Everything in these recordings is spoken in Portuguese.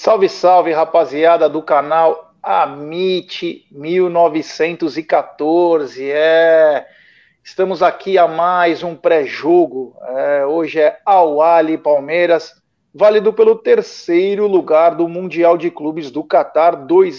Salve, salve, rapaziada do canal Amit 1914. Estamos aqui a mais um pré-jogo. Hoje é Al-Ahly Palmeiras, válido pelo terceiro lugar do Mundial de Clubes do Catar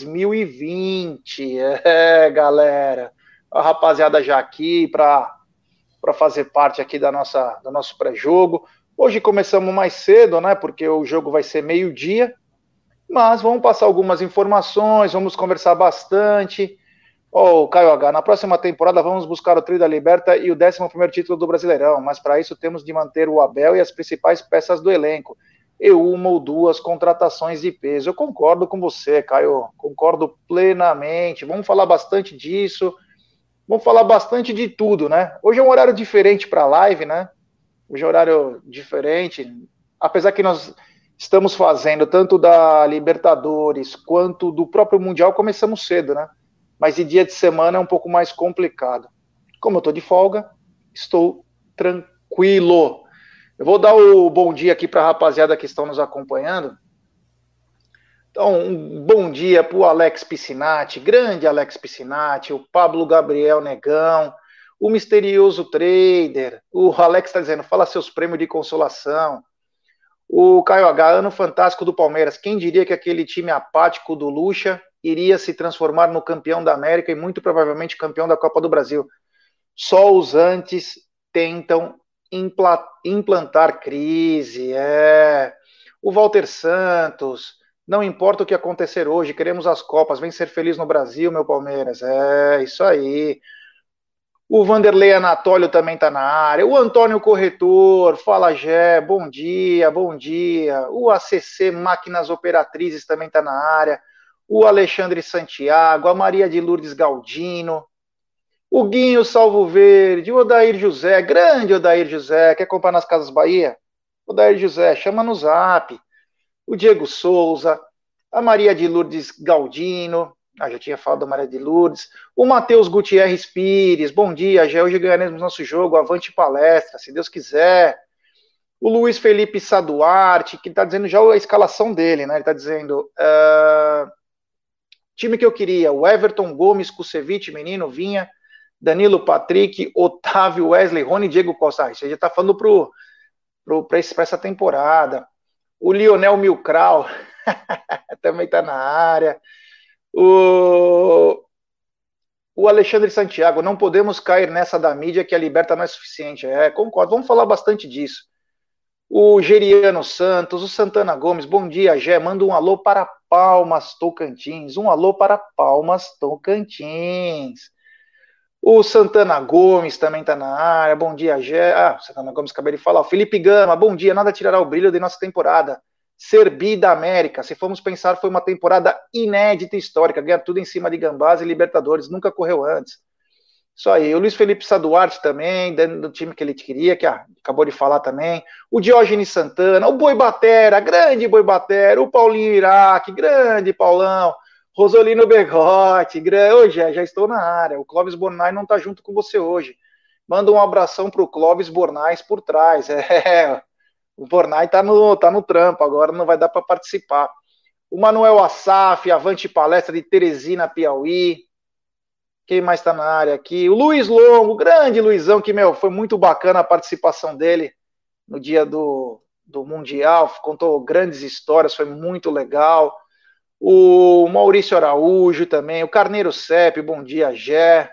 2020. Galera, a rapaziada já aqui para fazer parte aqui do nosso pré-jogo. Hoje começamos mais cedo, né? Porque o jogo vai ser meio-dia. Mas vamos passar algumas informações, vamos conversar bastante. Caio H, na próxima temporada vamos buscar o Tri da Liberta e o 11º título do Brasileirão, mas para isso temos de manter o Abel e as principais peças do elenco, e uma ou duas contratações de peso. Eu concordo com você, Caio, concordo plenamente. Vamos falar bastante disso, vamos falar bastante de tudo, né? Hoje é um horário diferente para a live, né? Hoje é um horário diferente, apesar que nós estamos fazendo tanto da Libertadores quanto do próprio Mundial, começamos cedo, né? Mas de dia de semana é um pouco mais complicado. Como eu estou de folga, estou tranquilo. Eu vou dar o bom dia aqui para a rapaziada que estão nos acompanhando. Então, um bom dia para o Alex Piscinati, grande Alex Piscinati, o Pablo Gabriel Negão, o misterioso trader, o Alex está dizendo, fala seus prêmios de consolação. O Caio H, ano fantástico do Palmeiras. Quem diria que aquele time apático do Lucha iria se transformar no campeão da América e muito provavelmente campeão da Copa do Brasil? Só os antes tentam implantar crise. O Walter Santos, não importa o que acontecer hoje, queremos as Copas, vem ser feliz no Brasil, meu Palmeiras. Isso aí. O Vanderlei Anatólio também está na área. O Antônio Corretor, fala Gé, bom dia, bom dia. O ACC Máquinas Operatrizes também está na área. O Alexandre Santiago, a Maria de Lourdes Galdino. O Guinho Salvo Verde, o Odair José, grande Odair José, quer comprar nas Casas Bahia? Odair José, chama no zap. O Diego Souza, a Maria de Lourdes Galdino. Já tinha falado da Maria de Lourdes. O Matheus Gutierrez Pires, bom dia, já hoje ganharemos nosso jogo, avante palestra, se Deus quiser. O Luiz Felipe Saduarte, que está dizendo já a escalação dele, né? Ele está dizendo, time que eu queria, o Everton, Gomes, Kusevich, Menino, Vinha, Danilo, Patrick, Otávio, Wesley, Rony, Diego Costa. Isso aí já está falando para essa temporada. O Lionel Milcrau também está na área. O Alexandre Santiago, não podemos cair nessa da mídia que a Liberta não é suficiente. Concordo, vamos falar bastante disso. O Geriano Santos, o Santana Gomes, bom dia, Gé, manda um alô para Palmas, Tocantins. Um alô para Palmas, Tocantins. O Santana Gomes também está na área, bom dia, Gé. O Santana Gomes acabei de falar. O Felipe Gama, bom dia, nada tirará o brilho de nossa temporada. Ser bi da América, se formos pensar, foi uma temporada inédita e histórica, ganhar tudo em cima de Gambás e Libertadores, nunca correu antes. Isso aí, o Luiz Felipe Saduarte também, do time que ele queria, que acabou de falar também, o Diógenes Santana, o Boi Batera, grande Boi Batera, o Paulinho Iraque, grande Paulão, Rosolino Bergotti, hoje já estou na área, o Clóvis Bornai não está junto com você hoje, manda um abração para o Clóvis Bornais por trás, o Bornai tá no trampo, agora não vai dar para participar. O Manuel Assaf, avante palestra de Teresina, Piauí. Quem mais está na área aqui? O Luiz Longo, grande Luizão, que, foi muito bacana a participação dele no dia do Mundial, contou grandes histórias, foi muito legal. O Maurício Araújo também, o Carneiro Sepp, bom dia, Gé.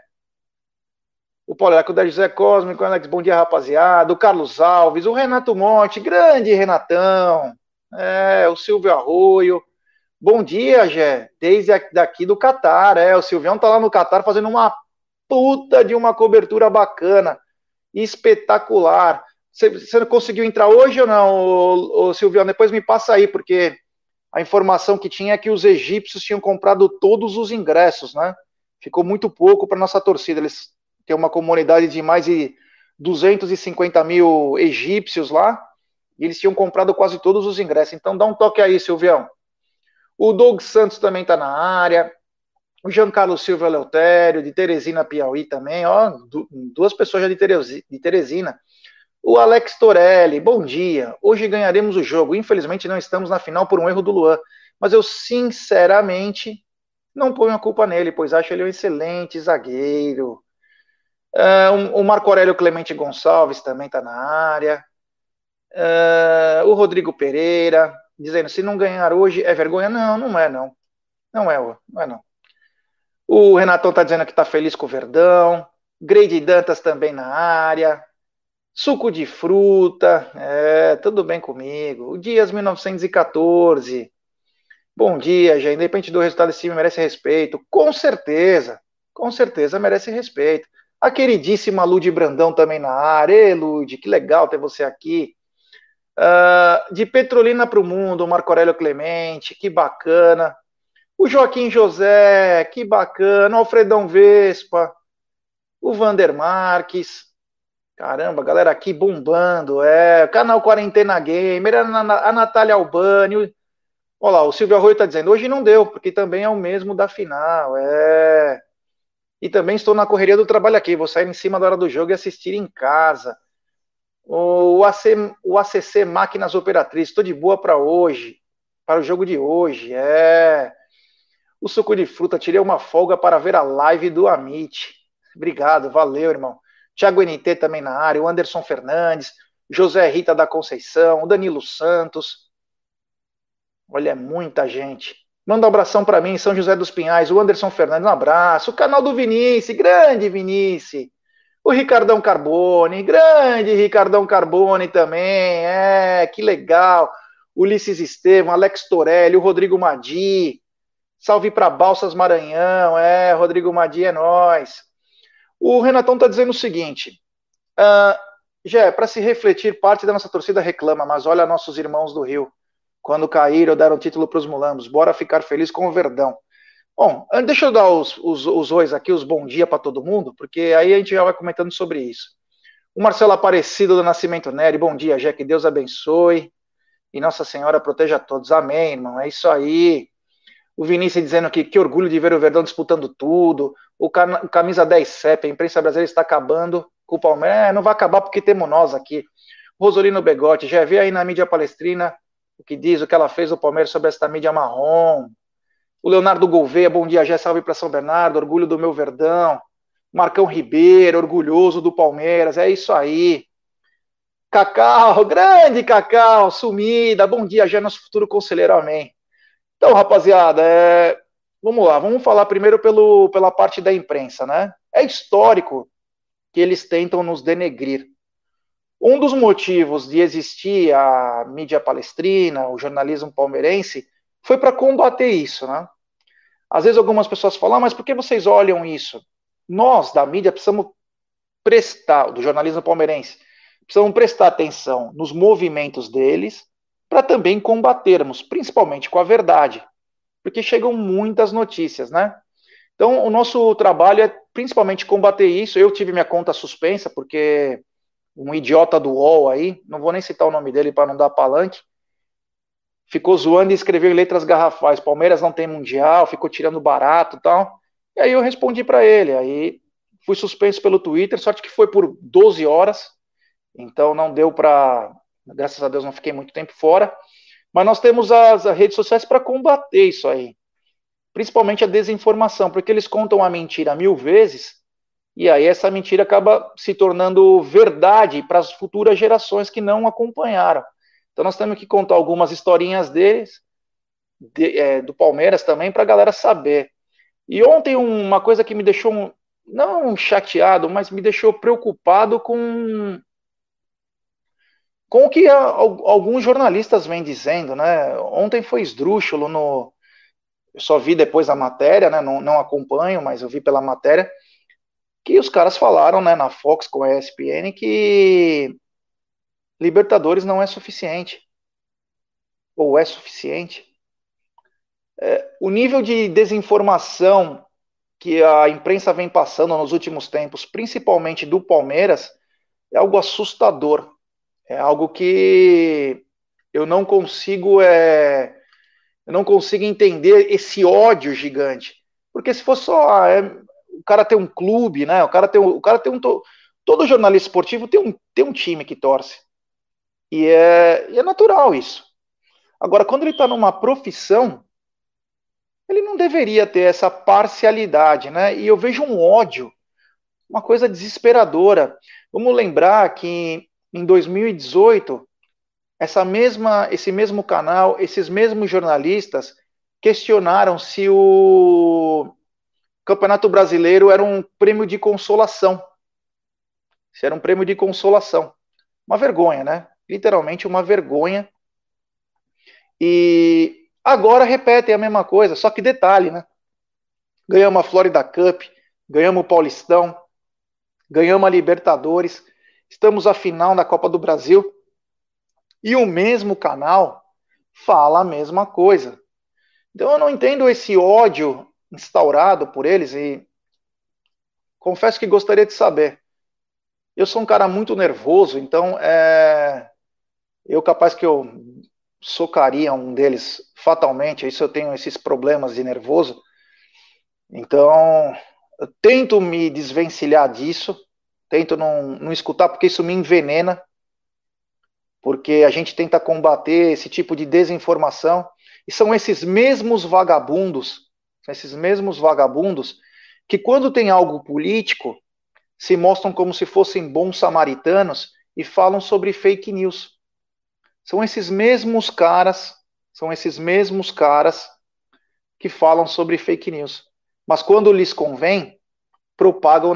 O Pauleco da José Cósmico, Alex, bom dia, rapaziada. O Carlos Alves, o Renato Monte, grande Renatão. O Silvio Arroio. Bom dia, Gé. Desde daqui do Catar. O Silvião tá lá no Catar fazendo uma puta de uma cobertura bacana. Espetacular. Você não conseguiu entrar hoje ou não, o Silvião? Depois me passa aí, porque a informação que tinha é que os egípcios tinham comprado todos os ingressos, né? Ficou muito pouco para nossa torcida. Eles tem uma comunidade de mais de 250 mil egípcios lá, e eles tinham comprado quase todos os ingressos. Então dá um toque aí, Silvião. O Doug Santos também está na área. O Giancarlo Silva Eleutério, de Teresina, Piauí também. Duas pessoas já de Teresina. O Alex Torelli, bom dia. Hoje ganharemos o jogo. Infelizmente não estamos na final por um erro do Luan. mas eu sinceramente não ponho a culpa nele, pois acho ele um excelente zagueiro. O Marco Aurélio Clemente Gonçalves também está na área. O Rodrigo Pereira, dizendo, se não ganhar hoje é vergonha. Não, não é não. Não é, não é não. O Renatão está dizendo que está feliz com o Verdão. Grade Dantas também na área. Suco de fruta, tudo bem comigo. O Dias 1914. Bom dia, já independente do resultado desse time, merece respeito. Com certeza merece respeito. A queridíssima Lud Brandão também na área. Ei, Lud, que legal ter você aqui. De Petrolina para o Mundo, Marco Aurélio Clemente, que bacana. O Joaquim José, que bacana. O Alfredão Vespa, o Vander Marques. Caramba, galera aqui bombando. Canal Quarentena Gamer, a Natália Albani. Olha lá, o Silvio Arroio está dizendo, hoje não deu, porque também é o mesmo da final. E também estou na correria do trabalho aqui, vou sair em cima da hora do jogo e assistir em casa. O ACC Máquinas Operatrizes, estou de boa para hoje, para o jogo de hoje. O Suco de Fruta, tirei uma folga para ver a live do Amit. Obrigado, valeu, irmão. Thiago NT também na área, o Anderson Fernandes, José Rita da Conceição, o Danilo Santos. Olha, é muita gente. Manda um abração para mim, São José dos Pinhais, o Anderson Fernandes, um abraço. O canal do Vinícius, grande Vinícius. O Ricardão Carbone, grande Ricardão Carbone também, que legal. Ulisses Estevam, Alex Torelli, o Rodrigo Madi. Salve para Balsas Maranhão, Rodrigo Madi é nós. O Renatão está dizendo o seguinte, para se refletir, parte da nossa torcida reclama, mas olha nossos irmãos do Rio, quando caíram, deram título para os mulambos, bora ficar feliz com o Verdão. Bom, deixa eu dar os ois aqui, os bom dia para todo mundo, porque aí a gente já vai comentando sobre isso. O Marcelo Aparecido do Nascimento Nery, bom dia, Jé, que Deus abençoe e Nossa Senhora proteja a todos. Amém, irmão, é isso aí. O Vinícius dizendo que orgulho de ver o Verdão disputando tudo. O camisa 10 CEP, a imprensa brasileira está acabando com o Palmeiras. Não vai acabar porque temos nós aqui. Rosolino Begotti, já vê aí na mídia palestrina o que diz, o que ela fez o Palmeiras sobre esta mídia marrom. O Leonardo Gouveia, bom dia, já salve para São Bernardo, orgulho do meu Verdão. Marcão Ribeiro, orgulhoso do Palmeiras, é isso aí. Cacau, grande Cacau, sumida, bom dia, já nosso futuro conselheiro, amém. Então, rapaziada, vamos lá, vamos falar primeiro pela parte da imprensa, né? É histórico que eles tentam nos denegrir. Um dos motivos de existir a mídia palestrina, o jornalismo palmeirense, foi para combater isso, né? Às vezes algumas pessoas falam, mas por que vocês olham isso? Nós, da mídia, precisamos prestar, do jornalismo palmeirense, precisamos prestar atenção nos movimentos deles para também combatermos, principalmente com a verdade, porque chegam muitas notícias, né? Então, o nosso trabalho é principalmente combater isso. Eu tive minha conta suspensa, porque um idiota do UOL aí, não vou nem citar o nome dele para não dar palanque, ficou zoando e escreveu em letras garrafais, Palmeiras não tem mundial, ficou tirando barato e tal. E aí eu respondi para ele, aí fui suspenso pelo Twitter, sorte que foi por 12 horas, então não deu para, graças a Deus não fiquei muito tempo fora, mas nós temos as redes sociais para combater isso aí, principalmente a desinformação, porque eles contam a mentira 1000 vezes, e aí essa mentira acaba se tornando verdade para as futuras gerações que não acompanharam. Então nós temos que contar algumas historinhas deles, do Palmeiras também, para a galera saber. E ontem uma coisa que me deixou, não chateado, mas me deixou preocupado com o que alguns jornalistas vêm dizendo, né? Ontem foi esdrúxulo eu só vi depois a matéria, né? Não acompanho, mas eu vi pela matéria, que os caras falaram, né, na Fox com a ESPN, que Libertadores não é suficiente. Ou é suficiente. O nível de desinformação que a imprensa vem passando nos últimos tempos, principalmente do Palmeiras, é algo assustador. É algo que eu não consigo, eu não consigo entender esse ódio gigante. Porque se fosse só o cara tem um clube, né? Todo jornalista esportivo tem um time que torce. E é natural isso. Agora, quando ele está numa profissão, ele não deveria ter essa parcialidade, né? E eu vejo um ódio, uma coisa desesperadora. Vamos lembrar que em 2018, esse mesmo canal, esses mesmos jornalistas questionaram se o Campeonato Brasileiro era um prêmio de consolação. Se era um prêmio de consolação. Uma vergonha, né? Literalmente uma vergonha. E agora repetem a mesma coisa, só que detalhe, né? Ganhamos a Florida Cup, ganhamos o Paulistão, ganhamos a Libertadores, estamos à final da Copa do Brasil e o mesmo canal fala a mesma coisa. Então eu não entendo esse ódio instaurado por eles e confesso que gostaria de saber. Eu sou um cara muito nervoso, então eu capaz que eu socaria um deles fatalmente, isso eu tenho esses problemas de nervoso. Então, eu tento me desvencilhar disso, tento não escutar, porque isso me envenena, porque a gente tenta combater esse tipo de desinformação, e são esses mesmos vagabundos, que quando tem algo político, se mostram como se fossem bons samaritanos e falam sobre fake news. São esses mesmos caras, são esses mesmos caras que falam sobre fake news. Mas quando lhes convém, propagam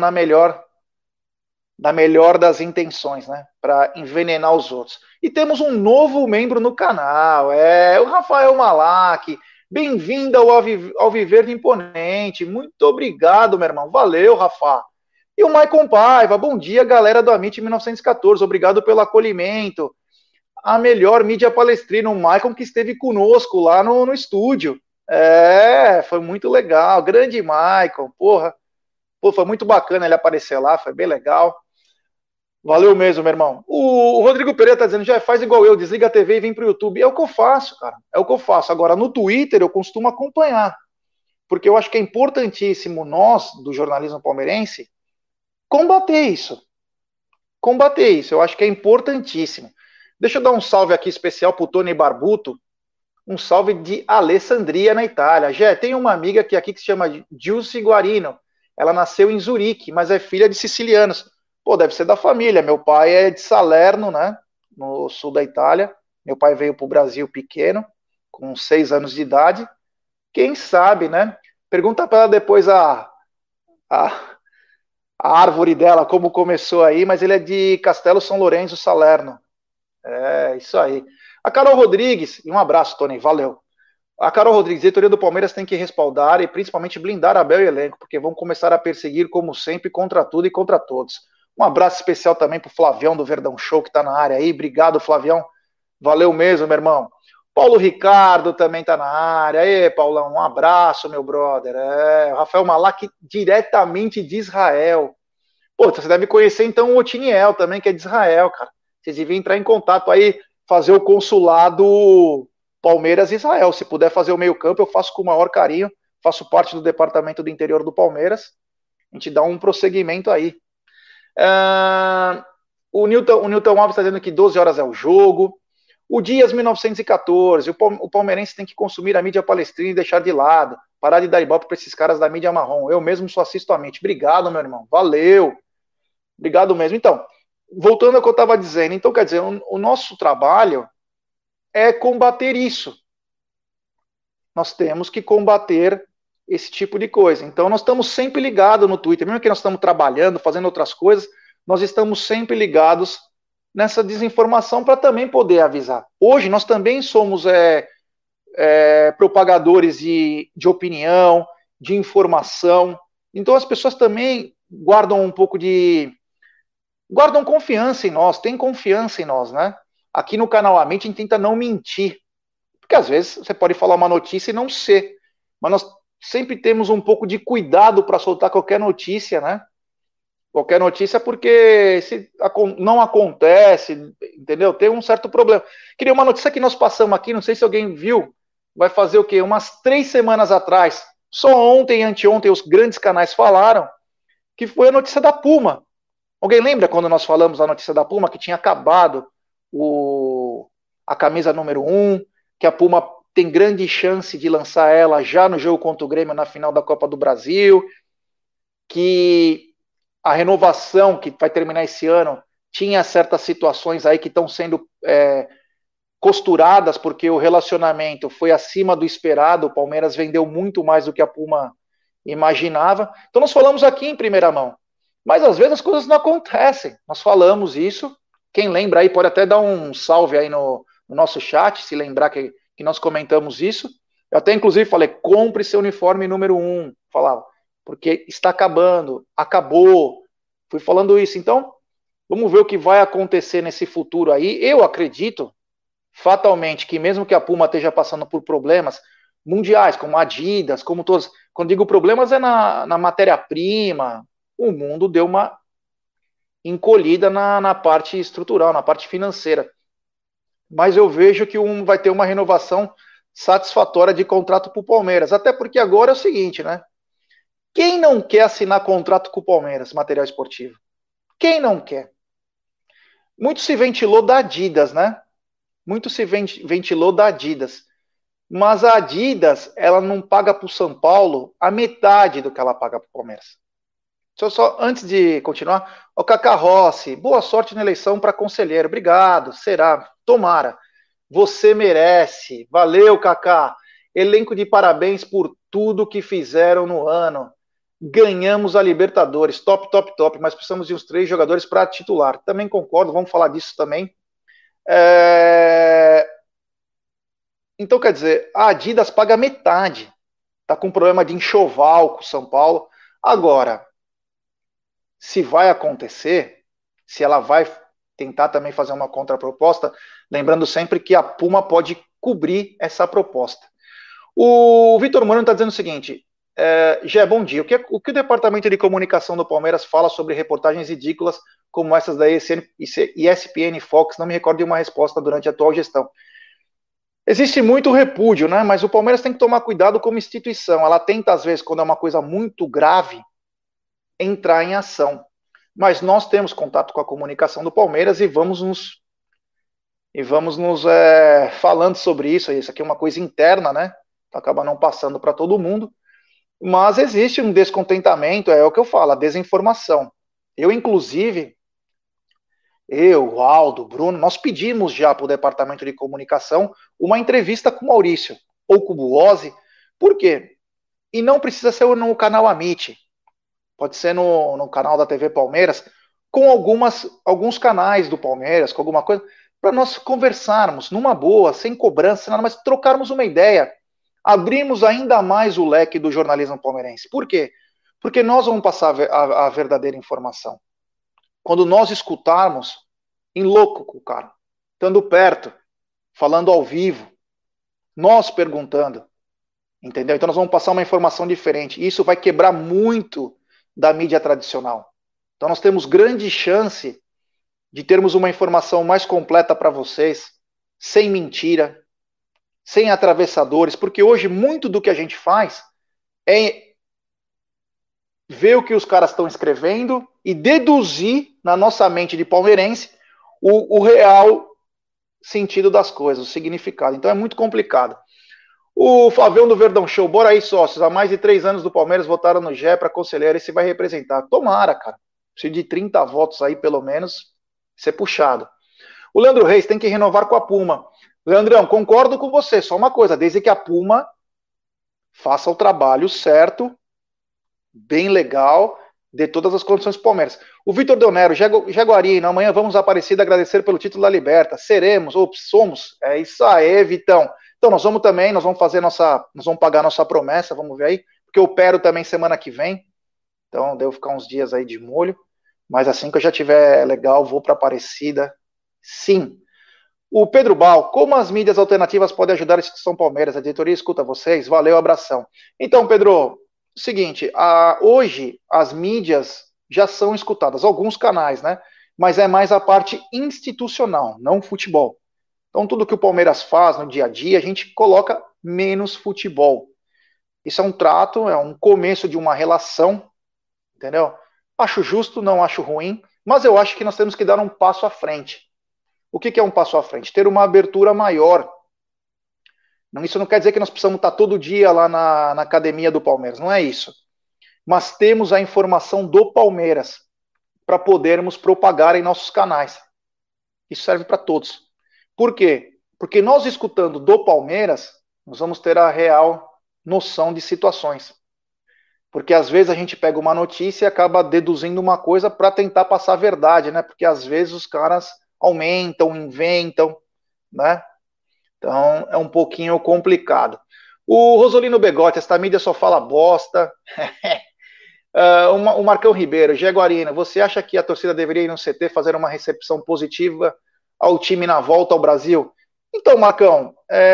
na melhor das intenções, né? Para envenenar os outros. E temos um novo membro no canal, o Rafael Malak. Bem-vindo ao Viver Imponente. Muito obrigado, meu irmão. Valeu, Rafa. E o Maicon Paiva. Bom dia, galera do Amit 1914. Obrigado pelo acolhimento. A melhor mídia palestrina, o Maicon, que esteve conosco lá no estúdio. Foi muito legal. Grande Maicon, porra. Pô, foi muito bacana ele aparecer lá, foi bem legal. Valeu mesmo, meu irmão. O Rodrigo Pereira tá dizendo, já faz igual eu, desliga a TV e vem pro YouTube. É o que eu faço, cara. É o que eu faço. Agora, no Twitter, eu costumo acompanhar. Porque eu acho que é importantíssimo nós, do jornalismo palmeirense, combater isso. Combater isso. Eu acho que é importantíssimo. Deixa eu dar um salve aqui especial pro Tony Barbuto. Um salve de Alessandria, na Itália. Jé, tem uma amiga aqui que se chama Gilce Guarino. Ela nasceu em Zurique, mas é filha de sicilianos. Pô, deve ser da família. Meu pai é de Salerno, né? No sul da Itália. Meu pai veio para o Brasil pequeno, com 6 anos de idade. Quem sabe, né? Pergunta para ela depois a, a árvore dela, como começou aí, mas ele é de Castelo São Lourenço, Salerno. É isso aí. A Carol Rodrigues, e um abraço, Tony, valeu. A Carol Rodrigues, diretoria do Palmeiras tem que respaldar e principalmente blindar Abel e elenco, porque vão começar a perseguir, como sempre, contra tudo e contra todos. Um abraço especial também pro Flavião do Verdão Show, que tá na área aí. Obrigado, Flavião. Valeu mesmo, meu irmão. Paulo Ricardo também tá na área. Aí, Paulão, um abraço, meu brother. O Rafael Malak, diretamente de Israel. Pô, você deve conhecer então o Otiniel também, que é de Israel, cara. Vocês deviam entrar em contato aí, fazer o consulado Palmeiras e Israel. Se puder fazer o meio-campo, eu faço com o maior carinho. Faço parte do departamento do interior do Palmeiras. A gente dá um prosseguimento aí. O Newton Alves está dizendo que 12 horas é o jogo. O Dias 1914. O palmeirense tem que consumir a mídia palestrina e deixar de lado. Parar de dar ibope para esses caras da mídia marrom. Eu mesmo só assisto a mente. Obrigado, meu irmão. Valeu. Obrigado mesmo. Então, voltando ao que eu estava dizendo. Então, quer dizer, o nosso trabalho é combater isso. Nós temos que combater esse tipo de coisa. Então, nós estamos sempre ligados no Twitter, mesmo que nós estamos trabalhando, fazendo outras coisas, nós estamos sempre ligados nessa desinformação para também poder avisar. Hoje, nós também somos propagadores de opinião, de informação. Então, as pessoas também guardam um pouco guardam confiança em nós, têm confiança em nós, né? Aqui no canal A Mente a gente tenta não mentir, porque às vezes você pode falar uma notícia e não ser, mas nós sempre temos um pouco de cuidado para soltar qualquer notícia, né? Qualquer notícia, porque se não acontece, entendeu? Tem um certo problema. Queria uma notícia que nós passamos aqui, não sei se alguém viu, vai fazer o quê? Umas 3 semanas atrás, só ontem e anteontem os grandes canais falaram, que foi a notícia da Puma. Alguém lembra quando nós falamos a notícia da Puma, que tinha acabado a camisa número 1, que a Puma tem grande chance de lançar ela já no jogo contra o Grêmio na final da Copa do Brasil, que a renovação que vai terminar esse ano tinha certas situações aí que estão sendo costuradas porque o relacionamento foi acima do esperado, o Palmeiras vendeu muito mais do que a Puma imaginava. Então nós falamos aqui em primeira mão. Mas às vezes as coisas não acontecem. Nós falamos isso. Quem lembra aí pode até dar um salve aí no nosso chat, se lembrar que nós comentamos isso. Eu até inclusive falei, compre seu uniforme número 1. Falava, porque está acabando, acabou. Fui falando isso. Então, vamos ver o que vai acontecer nesse futuro aí. Eu acredito, fatalmente, que mesmo que a Puma esteja passando por problemas mundiais, como a Adidas, como todos. Quando digo problemas é na matéria-prima, o mundo deu uma encolhida na parte estrutural, na parte financeira. Mas eu vejo que vai ter uma renovação satisfatória de contrato para o Palmeiras. Até porque agora é o seguinte, né? Quem não quer assinar contrato com o Palmeiras, material esportivo? Quem não quer? Muito se ventilou da Adidas, né? Muito se ventilou da Adidas. Mas a Adidas, ela não paga para o São Paulo a metade do que ela paga para o Palmeiras. Só antes de continuar, o Cacá Rossi, boa sorte na eleição para conselheiro. Obrigado, será, tomara. Você merece. Valeu, Cacá. Elenco de parabéns por tudo que fizeram no ano. Ganhamos a Libertadores, top, top, top, mas precisamos de uns 3 jogadores para titular. Também concordo, vamos falar disso também. Então, quer dizer, a Adidas paga metade. Está com problema de enxoval com o São Paulo. Agora, se vai acontecer, se ela vai tentar também fazer uma contraproposta, lembrando sempre que a Puma pode cobrir essa proposta. O Vitor Mano está dizendo o seguinte, Gé, bom dia. O que o Departamento de Comunicação do Palmeiras fala sobre reportagens ridículas como essas da ESPN e Fox? Não me recordo de uma resposta durante a atual gestão. Existe muito repúdio, né? Mas o Palmeiras tem que tomar cuidado como instituição. Ela tenta, às vezes, quando é uma coisa muito grave, entrar em ação. Mas nós temos contato com a comunicação do Palmeiras e vamos nos falando sobre isso. Isso aqui é uma coisa interna, né? Acaba não passando para todo mundo. Mas existe um descontentamento, é o que eu falo, a desinformação. Eu, inclusive, o Aldo, o Bruno, nós pedimos já para o Departamento de Comunicação uma entrevista com o Maurício ou com o Buozzi. Por quê? E não precisa ser no canal Amit. Pode ser no canal da TV Palmeiras, com alguns canais do Palmeiras, com alguma coisa, para nós conversarmos numa boa, sem cobrança, nada, mas trocarmos uma ideia. Abrimos ainda mais o leque do jornalismo palmeirense. Por quê? Porque nós vamos passar a verdadeira informação. Quando nós escutarmos, em louco com o cara, estando perto, falando ao vivo, nós perguntando, entendeu? Então nós vamos passar uma informação diferente. E isso vai quebrar muito da mídia tradicional. Então nós temos grande chance de termos uma informação mais completa para vocês, sem mentira, sem atravessadores, porque hoje muito do que a gente faz é ver o que os caras estão escrevendo e deduzir na nossa mente de palmeirense o real sentido das coisas, o significado. Então é muito complicado. O Flavião do Verdão Show, bora aí, sócios. Há mais de 3 anos do Palmeiras votaram no Gé para conselheiro. Esse vai representar. Tomara, cara. Preciso de 30 votos aí, pelo menos, ser puxado. O Leandro Reis tem que renovar com a Puma. Leandrão, concordo com você. Só uma coisa, desde que a Puma faça o trabalho certo, bem legal, dê todas as condições para o Palmeiras. O Vitor Deonero, Jaguarino, amanhã vamos aparecer e agradecer pelo título da Liberta. Seremos, ou somos. É isso aí, Vitão. Então nós vamos pagar nossa promessa, vamos ver aí, porque eu opero também semana que vem, então devo ficar uns dias aí de molho, mas assim que eu já tiver legal, vou para Aparecida, sim. O Pedro Bal, como as mídias alternativas podem ajudar a instituição Palmeiras? A diretoria escuta vocês, valeu, abração. Então, Pedro, seguinte, hoje as mídias já são escutadas, alguns canais, né, mas é mais a parte institucional, não futebol. Então, tudo que o Palmeiras faz no dia a dia, a gente coloca menos futebol. Isso é um trato, é um começo de uma relação, entendeu? Acho justo, não acho ruim, mas eu acho que nós temos que dar um passo à frente. O que é um passo à frente? Ter uma abertura maior Isso não quer dizer que nós precisamos estar todo dia lá na academia do Palmeiras, não é isso. Mas temos a informação do Palmeiras para podermos propagar em nossos canais. Isso serve para todos. Por quê? Porque nós escutando do Palmeiras, nós vamos ter a real noção de situações. Porque às vezes a gente pega uma notícia e acaba deduzindo uma coisa para tentar passar a verdade, né? Porque às vezes os caras aumentam, inventam, né? Então é um pouquinho complicado. O Rosolino Begotti, esta mídia só fala bosta. O Marcão Ribeiro, Jaguarina, você acha que a torcida deveria ir no CT fazer uma recepção positiva ao time na volta ao Brasil? Então, Marcão,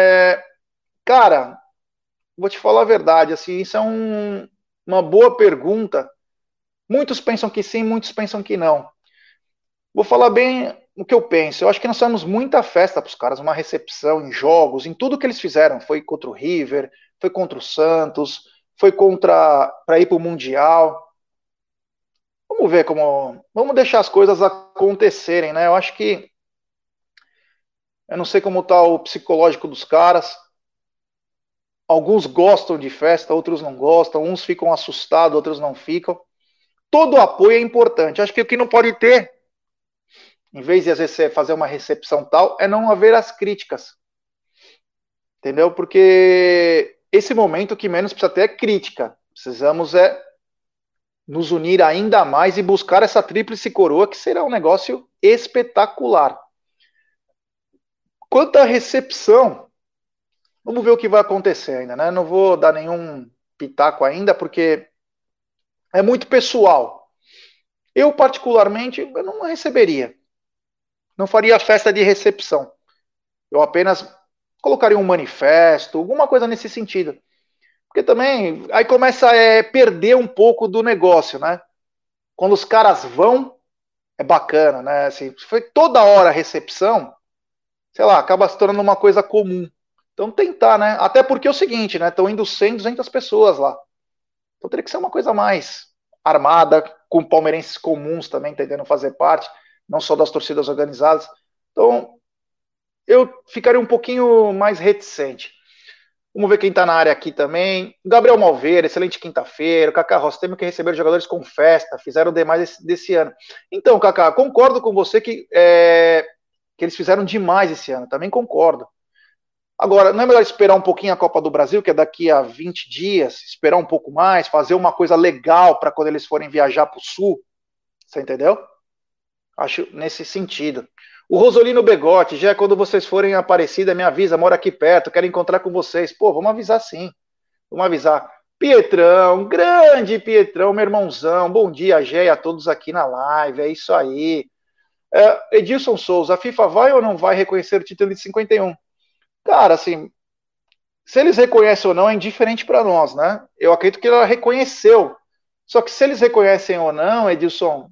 cara, vou te falar a verdade, assim, isso é uma boa pergunta. Muitos pensam que sim, muitos pensam que não. Vou falar bem o que eu penso. Eu acho que nós fizemos muita festa para os caras, uma recepção em jogos, em tudo que eles fizeram. Foi contra o River, foi contra o Santos, foi para ir para o Mundial. Vamos ver como. Vamos deixar as coisas acontecerem, né? Eu acho que. Eu não sei como está o psicológico dos caras. Alguns gostam de festa, outros não gostam. Uns ficam assustados, outros não ficam. Todo apoio é importante. Acho que o que não pode ter, em vez de às vezes fazer uma recepção tal, é não haver as críticas. Entendeu? Porque esse momento que menos precisa ter é crítica. Precisamos nos unir ainda mais e buscar essa tríplice coroa, que será um negócio espetacular. Quanto à recepção, vamos ver o que vai acontecer ainda, né? Não vou dar nenhum pitaco ainda, porque é muito pessoal. Eu, particularmente, eu não receberia. Não faria festa de recepção. Eu apenas colocaria um manifesto, alguma coisa nesse sentido. Porque também aí começa a perder um pouco do negócio, né? Quando os caras vão, é bacana, né? Assim, se foi toda hora a recepção, sei lá, acaba se tornando uma coisa comum. Então tentar, né? Até porque é o seguinte, né? Estão indo 100, 200 pessoas lá. Então teria que ser uma coisa mais armada, com palmeirenses comuns também tentando fazer parte, não só das torcidas organizadas. Então eu ficaria um pouquinho mais reticente. Vamos ver quem está na área aqui também. Gabriel Malveira, excelente quinta-feira. O Kaká Rossi, temos que receber jogadores com festa, fizeram demais desse ano. Então, Kaká, concordo com você que eles fizeram demais esse ano, também concordo. Agora, não é melhor esperar um pouquinho a Copa do Brasil, que é daqui a 20 dias, esperar um pouco mais, fazer uma coisa legal para quando eles forem viajar para o Sul? Você entendeu? Acho nesse sentido. O Rosolino Begotti, já quando vocês forem a Aparecida, me avisa, mora aqui perto, quero encontrar com vocês. Pô, vamos avisar sim. Vamos avisar. Pietrão, grande Pietrão, meu irmãozão. Bom dia, Gé, a todos aqui na live. É isso aí. Edilson Souza, a FIFA vai ou não vai reconhecer o título de 51? Cara, assim, se eles reconhecem ou não é indiferente para nós, né? Eu acredito que ela reconheceu. Só que se eles reconhecem ou não, Edilson,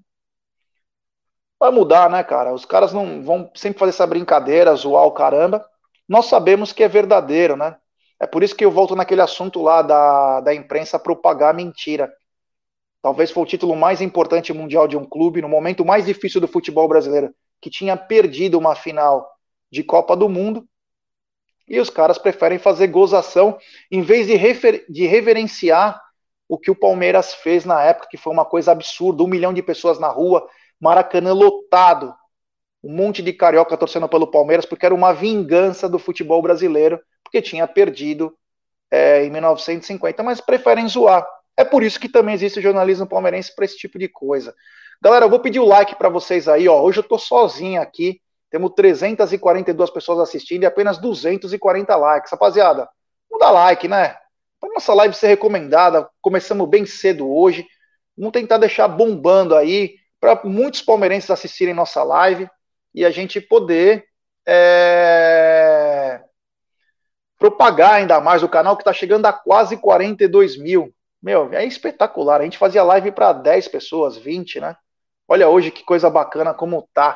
vai mudar, né, cara? Os caras não vão sempre fazer essa brincadeira, zoar o caramba. Nós sabemos que é verdadeiro, né? É por isso que eu volto naquele assunto lá da imprensa propagar mentira. Talvez foi o título mais importante mundial de um clube, no momento mais difícil do futebol brasileiro, que tinha perdido uma final de Copa do Mundo, e os caras preferem fazer gozação, em vez de reverenciar o que o Palmeiras fez na época, que foi uma coisa absurda, 1 milhão de pessoas na rua, Maracanã lotado, um monte de carioca torcendo pelo Palmeiras, porque era uma vingança do futebol brasileiro, porque tinha perdido em 1950, mas preferem zoar. É por isso que também existe jornalismo palmeirense para esse tipo de coisa. Galera, eu vou pedir o like para vocês aí, ó. Hoje eu tô sozinho aqui, temos 342 pessoas assistindo e apenas 240 likes. Rapaziada, vamos dar like, né? Para nossa live ser recomendada, começamos bem cedo hoje. Vamos tentar deixar bombando aí, para muitos palmeirenses assistirem nossa live e a gente poder propagar ainda mais o canal, que está chegando a quase 42 mil. Meu, é espetacular. A gente fazia live para 10 pessoas, 20, né? Olha hoje que coisa bacana como tá.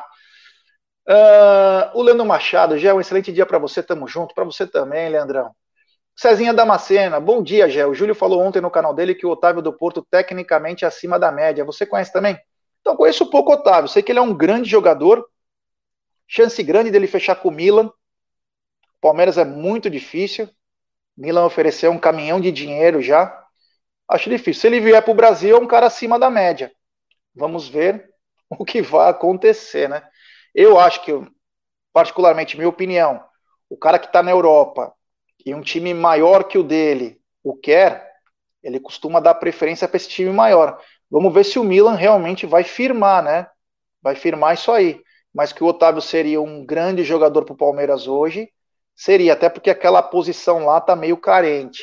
O Leandro Machado, já é um excelente dia para você, tamo junto. Para você também, Leandrão. Cezinha Damascena, bom dia, Gé. O Júlio falou ontem no canal dele que o Otávio do Porto tecnicamente é acima da média. Você conhece também? Então, conheço pouco o Otávio. Sei que ele é um grande jogador. Chance grande dele fechar com o Milan. O Palmeiras é muito difícil. Milan ofereceu um caminhão de dinheiro já. Acho difícil. Se ele vier para o Brasil, é um cara acima da média. Vamos ver o que vai acontecer, né? Eu acho que, particularmente, minha opinião, o cara que está na Europa e um time maior que o dele o quer, ele costuma dar preferência para esse time maior. Vamos ver se o Milan realmente vai firmar, né? Vai firmar isso aí. Mas que o Otávio seria um grande jogador para o Palmeiras hoje, seria, até porque aquela posição lá está meio carente.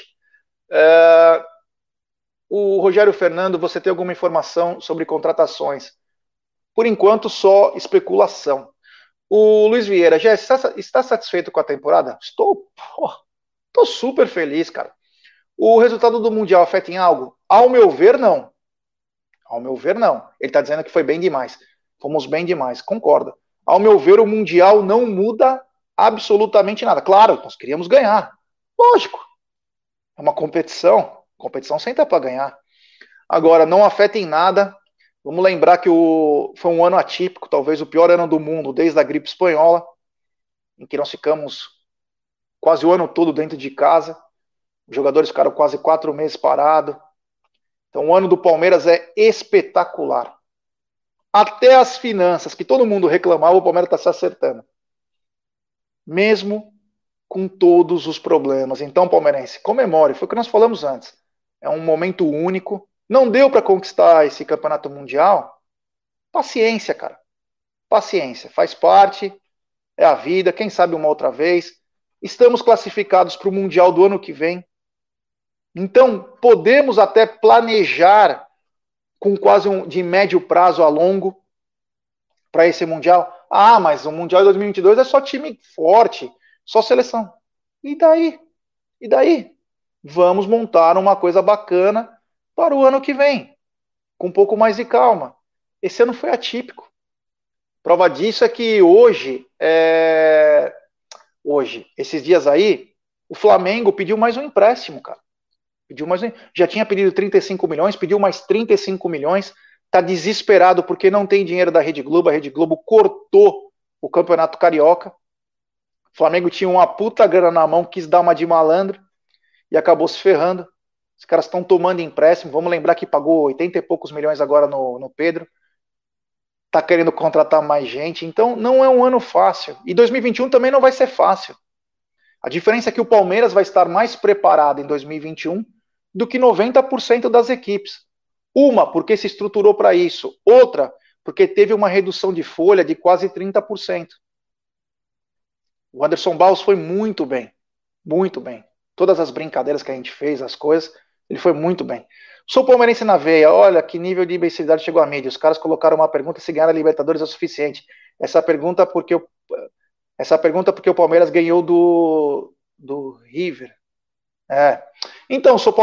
O Rogério Fernando, você tem alguma informação sobre contratações? Por enquanto, só especulação. O Luiz Vieira, já está satisfeito com a temporada? Estou super feliz, cara. O resultado do Mundial afeta em algo? Ao meu ver, não. Ao meu ver, não. Ele está dizendo que foi bem demais. Fomos bem demais, concorda. Ao meu ver, o Mundial não muda absolutamente nada. Claro, nós queríamos ganhar. Lógico. É uma competição. Competição senta para ganhar. Agora, não afeta em nada. Vamos lembrar que foi um ano atípico, talvez o pior ano do mundo desde a gripe espanhola, em que nós ficamos quase o ano todo dentro de casa. Os jogadores ficaram quase 4 meses parados. Então, o ano do Palmeiras é espetacular. Até as finanças, que todo mundo reclamava, o Palmeiras está se acertando. Mesmo com todos os problemas. Então, palmeirense, comemore. Foi o que nós falamos antes. É um momento único. Não deu para conquistar esse campeonato mundial? Paciência, cara. Paciência. Faz parte. É a vida. Quem sabe uma outra vez. Estamos classificados para o Mundial do ano que vem. Então, podemos até planejar com quase de médio prazo a longo para esse Mundial. Ah, mas o Mundial de 2022 é só time forte, só seleção. E daí? E daí? Vamos montar uma coisa bacana para o ano que vem, com um pouco mais de calma. Esse ano foi atípico. Prova disso é que hoje, esses dias aí, o Flamengo pediu mais um empréstimo, cara. Já tinha pedido 35 milhões, pediu mais 35 milhões, tá desesperado porque não tem dinheiro da Rede Globo, a Rede Globo cortou o Campeonato Carioca. O Flamengo tinha uma puta grana na mão, quis dar uma de malandro e acabou se ferrando. Os caras estão tomando empréstimo, vamos lembrar que pagou 80 e poucos milhões agora no Pedro. Tá querendo contratar mais gente, então não é um ano fácil. E 2021 também não vai ser fácil. A diferença é que o Palmeiras vai estar mais preparado em 2021 do que 90% das equipes. Uma, porque se estruturou para isso. Outra, porque teve uma redução de folha de quase 30%. O Anderson Barros foi muito bem. Muito bem. Todas as brincadeiras que a gente fez, as coisas, ele foi muito bem. Sou palmeirense na veia. Olha que nível de imbecilidade chegou à mídia. Os caras colocaram uma pergunta se ganhar a Libertadores é o suficiente. Essa pergunta porque o Palmeiras ganhou do River. Então, sou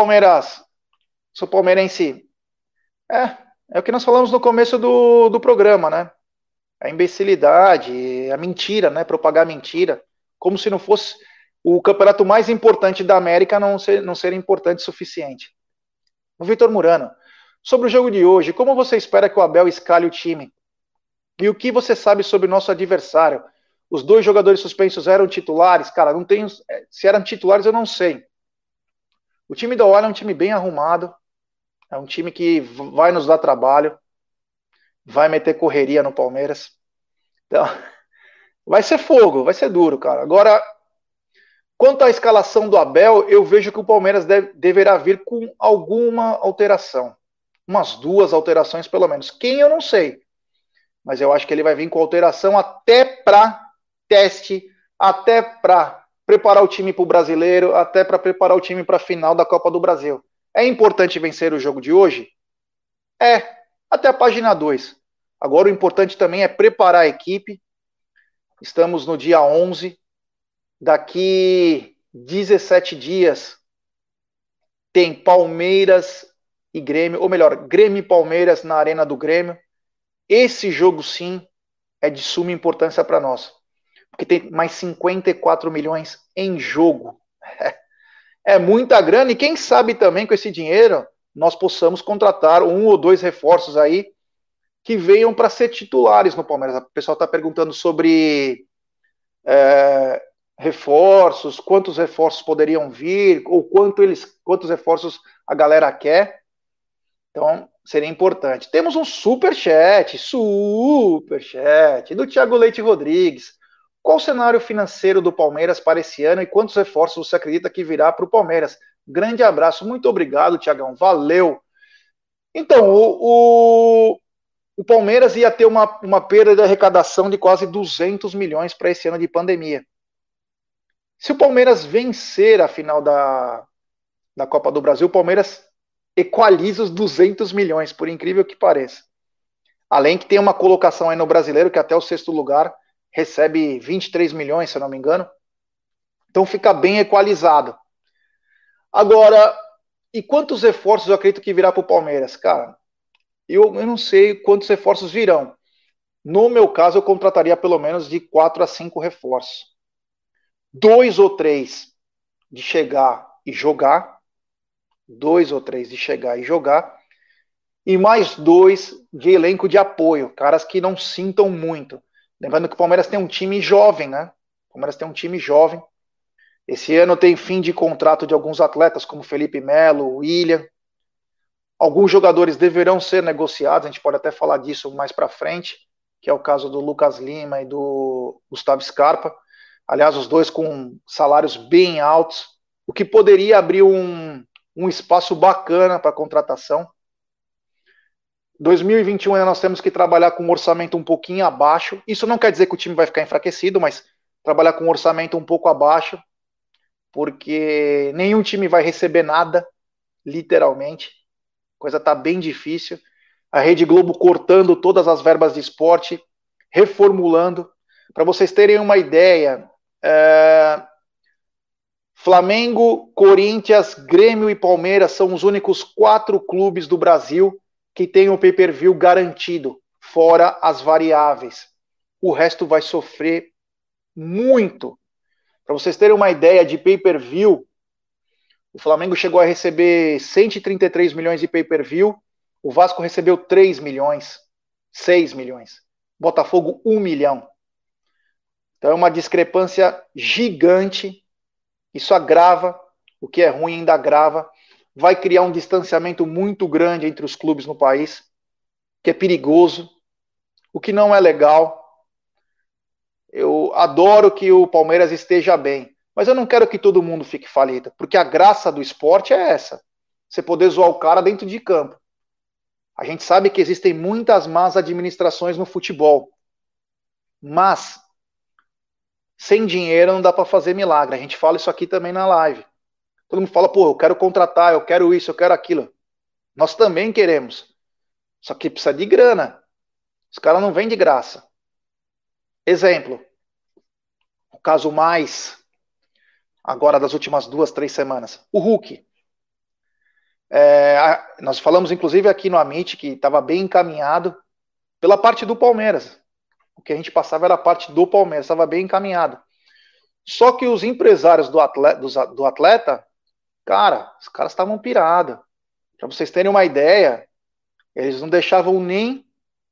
palmeirense. É o que nós falamos no começo do programa, né? A imbecilidade, a mentira, né? Propagar mentira, como se não fosse o campeonato mais importante da América não ser importante o suficiente. O Vitor Murano, sobre o jogo de hoje, como você espera que o Abel escale o time? E o que você sabe sobre o nosso adversário? Os 2 jogadores suspensos eram titulares? Cara, não tenho. Se eram titulares, eu não sei. O time da OL é um time bem arrumado. É um time que vai nos dar trabalho. Vai meter correria no Palmeiras. Então, vai ser fogo, vai ser duro, cara. Agora, quanto à escalação do Abel, eu vejo que o Palmeiras deverá vir com alguma alteração. Umas 2 alterações, pelo menos. Quem eu não sei. Mas eu acho que ele vai vir com alteração até para teste, até para preparar o time para o brasileiro, até para preparar o time para a final da Copa do Brasil. É importante vencer o jogo de hoje? Até a página 2. Agora o importante também é preparar a equipe. Estamos no dia 11. Daqui 17 dias tem Palmeiras e Grêmio, ou melhor, Grêmio e Palmeiras na Arena do Grêmio. Esse jogo sim é de suma importância para nós, porque tem mais 54 milhões em jogo. É muita grana e quem sabe também com esse dinheiro nós possamos contratar 1 ou 2 reforços aí que venham para ser titulares no Palmeiras. O pessoal está perguntando sobre reforços, quantos reforços poderiam vir, ou quantos reforços a galera quer. Então, seria importante. Temos um superchat do Thiago Leite Rodrigues. Qual o cenário financeiro do Palmeiras para esse ano e quantos reforços você acredita que virá para o Palmeiras? Grande abraço, muito obrigado, Tiagão, valeu. Então, o Palmeiras ia ter uma perda de arrecadação de quase 200 milhões para esse ano de pandemia. Se o Palmeiras vencer a final da Copa do Brasil, o Palmeiras equaliza os 200 milhões, por incrível que pareça. Além que tem uma colocação aí no Brasileiro, que até o sexto lugar recebe 23 milhões, se eu não me engano. Então fica bem equalizado. Agora, e quantos reforços eu acredito que virá para o Palmeiras? Cara, eu não sei quantos reforços virão. No meu caso, eu contrataria pelo menos de 4 a 5 reforços. 2 ou 3 de chegar e jogar. 2 ou 3 de chegar e jogar. E mais 2 de elenco de apoio. Caras que não sintam muito. Lembrando que o Palmeiras tem um time jovem, né? O Palmeiras tem um time jovem. Esse ano tem fim de contrato de alguns atletas, como Felipe Melo, William. Alguns jogadores deverão ser negociados, a gente pode até falar disso mais para frente, que é o caso do Lucas Lima e do Gustavo Scarpa. Aliás, os dois com salários bem altos, o que poderia abrir um espaço bacana para contratação. 2021 ainda nós temos que trabalhar com um orçamento um pouquinho abaixo. Isso não quer dizer que o time vai ficar enfraquecido, mas trabalhar com um orçamento um pouco abaixo, porque nenhum time vai receber nada, literalmente. A coisa está bem difícil. A Rede Globo cortando todas as verbas de esporte, reformulando. Para vocês terem uma ideia, Flamengo, Corinthians, Grêmio e Palmeiras são os únicos 4 clubes do Brasil que têm o pay-per-view garantido, fora as variáveis. O resto vai sofrer muito. Para vocês terem uma ideia de pay-per-view, o Flamengo chegou a receber 133 milhões de pay-per-view, o Vasco recebeu 3 milhões, 6 milhões, Botafogo 1 milhão. Então é uma discrepância gigante, isso agrava, o que é ruim ainda agrava, vai criar um distanciamento muito grande entre os clubes no país, que é perigoso, o que não é legal. Eu adoro que o Palmeiras esteja bem, mas eu não quero que todo mundo fique falido, porque a graça do esporte é essa, você poder zoar o cara dentro de campo. A gente sabe que existem muitas más administrações no futebol, mas sem dinheiro não dá para fazer milagre. A gente fala isso aqui também na live. Todo mundo fala, pô, eu quero contratar, eu quero isso, eu quero aquilo. Nós também queremos. Só que precisa de grana. Os caras não vêm de graça. Exemplo. O caso mais agora das últimas 2, 3 semanas. O Hulk. Nós falamos inclusive aqui no Amit que estava bem encaminhado pela parte do Palmeiras. O que a gente passava era a parte do Palmeiras, estava bem encaminhado. Só que os empresários do atleta, cara, os caras estavam pirados. Para vocês terem uma ideia, eles não deixavam nem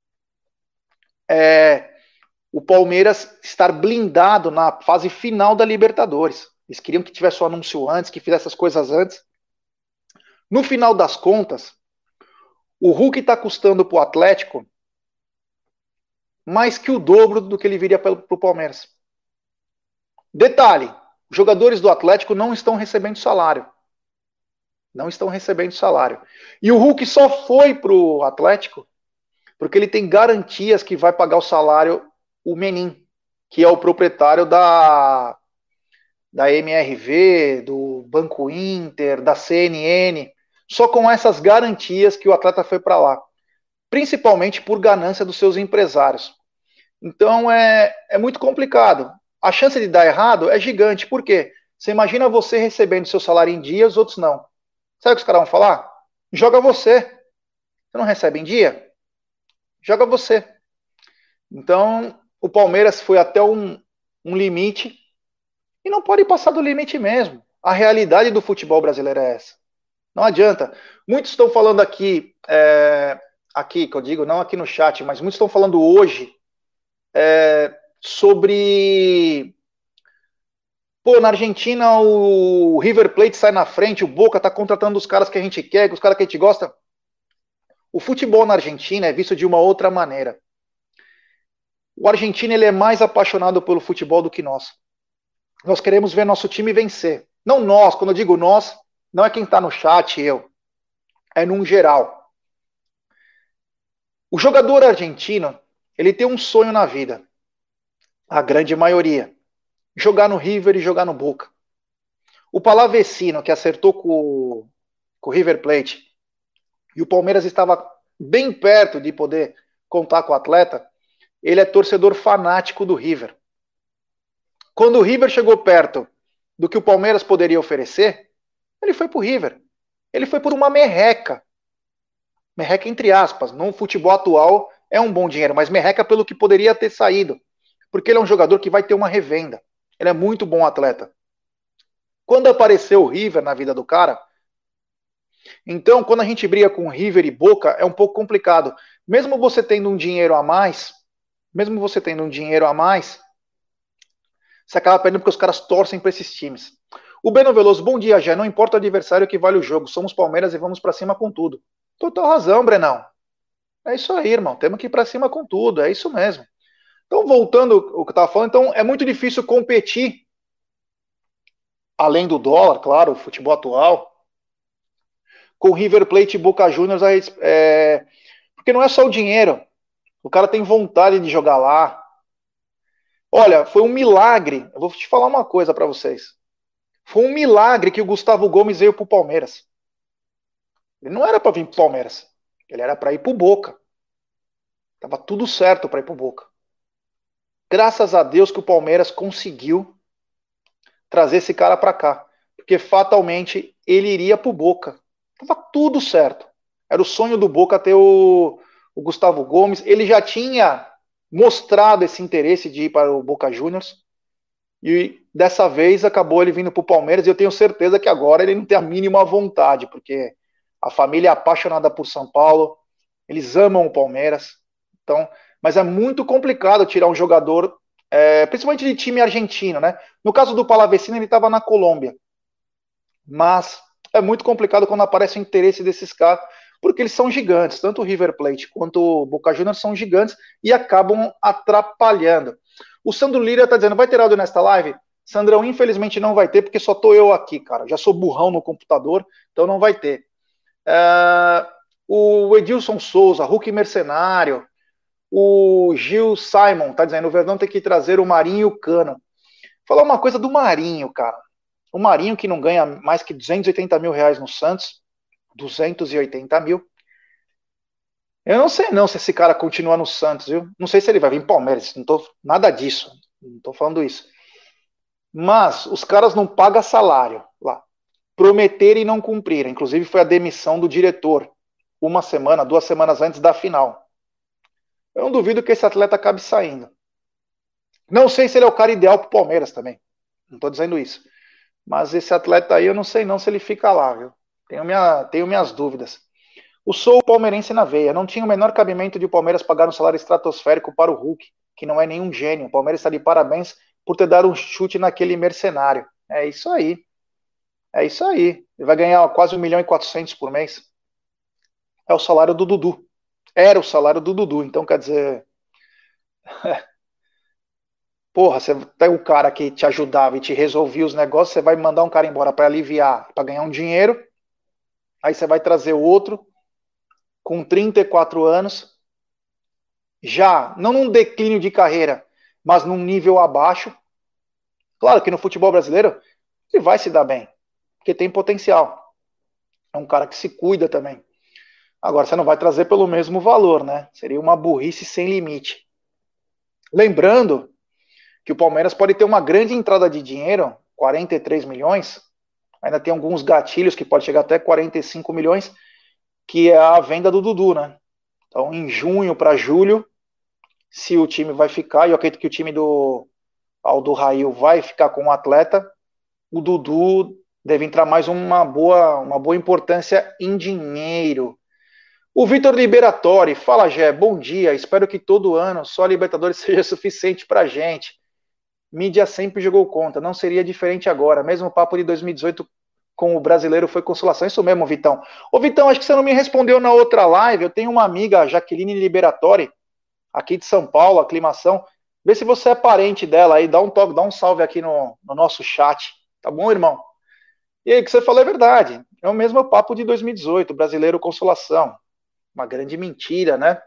o Palmeiras estar blindado na fase final da Libertadores. Eles queriam que tivesse o anúncio antes, que fizesse as coisas antes. No final das contas, o Hulk está custando para o Atlético mais que o dobro do que ele viria para o Palmeiras. Detalhe, os jogadores do Atlético não estão recebendo salário. Não estão recebendo salário. E o Hulk só foi para o Atlético porque ele tem garantias que vai pagar o salário o Menin, que é o proprietário da MRV, do Banco Inter, da CNN. Só com essas garantias que o atleta foi para lá. Principalmente por ganância dos seus empresários. Então é muito complicado. A chance de dar errado é gigante. Por quê? Você imagina você recebendo seu salário em dia, os outros não. Sabe o que os caras vão falar? Joga você. Você não recebe em dia? Joga você. Então, o Palmeiras foi até um limite e não pode passar do limite mesmo. A realidade do futebol brasileiro é essa. Não adianta. Muitos estão falando aqui, aqui que eu digo, não aqui no chat, mas muitos estão falando hoje sobre Pô, na Argentina o River Plate sai na frente, o Boca tá contratando os caras que a gente quer, os caras que a gente gosta. O futebol na Argentina é visto de uma outra maneira. O argentino ele é mais apaixonado pelo futebol do que nós. Nós queremos ver nosso time vencer. Não nós, quando eu digo nós, não é quem está no chat, eu. É num geral. O jogador argentino, ele tem um sonho na vida. A grande maioria. Jogar no River e jogar no Boca. O Palavecino, que acertou com o River Plate, e o Palmeiras estava bem perto de poder contar com o atleta, ele é torcedor fanático do River. Quando o River chegou perto do que o Palmeiras poderia oferecer, ele foi pro River. Ele foi por uma merreca. Merreca entre aspas. No futebol atual é um bom dinheiro, mas merreca pelo que poderia ter saído. Porque ele é um jogador que vai ter uma revenda. Ele é muito bom atleta. Quando apareceu o River na vida do cara, então quando a gente briga com River e Boca, é um pouco complicado. Mesmo você tendo um dinheiro a mais, você acaba perdendo porque os caras torcem para esses times. O Beno Veloso, bom dia, já. Não importa o adversário que vale o jogo. Somos Palmeiras e vamos para cima com tudo. Total razão, Brenão. É isso aí, irmão. Temos que ir para cima com tudo. É isso mesmo. Então, voltando ao que eu estava falando, então é muito difícil competir, além do dólar, claro, o futebol atual, com River Plate e Boca Juniors, porque não é só o dinheiro. O cara tem vontade de jogar lá. Olha, foi um milagre. Eu vou te falar uma coisa para vocês. Foi um milagre que o Gustavo Gomes veio para o Palmeiras. Ele não era para vir para o Palmeiras. Ele era para ir para o Boca. Tava tudo certo para ir para o Boca. Graças a Deus que o Palmeiras conseguiu trazer esse cara para cá. Porque fatalmente ele iria para o Boca. Tava tudo certo. Era o sonho do Boca ter o Gustavo Gomes. Ele já tinha mostrado esse interesse de ir para o Boca Juniors. E dessa vez acabou ele vindo para o Palmeiras. E eu tenho certeza que agora ele não tem a mínima vontade, porque a família é apaixonada por São Paulo. Eles amam o Palmeiras. Então, mas é muito complicado tirar um jogador, principalmente de time argentino, né? No caso do Palavecino, ele estava na Colômbia. Mas é muito complicado quando aparece o interesse desses caras, porque eles são gigantes. Tanto o River Plate quanto o Boca Juniors são gigantes e acabam atrapalhando. O Sandro Lira está dizendo, vai ter áudio nesta live? Sandrão, infelizmente não vai ter, porque só tô eu aqui, cara. Já sou burrão no computador, então não vai ter. O Edilson Souza, Hulk Mercenário, o Gil Simon tá dizendo, o Verdão tem que trazer o Marinho e o Cano. Falar uma coisa do Marinho, cara. O Marinho que não ganha mais que 280 mil reais no Santos, 280 mil. Eu não sei não se esse cara continua no Santos, viu? Não sei se ele vai vir em Palmeiras, não tô nada disso, não tô falando isso. Mas os caras não pagam salário lá. Prometerem e não cumpriram. Inclusive foi a demissão do diretor uma semana, 2 semanas antes da final. Eu não duvido que esse atleta acabe saindo. Não sei se ele é o cara ideal para o Palmeiras também. Não estou dizendo isso. Mas esse atleta aí, eu não sei não se ele fica lá, viu? Tenho minhas dúvidas. O Sou palmeirense na veia. Não tinha o menor cabimento de o Palmeiras pagar um salário estratosférico para o Hulk, que não é nenhum gênio. O Palmeiras está de parabéns por ter dado um chute naquele mercenário. É isso aí. É isso aí. Ele vai ganhar quase 1.400.000 por mês. É o salário do Dudu. Era o salário do Dudu. Então, quer dizer... Porra, você tem um cara que te ajudava e te resolvia os negócios, você vai mandar um cara embora para aliviar, para ganhar um dinheiro, aí você vai trazer outro com 34 anos, já não num declínio de carreira, mas num nível abaixo. Claro que no futebol brasileiro ele vai se dar bem, porque tem potencial. É um cara que se cuida também. Agora você não vai trazer pelo mesmo valor, né? Seria uma burrice sem limite. Lembrando que o Palmeiras pode ter uma grande entrada de dinheiro, 43 milhões, ainda tem alguns gatilhos que pode chegar até 45 milhões, que é a venda do Dudu, né? Então, em junho para julho, se o time vai ficar, e eu acredito que o time do Aldo Rail vai ficar com o atleta, o Dudu deve entrar mais uma boa importância em dinheiro. O Vitor Liberatori, fala Gé, bom dia, espero que todo ano só a Libertadores seja suficiente pra gente. mídia sempre jogou contra, não seria diferente agora. Mesmo o papo de 2018 com o brasileiro foi consolação. Isso mesmo, Vitão. Ô, Vitão, acho que você não me respondeu na outra live. Eu tenho uma amiga, Jaqueline Liberatori, aqui de São Paulo, aclimação. Vê se você é parente dela aí, dá um toque, dá um salve aqui no nosso chat. Tá bom, irmão? E aí, o que você falou é verdade. É o mesmo papo de 2018, brasileiro consolação. Uma grande mentira, né?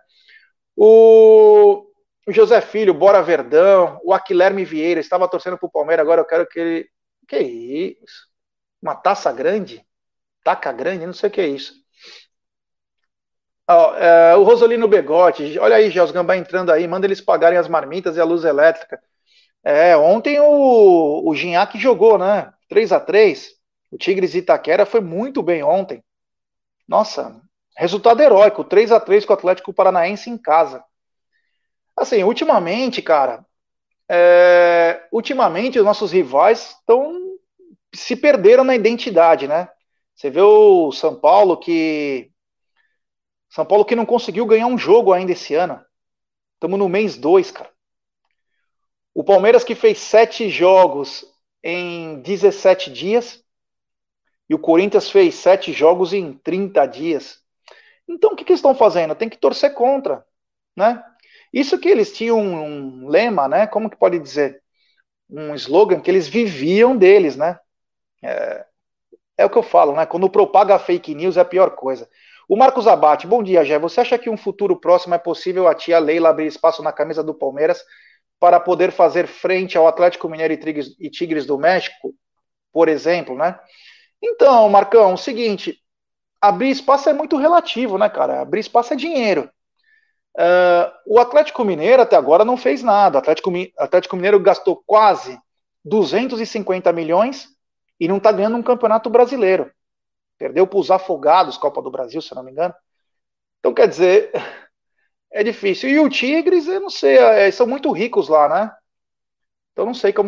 O José Filho, Bora Verdão, o Aquilerme Vieira, estava torcendo pro Palmeiras, agora eu quero que ele. Que isso? Uma taça grande? Taca grande? Não sei o que é isso. O Rosolino Begotti, olha aí, já os Gambá entrando aí, manda eles pagarem as marmitas e a luz elétrica. Ontem o Gignac jogou, né? 3-3. O Tigres Itaquera foi muito bem ontem. Nossa, resultado heróico, 3-3 com o Atlético Paranaense em casa. Assim, ultimamente, cara, ultimamente os nossos rivais se perderam na identidade, né? Você vê o São Paulo que não conseguiu ganhar um jogo ainda esse ano. Estamos no mês 2, cara. O Palmeiras que fez 7 jogos em 17 dias e o Corinthians fez 7 jogos em 30 dias. Então o que eles estão fazendo? Tem que torcer contra, né? Isso que eles tinham um lema, né? Como que pode dizer? Um slogan que eles viviam deles, né? É o que eu falo, né? Quando propaga fake news é a pior coisa. O Marcos Abate, bom dia, Jé. Você acha que um futuro próximo é possível a tia Leila abrir espaço na camisa do Palmeiras para poder fazer frente ao Atlético Mineiro e Tigres do México, por exemplo, né? Então, Marcão, o seguinte, abrir espaço é muito relativo, né, cara? Abrir espaço é dinheiro. O Atlético Mineiro até agora não fez nada. O Atlético Mineiro gastou quase 250 milhões e não está ganhando um campeonato brasileiro. Perdeu para os Afogados, Copa do Brasil, se não me engano. Então, quer dizer, é difícil. E o Tigres, eu não sei, são muito ricos lá, né? Então, não sei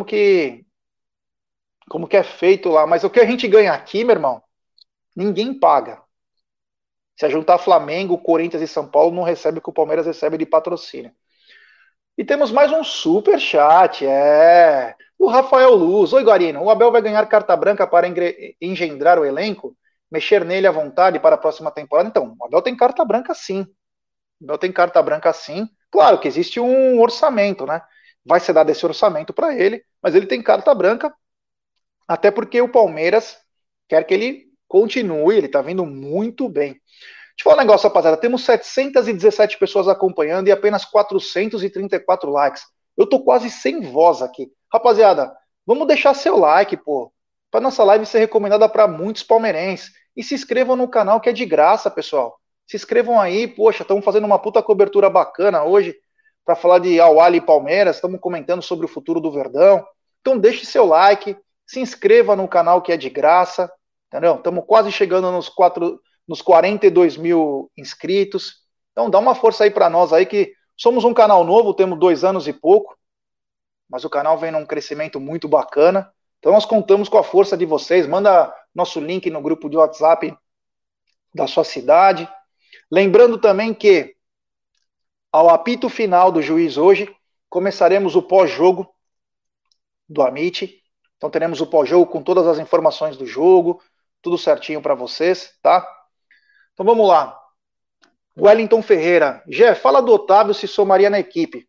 como que é feito lá. Mas o que a gente ganha aqui, meu irmão, ninguém paga. Se a juntar Flamengo, Corinthians e São Paulo, não recebe o que o Palmeiras recebe de patrocínio. E temos mais um super chat, o Rafael Luz. Oi, Guarino, o Abel vai ganhar carta branca para engendrar o elenco? Mexer nele à vontade para a próxima temporada? Então, o Abel tem carta branca sim. O Abel tem carta branca sim. Claro que existe um orçamento, né? Vai ser dado esse orçamento para ele, mas ele tem carta branca, até porque o Palmeiras quer que ele continue, ele está vindo muito bem. Deixa eu falar um negócio, rapaziada. Temos 717 pessoas acompanhando e apenas 434 likes. Eu tô quase sem voz aqui. Rapaziada, vamos deixar seu like, pô. Para nossa live ser recomendada para muitos palmeirenses. E se inscrevam no canal que é de graça, pessoal. Se inscrevam aí, poxa, estamos fazendo uma puta cobertura bacana hoje para falar de Al-Ahly e Palmeiras. Estamos comentando sobre o futuro do Verdão. Então deixe seu like, se inscreva no canal que é de graça, entendeu? Estamos quase chegando nos 42 mil inscritos. Então dá uma força aí para nós aí, que somos um canal novo, temos 2 anos e pouco, mas o canal vem num crescimento muito bacana. Então nós contamos com a força de vocês. Manda nosso link no grupo de WhatsApp da sua cidade. Lembrando também que ao apito final do juiz hoje, começaremos o pós-jogo do Amit. Então teremos o pós-jogo com todas as informações do jogo, tudo certinho para vocês, tá? Então vamos lá. Wellington Ferreira. Jé, fala do Otávio se somaria na equipe.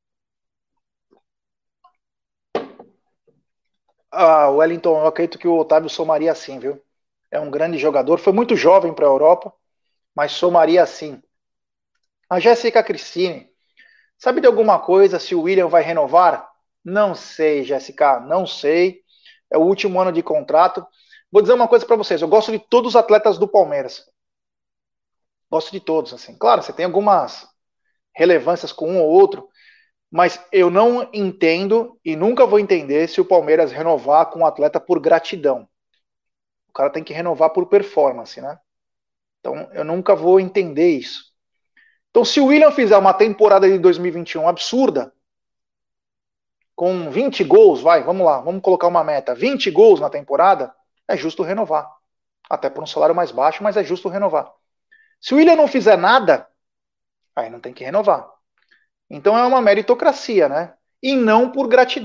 Wellington, eu acredito que o Otávio somaria sim, viu? É um grande jogador. Foi muito jovem para a Europa, mas somaria sim. A Jéssica Cristine. Sabe de alguma coisa se o William vai renovar? Não sei, Jéssica, não sei. É o último ano de contrato. Vou dizer uma coisa para vocês. Eu gosto de todos os atletas do Palmeiras. Gosto de todos, assim. Claro, você tem algumas relevâncias com um ou outro, mas eu não entendo e nunca vou entender se o Palmeiras renovar com um atleta por gratidão. O cara tem que renovar por performance, né? Então eu nunca vou entender isso. Então se o William fizer uma temporada de 2021 absurda, com 20 gols, vamos lá, vamos colocar uma meta, 20 gols na temporada, é justo renovar. Até por um salário mais baixo, mas é justo renovar. Se o William não fizer nada, aí não tem que renovar. Então é uma meritocracia, né? E não por gratidão.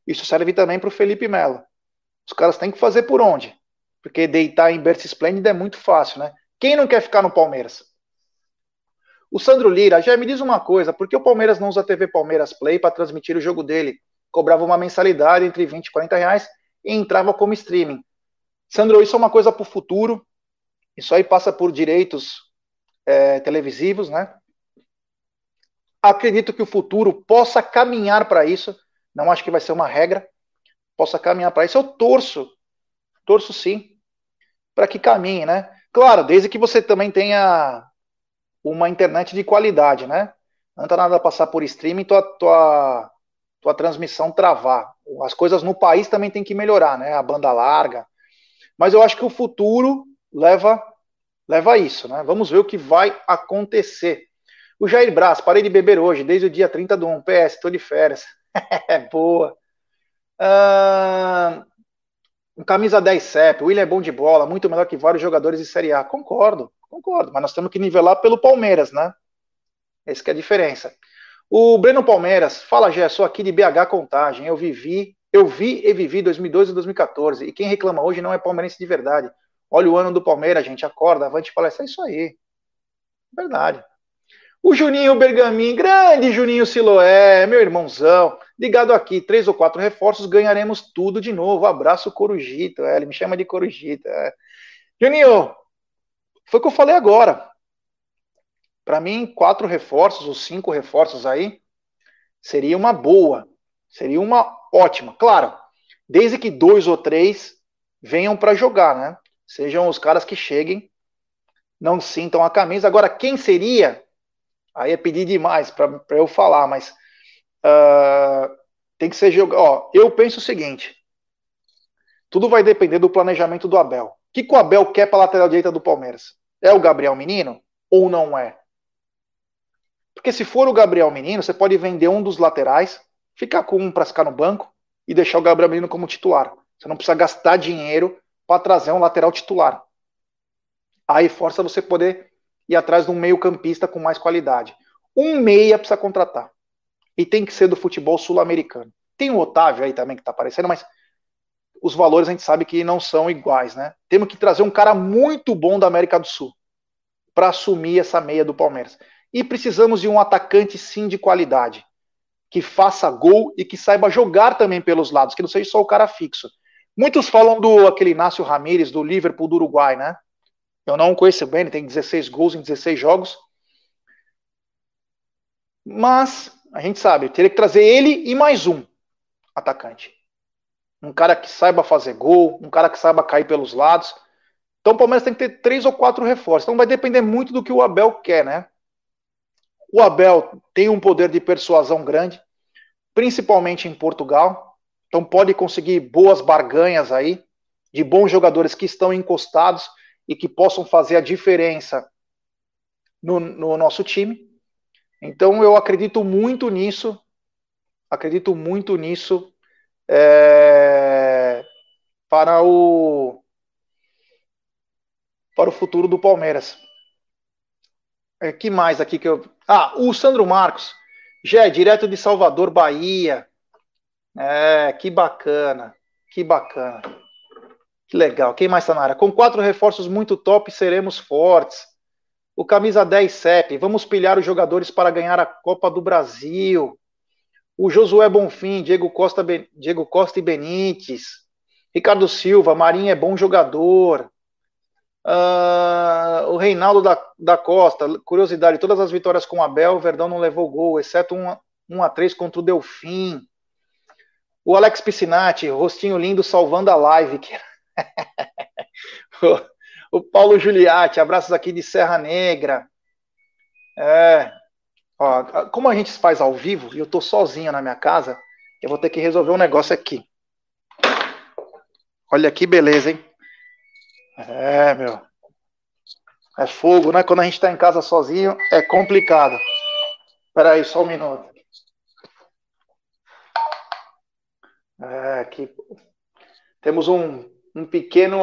Isso serve também para o Felipe Melo. Os caras têm que fazer por onde? Porque deitar em berço esplêndido é muito fácil, né? Quem não quer ficar no Palmeiras? O Sandro Lira, já me diz uma coisa, por que o Palmeiras não usa a TV Palmeiras Play para transmitir o jogo dele? Cobrava uma mensalidade entre 20 e 40 reais e entrava como streaming. Sandro, isso é uma coisa para o futuro, isso aí passa por direitos televisivos, né? Acredito que o futuro possa caminhar para isso, não acho que vai ser uma regra, possa caminhar para isso. Eu torço sim, para que caminhe, né? Claro, desde que você também tenha uma internet de qualidade, né? Não tá nada a passar por streaming, tua transmissão travar. As coisas no país também tem que melhorar, né? A banda larga. Mas eu acho que o futuro leva a isso, né? Vamos ver o que vai acontecer. O Jair Braz, parei de beber hoje, desde o dia 30/1. PS, tô de férias. É boa. Ah, camisa 10 CEP, o William é bom de bola, muito melhor que vários jogadores de Série A. Concordo, mas nós temos que nivelar pelo Palmeiras, né? Essa que é a diferença. O Breno Palmeiras, fala, Gé, sou aqui de BH Contagem, eu vi e vivi 2002 e 2014, e quem reclama hoje não é palmeirense de verdade. Olha o ano do Palmeiras, gente, acorda, avante palestra, é isso aí. Verdade. O Juninho Bergamin, grande Juninho Siloé, meu irmãozão, ligado aqui, 3 ou 4 reforços, ganharemos tudo de novo. Abraço, Corujito. Ele me chama de Corujito. Juninho, foi o que eu falei agora. Para mim, 4 reforços ou 5 reforços aí seria uma boa, seria uma ótima. Claro, desde que 2 ou 3 venham para jogar, né? Sejam os caras que cheguem, não sintam a camisa. Agora, quem seria? Aí é pedir demais para eu falar, mas tem que ser jogado. Ó, eu penso o seguinte: tudo vai depender do planejamento do Abel. O que o Abel quer para a lateral direita do Palmeiras? É o Gabriel Menino ou não é? Porque se for o Gabriel Menino, você pode vender um dos laterais, ficar com um para ficar no banco e deixar o Gabriel Menino como titular. Você não precisa gastar dinheiro para trazer um lateral titular. Aí força você poder ir atrás de um meio-campista com mais qualidade. Um meia precisa contratar. E tem que ser do futebol sul-americano. Tem o Otávio aí também que está aparecendo, mas os valores a gente sabe que não são iguais, né? Temos que trazer um cara muito bom da América do Sul para assumir essa meia do Palmeiras. E precisamos de um atacante, sim, de qualidade, que faça gol e que saiba jogar também pelos lados, que não seja só o cara fixo. Muitos falam do aquele Inácio Ramírez, do Liverpool do Uruguai, né? Eu não conheço bem, ele tem 16 gols em 16 jogos. Mas a gente sabe, teria que trazer ele e mais um atacante. Um cara que saiba fazer gol, um cara que saiba cair pelos lados. Então o Palmeiras tem que ter 3 ou 4 reforços. Então vai depender muito do que o Abel quer, né? O Abel tem um poder de persuasão grande, principalmente em Portugal. Então pode conseguir boas barganhas aí, de bons jogadores que estão encostados e que possam fazer a diferença no nosso time. Então eu acredito muito nisso para o futuro do Palmeiras. Que mais aqui que eu... o Sandro Marcos, já é direto de Salvador, Bahia. Que bacana, que bacana. Que legal. Quem mais está na área? Com 4 reforços muito top, seremos fortes. O camisa 10 CEP, vamos pilhar os jogadores para ganhar a Copa do Brasil. O Josué Bonfim, Diego Costa e Benítez. Ricardo Silva, Marinho é bom jogador. O Reinaldo da Costa, curiosidade, todas as vitórias com o Abel, o Verdão não levou gol, exceto 1-3 contra o Delfim. O Alex Piscinati, rostinho lindo, salvando a live. O Paulo Giuliatti, abraços aqui de Serra Negra. Como a gente faz ao vivo, e eu tô sozinho na minha casa, eu vou ter que resolver um negócio aqui. Olha que beleza, hein? Meu. É fogo, né? Quando a gente tá em casa sozinho, é complicado. Espera aí, só um minuto. Aqui. Temos um pequeno...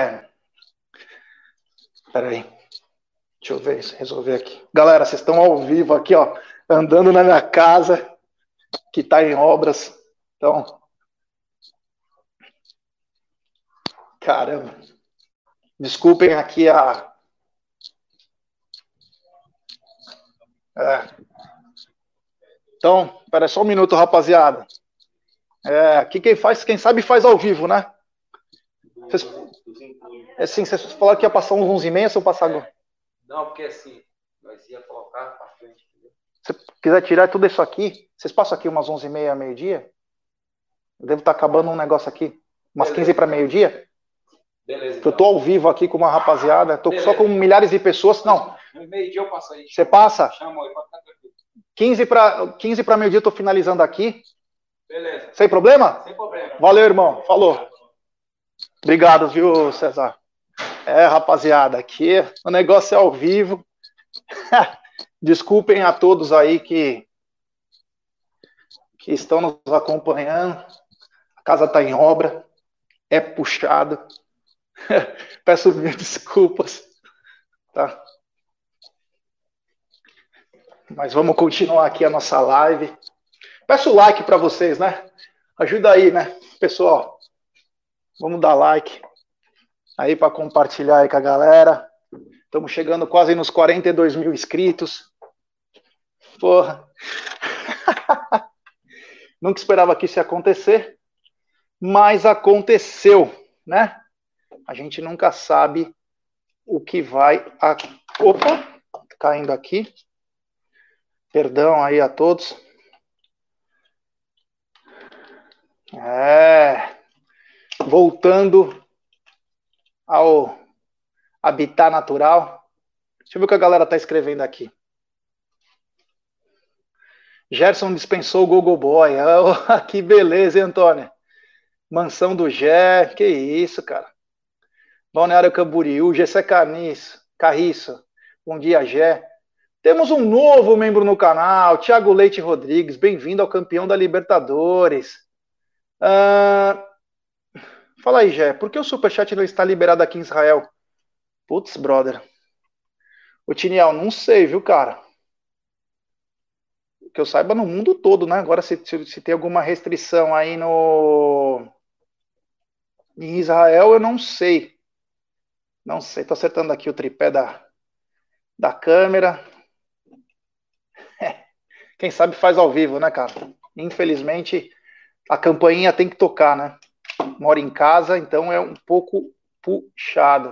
Espera aí. Deixa eu ver, resolver aqui. Galera, vocês estão ao vivo aqui, ó, andando na minha casa, que tá em obras. Então, Caramba. Desculpem aqui a... Então, espera só um minuto, rapaziada. Aqui quem sabe faz ao vivo, né? Vocês, assim, vocês falaram que ia passar uns 11h30, se eu passar agora? Não, porque assim, nós ia colocar para frente. Se quiser tirar tudo isso aqui, vocês passam aqui umas 11h30, meio-dia? Eu devo estar acabando um negócio aqui. Umas 15 para meio-dia? Beleza. Então. Eu tô ao vivo aqui com uma rapaziada, tô só com milhares de pessoas. Não. Meio-dia eu passo aí. Você passa? Chama aí, pode ficar tranquilo. 15 para meio-dia eu tô finalizando aqui. Beleza. Sem problema? Sem problema. Valeu, irmão. Falou. Obrigado, viu, César? Rapaziada, aqui o negócio é ao vivo. Desculpem a todos aí que estão nos acompanhando. A casa está em obra, é puxado. Peço mil desculpas, tá? Mas vamos continuar aqui a nossa live. Peço like para vocês, né? Ajuda aí, né, pessoal? Vamos dar like aí para compartilhar aí com a galera. Estamos chegando quase nos 42 mil inscritos. Porra. Nunca esperava que isso ia acontecer, mas aconteceu, né? A gente nunca sabe o que vai... Opa, caindo aqui. Perdão aí a todos. Voltando ao habitat natural. Deixa eu ver o que a galera está escrevendo aqui. Gerson dispensou o Gogo Boy. Que beleza, hein, Antônio? Mansão do Gé. Que isso, cara. Balneário Camboriú, Gessé Carriço. Bom dia, Gé. Temos um novo membro no canal, Thiago Leite Rodrigues. Bem-vindo ao campeão da Libertadores. Fala aí, Gé. Por que o Superchat não está liberado aqui em Israel? Putz, brother. Ô, Tiniel, não sei, viu, cara? Que eu saiba no mundo todo, né? Agora, se tem alguma restrição aí em Israel, eu não sei. Não sei, tô acertando aqui o tripé da câmera. Quem sabe faz ao vivo, né, cara? Infelizmente, a campainha tem que tocar, né? Moro em casa, então é um pouco puxado.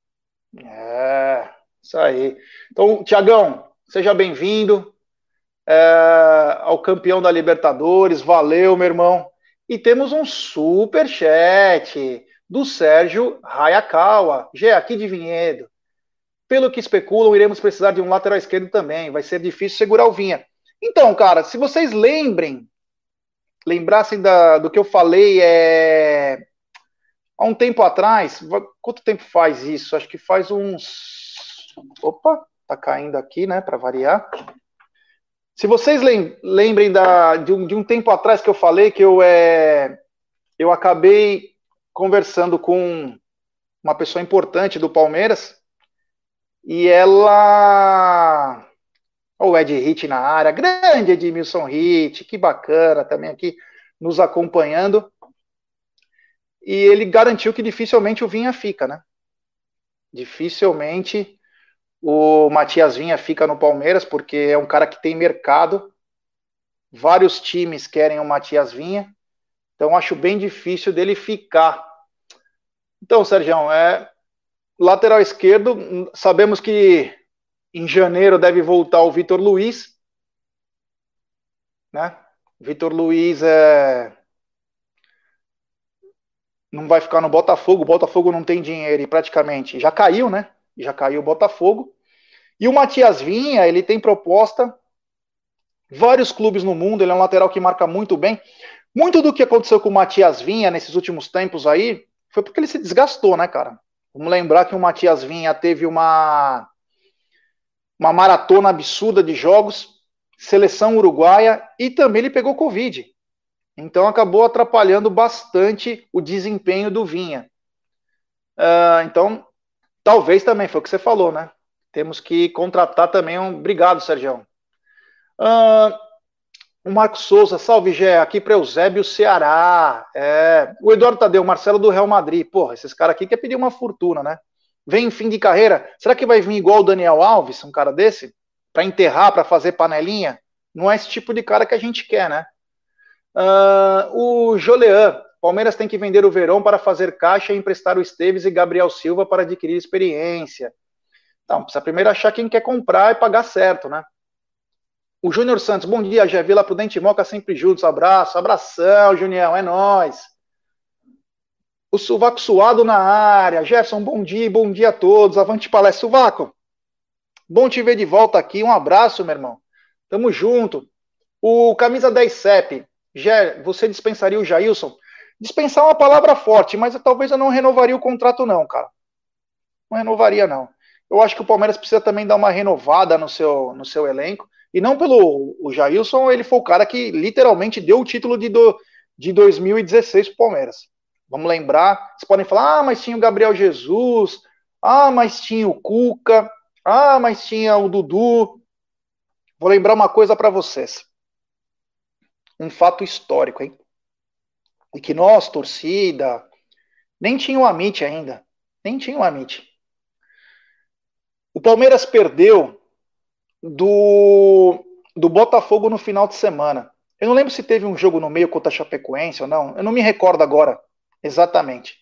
Isso aí. Então, Tiagão, seja bem-vindo ao campeão da Libertadores. Valeu, meu irmão. E temos um super chat do Sérgio Hayakawa. Aqui de Vinhedo. Pelo que especulam, iremos precisar de um lateral esquerdo também. Vai ser difícil segurar o Vinha. Então, cara, se vocês lembrassem do que eu falei há um tempo atrás, quanto tempo faz isso? Acho que faz uns... Opa, tá caindo aqui, né, para variar. Se vocês lembrem de um tempo atrás que eu falei que eu acabei conversando com uma pessoa importante do Palmeiras e ela... O Ed Hit na área, grande Edmilson Hit, que bacana, também aqui nos acompanhando. E ele garantiu que dificilmente o Vinha fica, né? Dificilmente o Matias Vinha fica no Palmeiras, porque é um cara que tem mercado. Vários times querem o Matias Vinha. Então acho bem difícil dele ficar. Então, Sérgio, lateral esquerdo, sabemos que em janeiro deve voltar o Vitor Luiz, né? Vitor Luiz não vai ficar no Botafogo. O Botafogo não tem dinheiro e praticamente já caiu, né? Já caiu o Botafogo. E o Matias Vinha, ele tem proposta, vários clubes no mundo, ele é um lateral que marca muito bem. Muito do que aconteceu com o Matias Vinha nesses últimos tempos aí foi porque ele se desgastou, né, cara? Vamos lembrar que o Matias Vinha teve uma maratona absurda de jogos, seleção uruguaia, e também ele pegou Covid. Então acabou atrapalhando bastante o desempenho do Vinha. Então, talvez também, foi o que você falou, né? Temos que contratar também Obrigado, Sérgio. O Marcos Souza, salve Gé, aqui para Eusébio, Ceará. O Eduardo Tadeu, Marcelo do Real Madrid. Porra, esses caras aqui querem pedir uma fortuna, né? Vem em fim de carreira. Será que vai vir igual o Daniel Alves, um cara desse? Para enterrar, para fazer panelinha? Não é esse tipo de cara que a gente quer, né? O Jolean, Palmeiras tem que vender o Verón para fazer caixa e emprestar o Esteves e Gabriel Silva para adquirir experiência. Então, precisa primeiro achar quem quer comprar e pagar certo, né? O Júnior Santos, bom dia, Gé, Vila Prudente Moca sempre juntos, abraço, abração, Junião, é nóis. O Suvaco Suado na área, Jefferson, bom dia a todos, avante palestra, Suvaco, bom te ver de volta aqui, um abraço, meu irmão, tamo junto. O Camisa 10 CEP, Gé, você dispensaria o Jailson? Dispensar é uma palavra forte, mas talvez eu não renovaria o contrato não, cara, não renovaria não. Eu acho que o Palmeiras precisa também dar uma renovada no seu elenco, e não pelo o Jailson, ele foi o cara que literalmente deu o título de 2016 para o Palmeiras. Vamos lembrar, vocês podem falar, mas tinha o Gabriel Jesus, mas tinha o Cuca, mas tinha o Dudu. Vou lembrar uma coisa para vocês. Um fato histórico, hein? E que nós, torcida, nem tinha o Amit ainda. Nem tinha o Amit. O Palmeiras perdeu do Botafogo no final de semana. Eu não lembro se teve um jogo no meio contra a Chapecoense ou não. Eu não me recordo agora exatamente.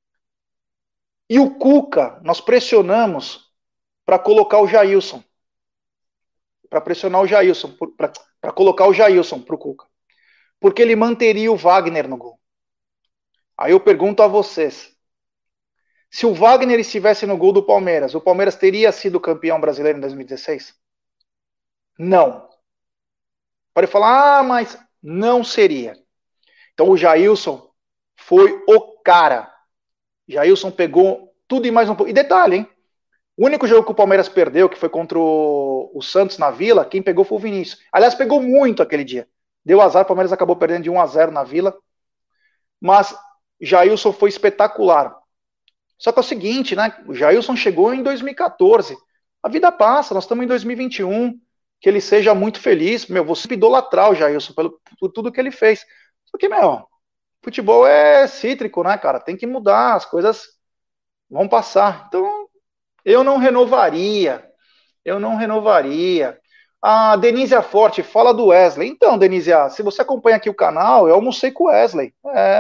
E o Cuca, nós pressionamos para colocar o Jailson. Para pressionar o Jailson. Para colocar o Jailson para o Cuca. Porque ele manteria o Wagner no gol. Aí eu pergunto a vocês. Se o Wagner estivesse no gol do Palmeiras, o Palmeiras teria sido campeão brasileiro em 2016? Não. Pode falar, mas não seria. Então o Jailson foi o cara. Jailson pegou tudo e mais um pouco. E detalhe, hein? O único jogo que o Palmeiras perdeu, que foi contra o Santos na Vila, quem pegou foi o Vinícius. Aliás, pegou muito aquele dia. Deu azar, o Palmeiras acabou perdendo de 1-0 na Vila. Mas Jailson foi espetacular. Só que é o seguinte, né? O Jailson chegou em 2014. A vida passa, nós estamos em 2021. Que ele seja muito feliz. Meu, vou sempre idolatrar o Jailson por tudo que ele fez. Porque, meu, futebol é cítrico, né, cara? Tem que mudar, as coisas vão passar. Então, eu não renovaria. Eu não renovaria. A Denise Forte fala do Wesley. Então, Denise, se você acompanha aqui o canal, eu almocei com o Wesley.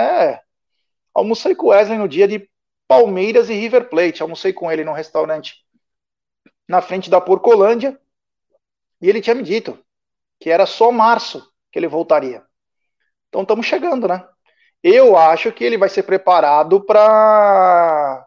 Almocei com o Wesley no dia de Palmeiras e River Plate. Almocei com ele num restaurante na frente da Porcolândia. E ele tinha me dito que era só março que ele voltaria. Então estamos chegando, né? Eu acho que ele vai ser preparado para,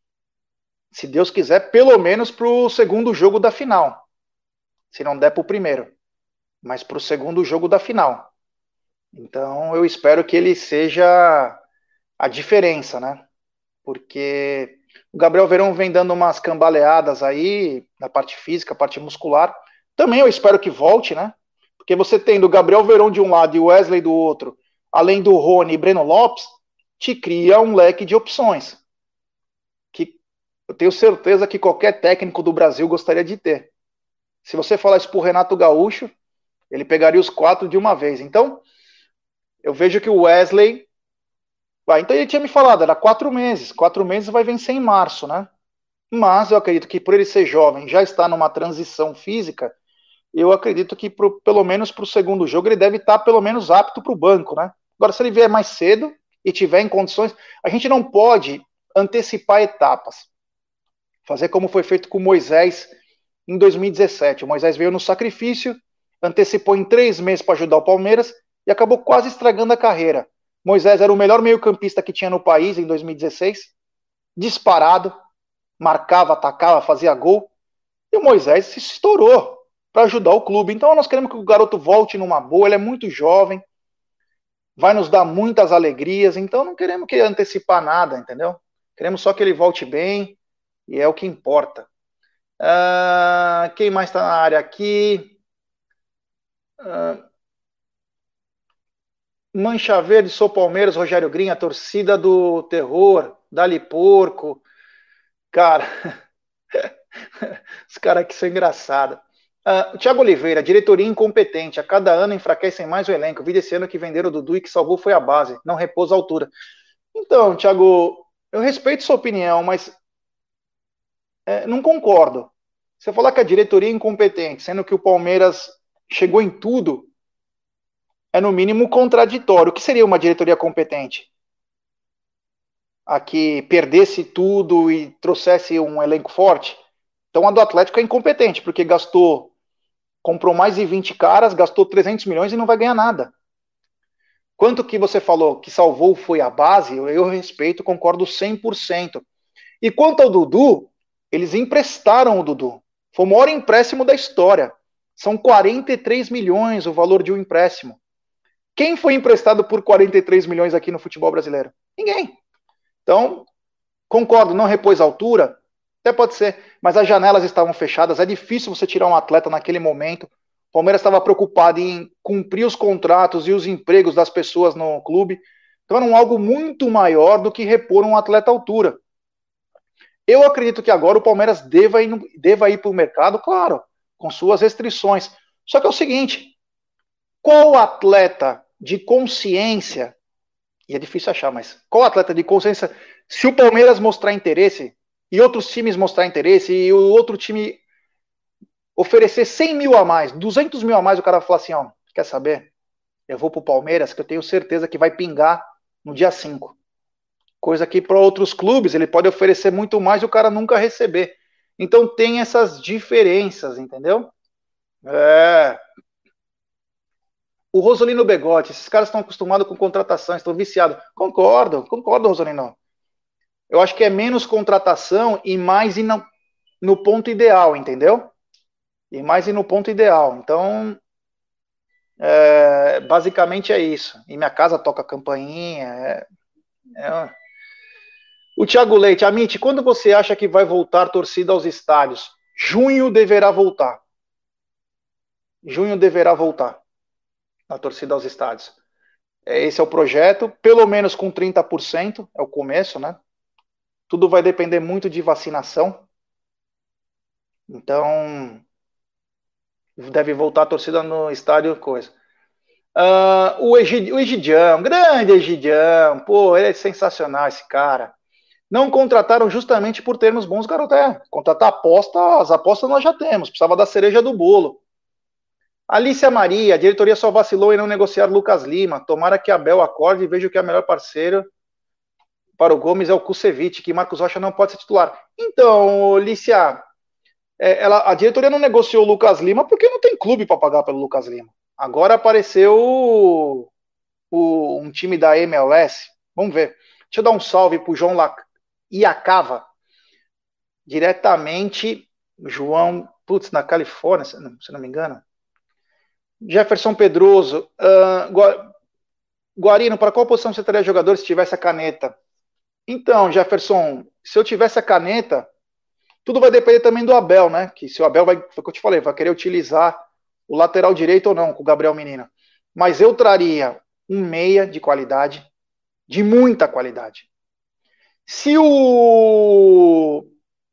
se Deus quiser, pelo menos para o segundo jogo da final. Se não der para o primeiro, mas para o segundo jogo da final. Então eu espero que ele seja a diferença, né? Porque o Gabriel Verón vem dando umas cambaleadas aí na parte física, parte muscular. Também eu espero que volte, né? Porque você tendo o Gabriel Verón de um lado e o Wesley do outro, além do Rony e Breno Lopes, te cria um leque de opções. Que eu tenho certeza que qualquer técnico do Brasil gostaria de ter. Se você falar isso pro Renato Gaúcho, ele pegaria os 4 de uma vez. Então, eu vejo que o Wesley... então ele tinha me falado, era 4 meses. 4 meses vai vencer em março, né? Mas eu acredito que por ele ser jovem, já está numa transição física, eu acredito que pelo menos para o segundo jogo ele deve estar pelo menos apto para o banco, né? Agora, se ele vier mais cedo e tiver em condições, a gente não pode antecipar etapas. Fazer como foi feito com Moisés em 2017. O Moisés veio no sacrifício, antecipou em 3 meses para ajudar o Palmeiras e acabou quase estragando a carreira. Moisés era o melhor meio-campista que tinha no país em 2016, disparado, marcava, atacava, fazia gol, e o Moisés se estourou para ajudar o clube. Então nós queremos que o garoto volte numa boa, ele é muito jovem, vai nos dar muitas alegrias, então não queremos que antecipar nada, entendeu? Queremos só que ele volte bem, e é o que importa. Quem mais está na área aqui? Mancha Verde, sou Palmeiras, Rogério Green, a torcida do terror, Dali Porco. Cara, os caras aqui são engraçados. O Thiago Oliveira, diretoria incompetente. A cada ano enfraquecem mais o elenco. Vi desse ano que venderam o Dudu e que salvou foi a base. Não repousa a altura. Então, Thiago, eu respeito sua opinião, mas não concordo. Você falar que a diretoria é incompetente, sendo que o Palmeiras chegou em tudo, é no mínimo contraditório. O que seria uma diretoria competente? A que perdesse tudo e trouxesse um elenco forte? Então a do Atlético é incompetente, porque comprou mais de 20 caras, gastou 300 milhões e não vai ganhar nada. Quanto que você falou que salvou foi a base, eu respeito, concordo 100%. E quanto ao Dudu, eles emprestaram o Dudu. Foi o maior empréstimo da história. São 43 milhões o valor de um empréstimo. Quem foi emprestado por 43 milhões aqui no futebol brasileiro? Ninguém. Então, concordo, não repôs a altura? Até pode ser, mas as janelas estavam fechadas, é difícil você tirar um atleta naquele momento. O Palmeiras estava preocupado em cumprir os contratos e os empregos das pessoas no clube. Então era algo muito maior do que repor um atleta à altura. Eu acredito que agora o Palmeiras deva ir para o mercado, claro, com suas restrições. Só que é o seguinte, qual atleta de consciência, e é difícil achar, mas qual atleta de consciência, se o Palmeiras mostrar interesse, e outros times mostrar interesse, e o outro time oferecer 100 mil a mais, 200 mil a mais, o cara vai falar assim, ó, quer saber? Eu vou pro Palmeiras, que eu tenho certeza que vai pingar no dia 5. Coisa que para outros clubes ele pode oferecer muito mais e o cara nunca receber. Então tem essas diferenças, entendeu? O Rosolino Begotti, esses caras estão acostumados com contratação, estão viciados. Concordo, Rosolino. Eu acho que é menos contratação e mais ir no ponto ideal, entendeu? E mais ir no ponto ideal. Então, basicamente é isso. E minha casa toca campainha. O Thiago Leite, Amit, quando você acha que vai voltar torcida aos estádios? Junho deverá voltar. Junho deverá voltar a torcida aos estádios. Esse é o projeto, pelo menos com 30%, é o começo, né? Tudo vai depender muito de vacinação. Então, deve voltar a torcida no estádio, coisa. O Egidião, grande Egidião, pô, ele é sensacional esse cara. Não contrataram justamente por termos bons garotos. Contratar aposta, as apostas nós já temos, precisava da cereja do bolo. Alícia Maria, a diretoria só vacilou em não negociar Lucas Lima. Tomara que Abel acorde e veja que é o melhor parceiro para o Gomes é o Kusevich, que Marcos Rocha não pode ser titular. Então, Alícia, a diretoria não negociou o Lucas Lima porque não tem clube para pagar pelo Lucas Lima. Agora apareceu um time da MLS. Vamos ver. Deixa eu dar um salve pro João Iacava. Diretamente, João, na Califórnia, se não me engano. Jefferson Pedroso. Guarino, para qual posição você teria jogador se tivesse a caneta? Então, Jefferson, se eu tivesse a caneta, tudo vai depender também do Abel, né? Que se o Abel foi o que eu te falei, vai querer utilizar o lateral direito ou não com o Gabriel Menino. Mas eu traria um meia de qualidade, de muita qualidade. Se o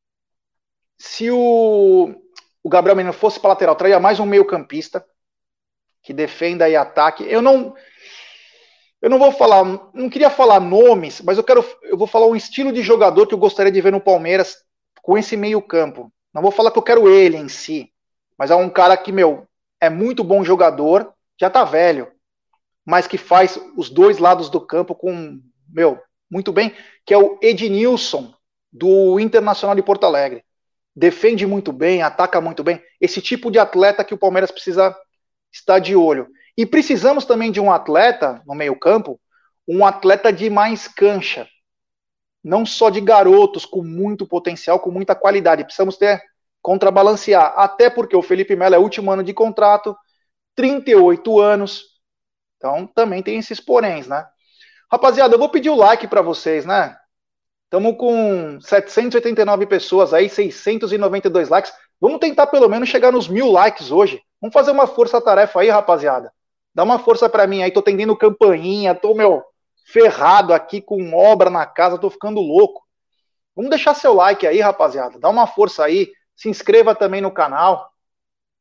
Gabriel Menino fosse para lateral, traria mais um meio campista que defenda e ataque. Eu não vou falar, não queria falar nomes, mas eu vou falar um estilo de jogador que eu gostaria de ver no Palmeiras com esse meio campo. Não vou falar que eu quero ele em si, mas é um cara que, é muito bom jogador, já tá velho, mas que faz os dois lados do campo com, muito bem, que é o Ednilson, do Internacional de Porto Alegre. Defende muito bem, ataca muito bem. Esse tipo de atleta que o Palmeiras precisa estar de olho. E precisamos também de um atleta no meio-campo, um atleta de mais cancha. Não só de garotos com muito potencial, com muita qualidade. Precisamos contrabalancear. Até porque o Felipe Melo é último ano de contrato, 38 anos. Então também tem esses poréns, né? Rapaziada, eu vou pedir o like para vocês, né? Estamos com 789 pessoas aí, 692 likes. Vamos tentar pelo menos chegar nos 1000 likes hoje. Vamos fazer uma força-tarefa aí, rapaziada. Dá uma força pra mim aí. Tô tendendo campainha, tô, ferrado aqui com obra na casa, tô ficando louco. Vamos deixar seu like aí, rapaziada. Dá uma força aí. Se inscreva também no canal.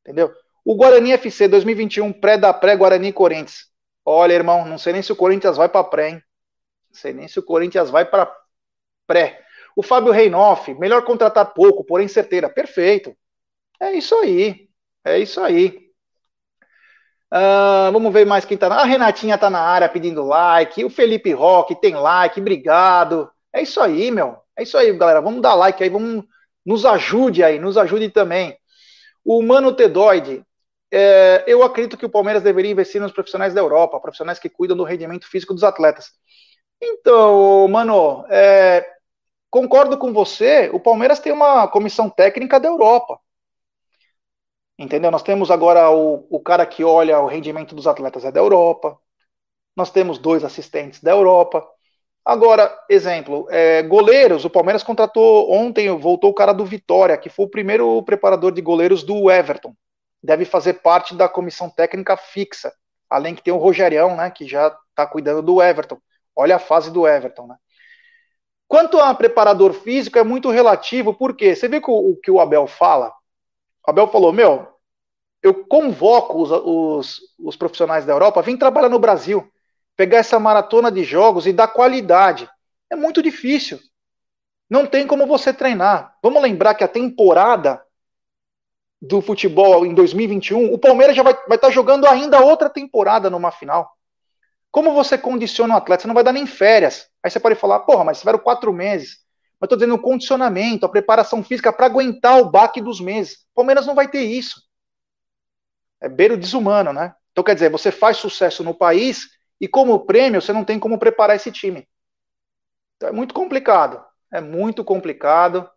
entendeu? O Guarani FC 2021, pré da pré, Guarani e Corinthians. Olha, irmão, não sei nem se o Corinthians vai para pré, hein? Não sei nem se o Corinthians vai para pré. O Fábio Reinoff, melhor contratar pouco, porém certeira. Perfeito. É isso aí. É isso aí. Vamos ver mais quem tá na. A Renatinha tá na área pedindo like. O Felipe Roque tem like. Obrigado. É isso aí, meu. É isso aí, galera. Vamos dar like aí. Vamos. Nos ajude aí. Nos ajude também. O Mano Tedoide. Eu acredito que o Palmeiras deveria investir nos profissionais da Europa, profissionais que cuidam do rendimento físico dos atletas. Então, mano, concordo com você. O Palmeiras tem uma comissão técnica da Europa. Entendeu? Nós temos agora o cara que olha o rendimento dos atletas é da Europa. Nós temos 2 assistentes da Europa. Agora, exemplo, goleiros, o Palmeiras contratou ontem, voltou o cara do Vitória, que foi o primeiro preparador de goleiros do Everton. Deve fazer parte da comissão técnica fixa. Além que tem o Rogerião, né, que já está cuidando do Everton. Olha a fase do Everton, né? Quanto a preparador físico, é muito relativo, porque você viu o que o Abel fala? O Abel falou, eu convoco os profissionais da Europa, vem trabalhar no Brasil, pegar essa maratona de jogos e dar qualidade. É muito difícil. Não tem como você treinar. Vamos lembrar que a temporada do futebol em 2021, o Palmeiras já vai estar jogando ainda outra temporada numa final. Como você condiciona um atleta? Você não vai dar nem férias. Aí você pode falar, porra, mas tiveram 4 meses. Mas estou dizendo o condicionamento, a preparação física para aguentar o baque dos meses. O Palmeiras não vai ter isso. É beiro desumano, né? Então, quer dizer, você faz sucesso no país e como prêmio você não tem como preparar esse time. Então, é muito complicado. É muito complicado.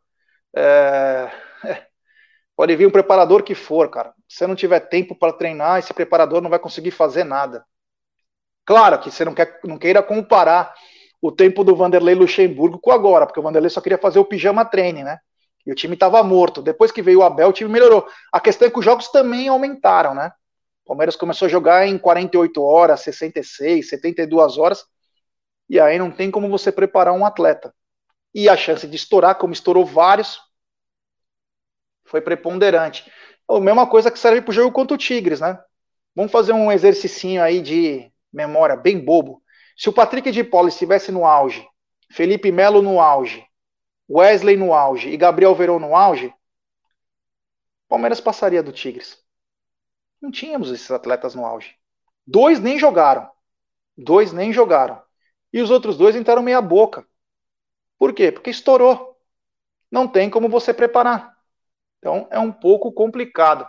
Pode vir um preparador que for, cara. Se você não tiver tempo para treinar, esse preparador não vai conseguir fazer nada. Claro que você não queira comparar o tempo do Vanderlei Luxemburgo com agora, porque o Vanderlei só queria fazer o pijama treine, né? E o time estava morto. Depois que veio o Abel, o time melhorou. A questão é que os jogos também aumentaram, né? O Palmeiras começou a jogar em 48 horas, 66, 72 horas, e aí não tem como você preparar um atleta. E a chance de estourar, como estourou vários, foi preponderante. A mesma coisa que serve para o jogo contra o Tigres, né? Vamos fazer um exercício aí de memória bem bobo. Se o Patrick de Paula estivesse no auge, Felipe Melo no auge, Wesley no auge e Gabriel Veron no auge, o Palmeiras passaria do Tigres. Não tínhamos esses atletas no auge. 2 nem jogaram. 2 nem jogaram. E os outros 2 entraram meia boca. Por quê? Porque estourou. Não tem como você preparar. Então é um pouco complicado.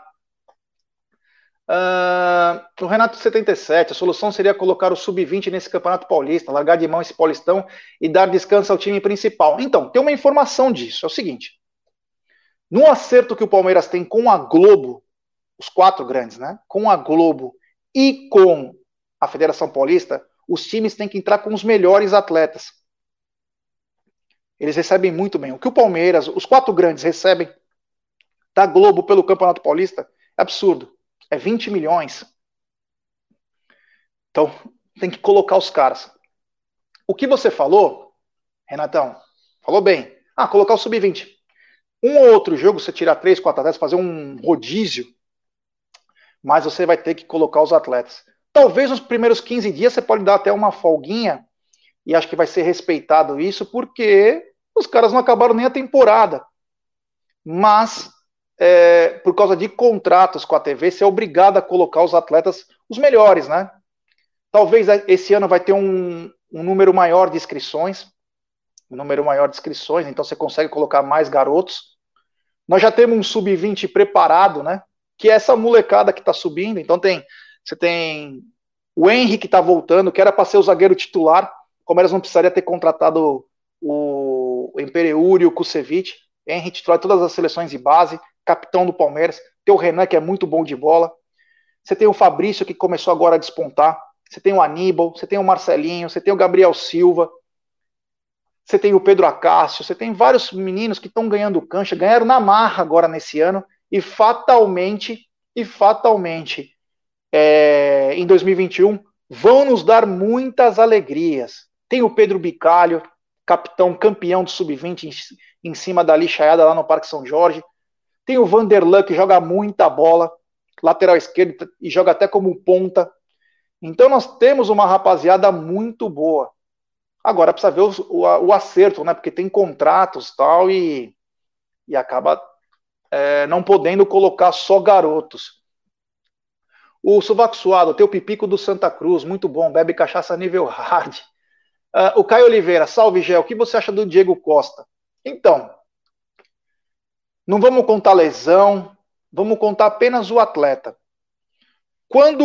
O Renato 77, a solução seria colocar o Sub-20 nesse Campeonato Paulista, largar de mão esse Paulistão e dar descanso ao time principal. Então, tem uma informação disso. É o seguinte. No acerto que o Palmeiras tem com a Globo, os 4 grandes, né? Com a Globo e com a Federação Paulista, os times têm que entrar com os melhores atletas. Eles recebem muito bem. O que o Palmeiras, os 4 grandes recebem da Globo pelo Campeonato Paulista é absurdo. É 20 milhões. Então, tem que colocar os caras. O que você falou, Renatão, falou bem. Colocar o Sub-20. Um ou outro jogo, você tirar 3, 4 atletas, fazer um rodízio, mas você vai ter que colocar os atletas. Talvez nos primeiros 15 dias você pode dar até uma folguinha, e acho que vai ser respeitado isso, porque os caras não acabaram nem a temporada. Mas, por causa de contratos com a TV, você é obrigado a colocar os atletas, os melhores, né? Talvez esse ano vai ter um número maior de inscrições, então você consegue colocar mais garotos. Nós já temos um Sub-20 preparado, né? Que é essa molecada que está subindo. Então você tem o Henry que está voltando, que era para ser o zagueiro titular. O Palmeiras não precisaria ter contratado o Empereuri e o Kusevich. Henry titular de todas as seleções de base, capitão do Palmeiras. Tem o Renan, que é muito bom de bola. Você tem o Fabrício, que começou agora a despontar. Você tem o Aníbal, você tem o Marcelinho, você tem o Gabriel Silva, você tem o Pedro Acácio, você tem vários meninos que estão ganhando cancha, ganharam na marra agora nesse ano, e fatalmente, em 2021, vão nos dar muitas alegrias. Tem o Pedro Bicalho, capitão, campeão do Sub-20 em cima da lixaiada lá no Parque São Jorge. Tem o Vanderlan, que joga muita bola. lateral esquerdo e joga até como ponta. Então nós temos uma rapaziada muito boa. Agora precisa ver o acerto, né? Porque tem contratos tal e acaba não podendo colocar só garotos. O Sovaco Suado, teu pipico do Santa Cruz, muito bom, bebe cachaça nível hard. O Caio Oliveira, salve Gé, o que você acha do Diego Costa? Então, não vamos contar lesão, vamos contar apenas o atleta. Quando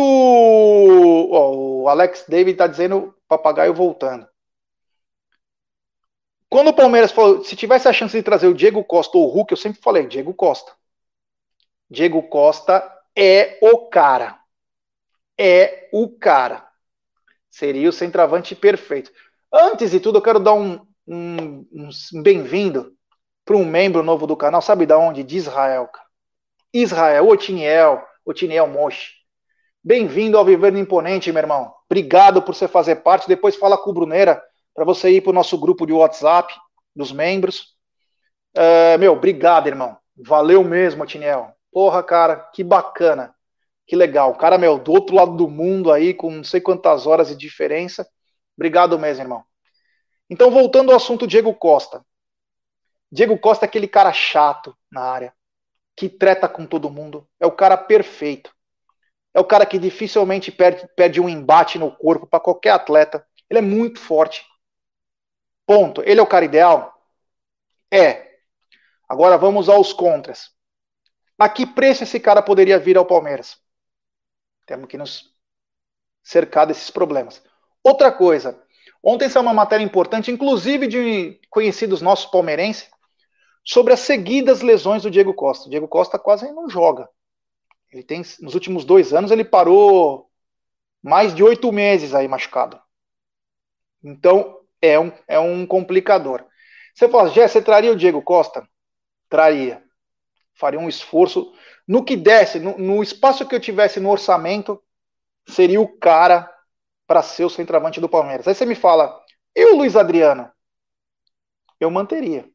o Alex David está dizendo papagaio voltando. Quando o Palmeiras falou, se tivesse a chance de trazer o Diego Costa ou o Hulk, eu sempre falei, Diego Costa. Diego Costa é o cara. É o cara. Seria o centroavante perfeito. Antes de tudo, eu quero dar um bem-vindo para um membro novo do canal, sabe da onde? De Israel. Israel, Otiniel Moshi. Bem-vindo ao Vivendo Imponente, meu irmão. Obrigado por você fazer parte. Depois fala com o Brunera para você ir para o nosso grupo de WhatsApp dos membros. Obrigado, irmão. Valeu mesmo, Otiniel. Porra, cara, que bacana. Que legal. Cara, do outro lado do mundo aí, com não sei quantas horas de diferença. Obrigado mesmo, irmão. Então, voltando ao assunto Diego Costa. Diego Costa é aquele cara chato na área, que treta com todo mundo. É o cara perfeito. É o cara que dificilmente perde um embate no corpo para qualquer atleta. Ele é muito forte. Ponto. Ele é o cara ideal? É. Agora vamos aos contras. A que preço esse cara poderia vir ao Palmeiras? Temos que nos cercar desses problemas. Outra coisa. Ontem saiu uma matéria importante, inclusive de conhecidos nossos palmeirenses, sobre as seguidas lesões do Diego Costa. O Diego Costa quase não joga. Ele tem, nos últimos 2 anos, ele parou mais de 8 meses aí machucado. Então, é um complicador. Você fala, Jé, você traria o Diego Costa? Traria. Faria um esforço. No que desse, no espaço que eu tivesse no orçamento, seria o cara para ser o centroavante do Palmeiras. Aí você me fala, e o Luiz Adriano? Eu manteria.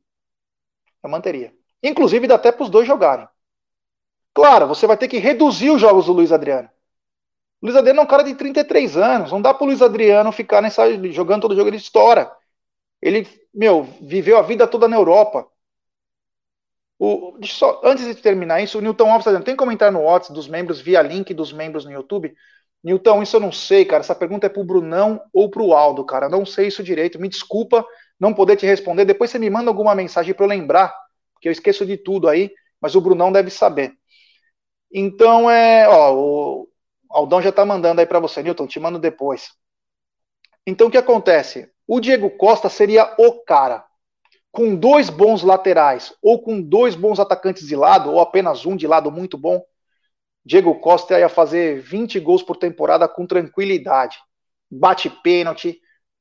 Inclusive, dá até para os dois jogarem. Claro, você vai ter que reduzir os jogos do Luiz Adriano. O Luiz Adriano é um cara de 33 anos. Não dá para o Luiz Adriano ficar jogando todo jogo, ele estoura. Ele, viveu a vida toda na Europa. Antes de terminar isso, o Newton Alves está dizendo, tem comentário no WhatsApp dos membros via link dos membros no YouTube? Newton, isso eu não sei, cara. Essa pergunta é pro Brunão ou pro Aldo, cara. Eu não sei isso direito. Me desculpa não poder te responder. Depois você me manda alguma mensagem para eu lembrar, porque eu esqueço de tudo aí, mas o Brunão deve saber. Então, o Aldão já tá mandando aí para você, Newton, te mando depois. Então, o que acontece? O Diego Costa seria o cara. Com 2 bons laterais, ou com 2 bons atacantes de lado, ou apenas um de lado muito bom, Diego Costa ia fazer 20 gols por temporada com tranquilidade. Bate pênalti.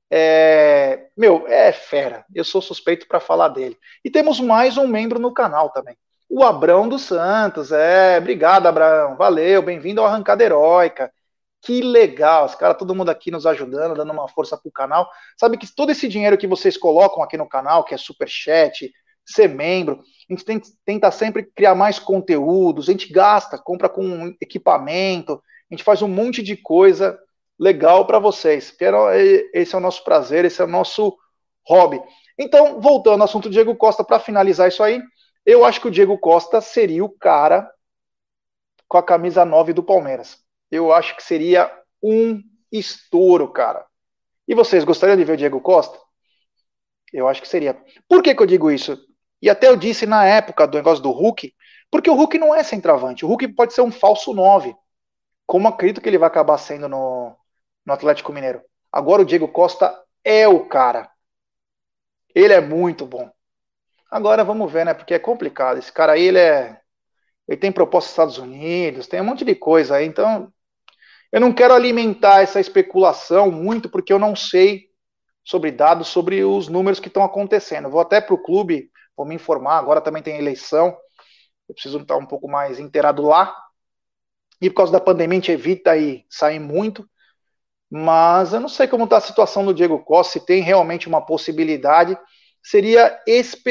É fera. Eu sou suspeito para falar dele. E temos mais um membro no canal também. O Abrão dos Santos. Obrigado, Abrão. Valeu, bem-vindo ao Arrancada Heróica. Que legal, os caras, todo mundo aqui nos ajudando, dando uma força pro canal. Sabe que todo esse dinheiro que vocês colocam aqui no canal, que é superchat, ser membro, a gente tenta sempre criar mais conteúdos, a gente gasta, compra com equipamento, a gente faz um monte de coisa legal para vocês. Esse é o nosso prazer, esse é o nosso hobby. Então, voltando ao assunto do Diego Costa, para finalizar isso aí, eu acho que o Diego Costa seria o cara com a camisa 9 do Palmeiras. Eu acho que seria um estouro, cara. E vocês gostariam de ver o Diego Costa? Eu acho que seria. Por que eu digo isso? E até eu disse na época do negócio do Hulk, porque o Hulk não é centroavante. O Hulk pode ser um falso 9, como acredito que ele vai acabar sendo no Atlético Mineiro. Agora o Diego Costa é o cara. Ele é muito bom. Agora vamos ver, né? Porque é complicado. Esse cara aí, ele tem proposta dos Estados Unidos, tem um monte de coisa aí. Então, eu não quero alimentar essa especulação muito, porque eu não sei sobre dados, sobre os números que estão acontecendo. Eu vou até para o clube, vou me informar. Agora também tem eleição. Eu preciso estar um pouco mais inteirado lá. E por causa da pandemia, a gente evita aí sair muito. Mas eu não sei como está a situação do Diego Costa, se tem realmente uma possibilidade. Seria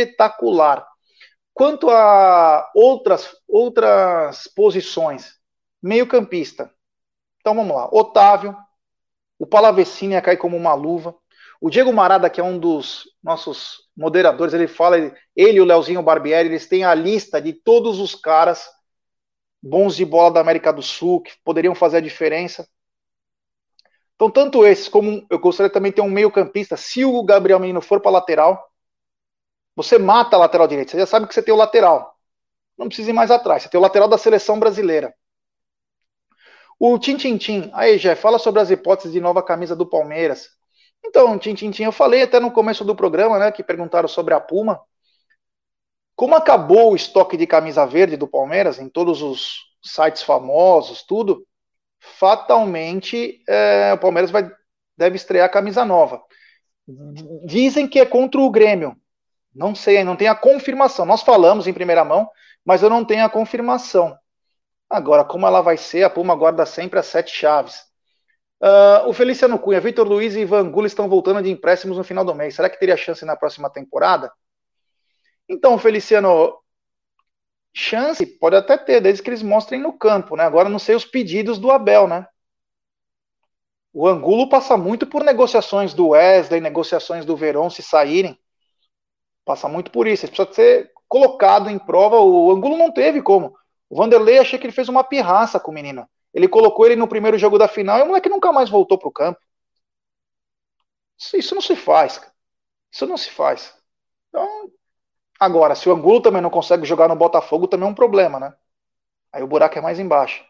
espetacular. Quanto a outras posições, Meio-campista. Então vamos lá. Otávio, o Palavecini ia cair como uma luva. O Diego Marada, que é um dos nossos moderadores, ele fala, ele e o Leozinho Barbieri, eles têm a lista de todos os caras bons de bola da América do Sul, que poderiam fazer a diferença. Então, tanto esses, como eu gostaria também de ter um meio-campista, se o Gabriel Menino for para lateral, você mata a lateral direita. Você já sabe que você tem o lateral. Não precisa ir mais atrás. Você tem o lateral da seleção brasileira. O Tintintim. Aí, Jeff, fala sobre as hipóteses de nova camisa do Palmeiras. Então, Tintintim, eu falei até no começo do programa, né, que perguntaram sobre a Puma. Como acabou o estoque de camisa verde do Palmeiras, em todos os sites famosos, tudo, fatalmente o Palmeiras deve estrear a camisa nova. Dizem que é contra o Grêmio. Não sei, não tem a confirmação. Nós falamos em primeira mão, mas eu não tenho a confirmação. Agora, como ela vai ser, a Puma guarda sempre as 7 chaves. O Feliciano Cunha, Vitor Luiz e Ivan Gula estão voltando de empréstimos no final do mês. Será que teria chance na próxima temporada? Então, Feliciano, chance pode até ter, desde que eles mostrem no campo, né? Agora não sei os pedidos do Abel, né? O Angulo passa muito por negociações do Wesley, negociações do Verón se saírem. Passa muito por isso. Ele precisa ser colocado em prova. O Angulo não teve como. O Vanderlei, achei que ele fez uma pirraça com o menino. Ele colocou ele no primeiro jogo da final e o moleque nunca mais voltou pro campo. Isso não se faz. Isso não se faz. Então, agora, se o Angulo também não consegue jogar no Botafogo, também é um problema, né? Aí o buraco é mais embaixo.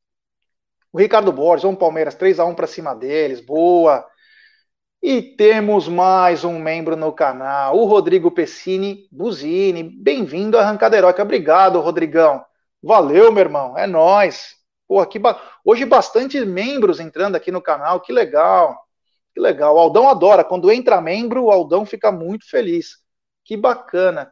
O Ricardo Borges, um Palmeiras 3-1 para cima deles, boa. E temos mais um membro no canal, o Rodrigo Pessini Buzini. Bem-vindo à Arrancada Heróica. Obrigado, Rodrigão. Valeu, meu irmão. É nóis. Pô, hoje bastante membros entrando aqui no canal. Que legal. Que legal. O Aldão adora. Quando entra membro, o Aldão fica muito feliz. Que bacana.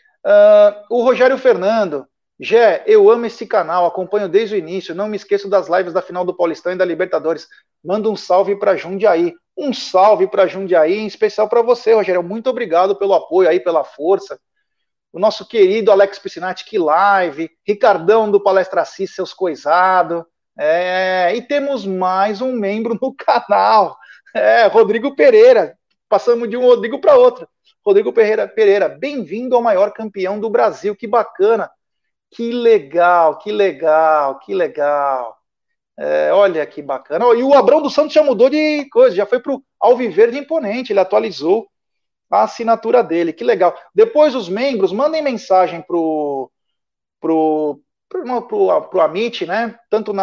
O Rogério Fernando. Gé, eu amo esse canal, acompanho desde o início, não me esqueço das lives da final do Paulistão e da Libertadores. Manda um salve para Jundiaí. Um salve para Jundiaí, em especial para você, Rogério. Muito obrigado pelo apoio aí, pela força. O nosso querido Alex Piscinati, que live. Ricardão do Palestra Assis, seus coisados. E temos mais um membro no canal. Rodrigo Pereira. Passamos de um Rodrigo para outro. Rodrigo Pereira, bem-vindo ao maior campeão do Brasil. Que bacana. Que legal, que legal, que legal. Olha que bacana. E o Abrão dos Santos já mudou de coisa, já foi para o Alviverde Imponente, ele atualizou a assinatura dele, que legal. Depois os membros, mandem mensagem pro Amit, né? Tanto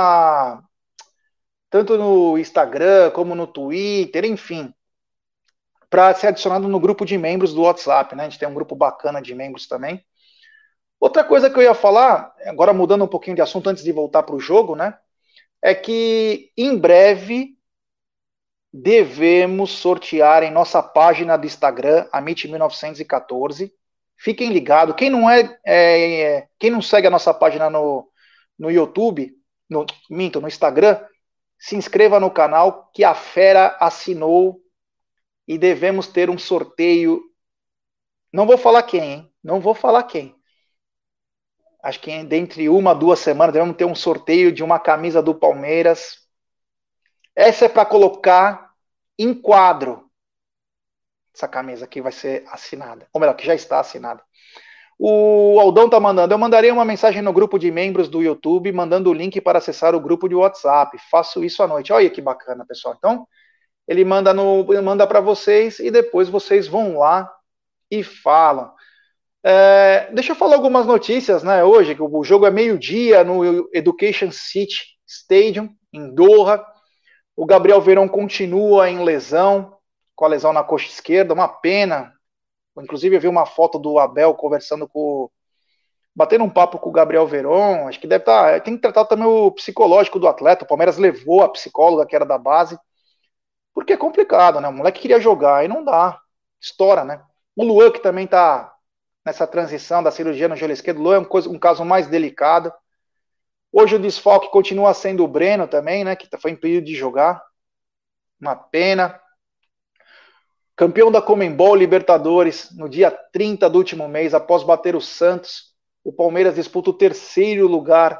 no Instagram, como no Twitter, enfim, para ser adicionado no grupo de membros do WhatsApp, né? A gente tem um grupo bacana de membros também. Outra coisa que eu ia falar, agora mudando um pouquinho de assunto antes de voltar para o jogo, né? É que em breve devemos sortear em nossa página do Instagram, Amit1914. Fiquem ligados. Quem quem não segue a nossa página no YouTube, no Instagram, se inscreva no canal que a Fera assinou e devemos ter um sorteio. Não vou falar quem, hein? Não vou falar quem. Acho que dentre 1-2 semanas devemos ter um sorteio de uma camisa do Palmeiras. Essa é para colocar em quadro. Essa camisa aqui vai ser assinada. Ou melhor, que já está assinada. O Aldão está mandando. Eu mandarei uma mensagem no grupo de membros do YouTube, mandando o link para acessar o grupo de WhatsApp. Faço isso à noite. Olha que bacana, pessoal. Então, ele manda para vocês e depois vocês vão lá e falam. Deixa eu falar algumas notícias, né? Hoje, que o jogo é meio-dia no Education City Stadium, em Doha. O Gabriel Verón continua em lesão, com a lesão na coxa esquerda, uma pena. Inclusive, eu vi uma foto do Abel conversando batendo um papo com o Gabriel Verón. Acho que tem que tratar também o psicológico do atleta. O Palmeiras levou a psicóloga, que era da base, porque é complicado, né? O moleque queria jogar e não dá. Estoura, né? O Luan, que também tá nessa transição da cirurgia no joelho esquerdo. O Luan é um caso mais delicado. Hoje o desfalque continua sendo o Breno também, né? Que foi impedido de jogar. Uma pena. Campeão da Conmebol Libertadores no dia 30 do último mês, após bater o Santos. O Palmeiras disputa o 3º lugar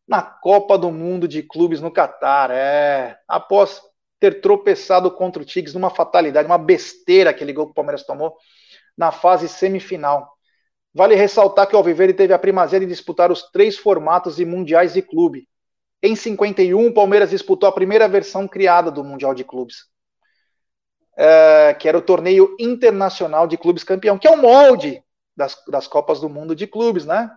na Copa do Mundo de Clubes no Catar. Após ter tropeçado contra o Tigres numa fatalidade, uma besteira aquele gol que o Palmeiras tomou na fase semifinal. Vale ressaltar que o Alviverde teve a primazia de disputar os 3 formatos de mundiais de clube. Em 51, o Palmeiras disputou a primeira versão criada do Mundial de Clubes, que era o Torneio Internacional de Clubes Campeão, que é o molde das Copas do Mundo de Clubes, né?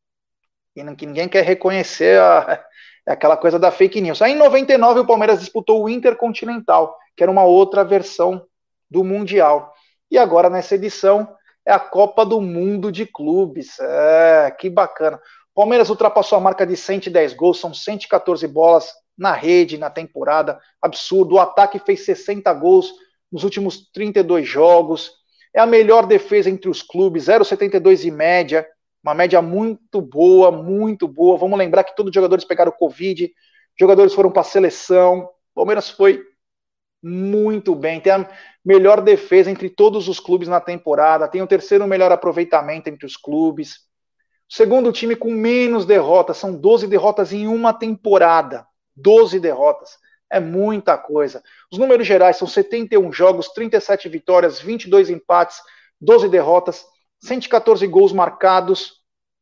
E que ninguém quer reconhecer aquela coisa da fake news. Aí em 99 o Palmeiras disputou o Intercontinental, que era uma outra versão do Mundial. E agora nessa edição é a Copa do Mundo de Clubes. Que bacana. O Palmeiras ultrapassou a marca de 110 gols, são 114 bolas na rede na temporada, absurdo. O ataque fez 60 gols nos últimos 32 jogos. É a melhor defesa entre os clubes, 0,72 de média. Uma média muito boa, muito boa. Vamos lembrar que todos os jogadores pegaram Covid, jogadores foram para a seleção. O Palmeiras foi muito bem. Tem a melhor defesa entre todos os clubes na temporada. Tem o terceiro melhor aproveitamento entre os clubes. O segundo time com menos derrotas. São 12 derrotas em uma temporada. 12 derrotas. É muita coisa. Os números gerais são 71 jogos, 37 vitórias, 22 empates, 12 derrotas, 114 gols marcados,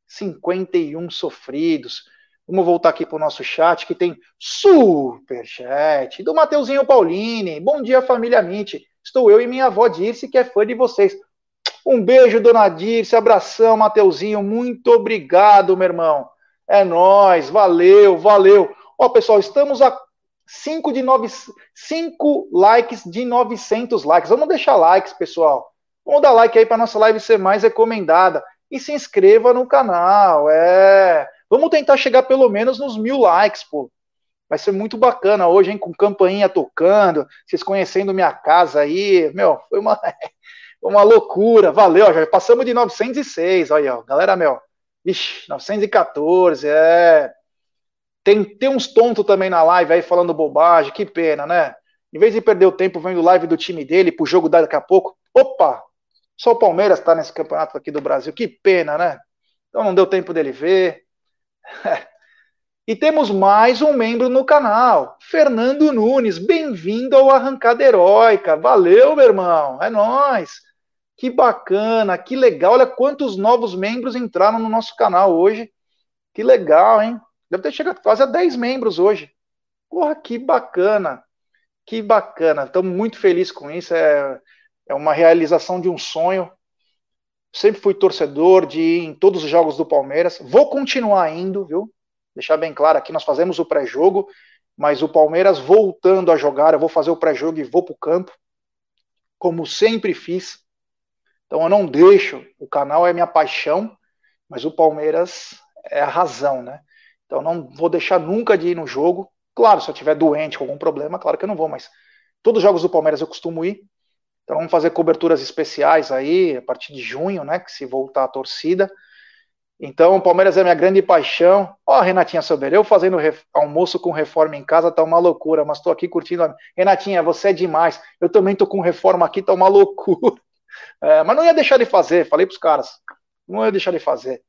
51 sofridos. Vamos voltar aqui para o nosso chat, que tem superchat do Mateuzinho Paulini. Bom dia, família Mint. Estou eu e minha avó Dirce, que é fã de vocês. Um beijo, dona Dirce. Abração, Mateuzinho. Muito obrigado, meu irmão. É nóis. Valeu, valeu. Ó, pessoal, estamos a 5 likes de 900 likes. Vamos deixar likes, pessoal. Vamos dar like aí para nossa live ser mais recomendada. E se inscreva no canal. Vamos tentar chegar pelo menos nos 1000 likes, pô. Vai ser muito bacana hoje, hein? Com campainha tocando, vocês conhecendo minha casa aí. Meu, foi uma loucura. Valeu, ó, já passamos de 906. Olha, ó, galera, meu. Ixi, 914. Tem uns tontos também na live aí falando bobagem. Que pena, né? Em vez de perder o tempo vendo live do time dele pro jogo daqui a pouco. Opa! Só o Palmeiras está nesse campeonato aqui do Brasil. Que pena, né? Então não deu tempo dele ver. E temos mais um membro no canal. Fernando Nunes. Bem-vindo ao Arrancada Heróica. Valeu, meu irmão. É nóis. Que bacana, que legal. Olha quantos novos membros entraram no nosso canal hoje. Que legal, hein? Deve ter chegado quase a 10 membros hoje. Porra, que bacana. Que bacana. Estamos muito felizes com isso. É uma realização de um sonho. Sempre fui torcedor de ir em todos os jogos do Palmeiras. Vou continuar indo, viu? Deixar bem claro aqui, nós fazemos o pré-jogo, mas o Palmeiras voltando a jogar, eu vou fazer o pré-jogo e vou para o campo, como sempre fiz. Então eu não deixo, o canal é minha paixão, mas o Palmeiras é a razão, né? Então eu não vou deixar nunca de ir no jogo. Claro, se eu estiver doente com algum problema, claro que eu não vou, mas todos os jogos do Palmeiras eu costumo ir. Então vamos fazer coberturas especiais aí, a partir de junho, né, que se voltar a torcida. Então o Palmeiras é minha grande paixão. Ó, Renatinha Sober, eu fazendo almoço com reforma em casa tá uma loucura, mas tô aqui curtindo. Renatinha, você é demais. Eu também tô com reforma aqui, tá uma loucura. Mas não ia deixar de fazer, falei pros caras. Não ia deixar de fazer.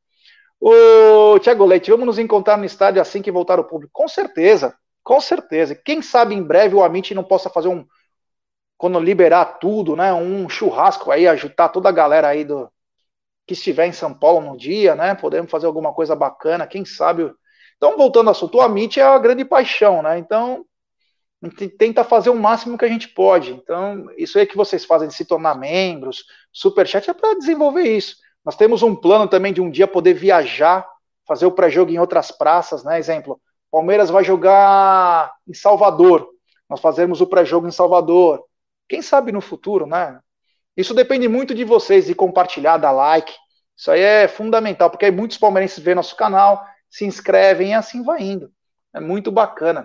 Ô, Thiago Leite, vamos nos encontrar no estádio assim que voltar o público. Com certeza, com certeza. Quem sabe em breve o Amit não possa fazer quando liberar tudo, né? Um churrasco aí, ajudar toda a galera aí que estiver em São Paulo no dia, né? Podemos fazer alguma coisa bacana, quem sabe. Então, voltando ao assunto, o Amit é a grande paixão, né? Então, a gente tenta fazer o máximo que a gente pode. Então, isso aí que vocês fazem de se tornar membros, superchat, é para desenvolver isso. Nós temos um plano também de um dia poder viajar, fazer o pré-jogo em outras praças, né? Exemplo, Palmeiras vai jogar em Salvador, nós fazemos o pré-jogo em Salvador. Quem sabe no futuro, né? Isso depende muito de vocês, de compartilhar, dar like. Isso aí é fundamental, porque aí muitos palmeirenses vêem nosso canal, se inscrevem e assim vai indo. É muito bacana.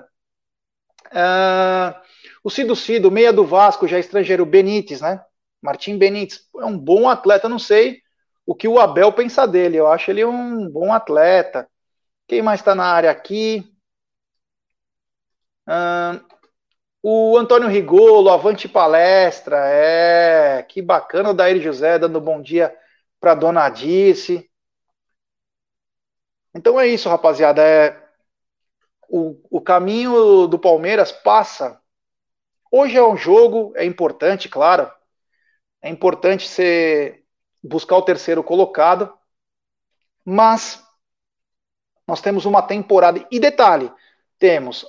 O Cido, meia do Vasco, já estrangeiro, Benítez, né? Martim Benítez, é um bom atleta, não sei o que o Abel pensa dele, eu acho ele um bom atleta. Quem mais está na área aqui? O Antônio Rigolo, Avante Palestra, que bacana o Daír José dando bom dia para Dona Dirce. Então é isso, rapaziada. o caminho do Palmeiras passa. Hoje é um jogo, é importante, claro. É importante você buscar o terceiro colocado, mas nós temos uma temporada. E detalhe, temos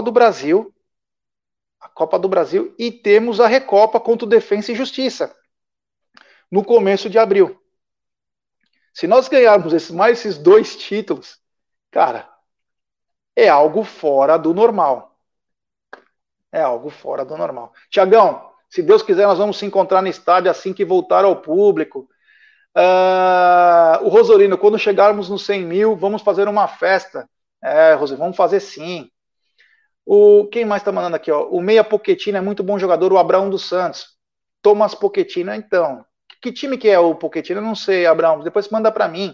a Copa do Brasil e temos a Recopa contra o Defensa e Justiça no começo de abril. Se nós ganharmos mais esses 2 títulos, cara, é algo fora do normal. É algo fora do normal. Tiagão, se Deus quiser, nós vamos se encontrar no estádio assim que voltar ao público. O Rosolino, quando chegarmos nos 100 mil, vamos fazer uma festa. Rosolino, vamos fazer sim. Quem mais tá mandando aqui? Ó? O Meia Pochettino é muito bom jogador, o Abraão dos Santos. Thomas Pochettino, então. Que time que é o Pochettino? Eu não sei, Abraão. Depois manda para mim.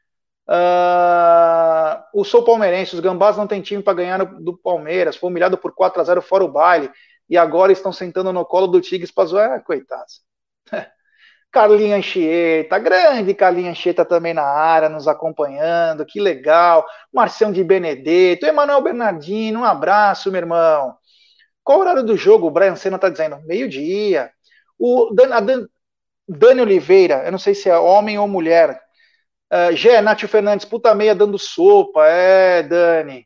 O Sou Palmeirense, os Gambás não tem time para ganhar do Palmeiras, foi humilhado por 4-0 fora o baile, e agora estão sentando no colo do Tigres para zoar, coitados. Carlinha Anchieta, grande Carlinha Anchieta também na área, nos acompanhando, que legal. Marcião de Benedetto, Emanuel Bernardino, um abraço, meu irmão. Qual o horário do jogo? O Brian Senna está dizendo, meio-dia. Dani Oliveira, eu não sei se é homem ou mulher. Nátio Fernandes, puta meia dando sopa. Dani.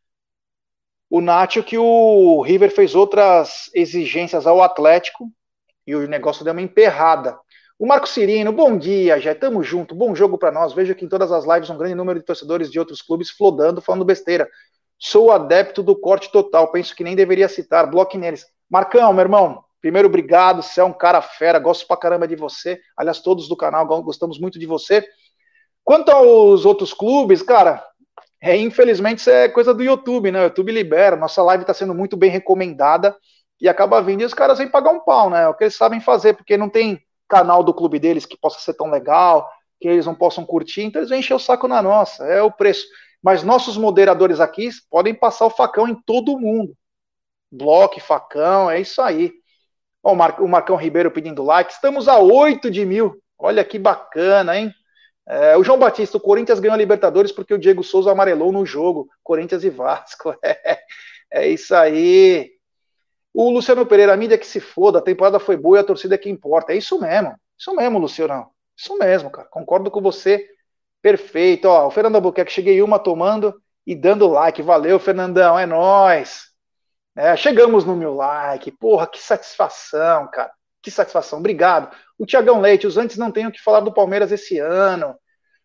O Nátio que o River fez outras exigências ao Atlético e o negócio deu uma emperrada. O Marco Cirino, bom dia, Gé, tamo junto, bom jogo para nós. Vejo que em todas as lives um grande número de torcedores de outros clubes flodando, falando besteira. Sou adepto do corte total, penso que nem deveria citar, bloque neles. Marcão, meu irmão, primeiro obrigado, você é um cara fera, gosto pra caramba de você. Aliás, todos do canal gostamos muito de você. Quanto aos outros clubes, cara, infelizmente isso é coisa do YouTube, né? O YouTube libera, nossa live tá sendo muito bem recomendada e acaba vindo e os caras vêm pagar um pau, né? É o que eles sabem fazer, porque não tem canal do clube deles que possa ser tão legal, que eles não possam curtir, então eles vão encher o saco na nossa, é o preço. Mas nossos moderadores aqui podem passar o facão em todo mundo. Bloco, facão, é isso aí. Ó, o Marcão Ribeiro pedindo like. Estamos a 8 de mil. Olha que bacana, hein? O João Batista, o Corinthians ganhou a Libertadores porque o Diego Souza amarelou no jogo. Corinthians e Vasco. É isso aí. O Luciano Pereira, a mídia que se foda, a temporada foi boa e a torcida é que importa. É isso mesmo, Luciano. Isso mesmo, cara. Concordo com você. Perfeito. Ó, o Fernando Albuquerque, cheguei uma tomando e dando like. Valeu, Fernandão. É nóis. Chegamos no 1000 like. Porra, que satisfação, cara. Que satisfação. Obrigado. O Tiagão Leite, os antes não tenho o que falar do Palmeiras esse ano.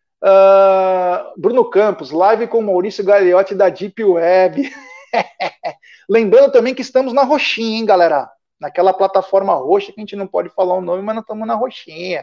Bruno Campos, live com Maurício Gagliotti da Deep Web. Lembrando também que estamos na roxinha, hein, galera? Naquela plataforma roxa, que a gente não pode falar o nome, mas nós estamos na roxinha.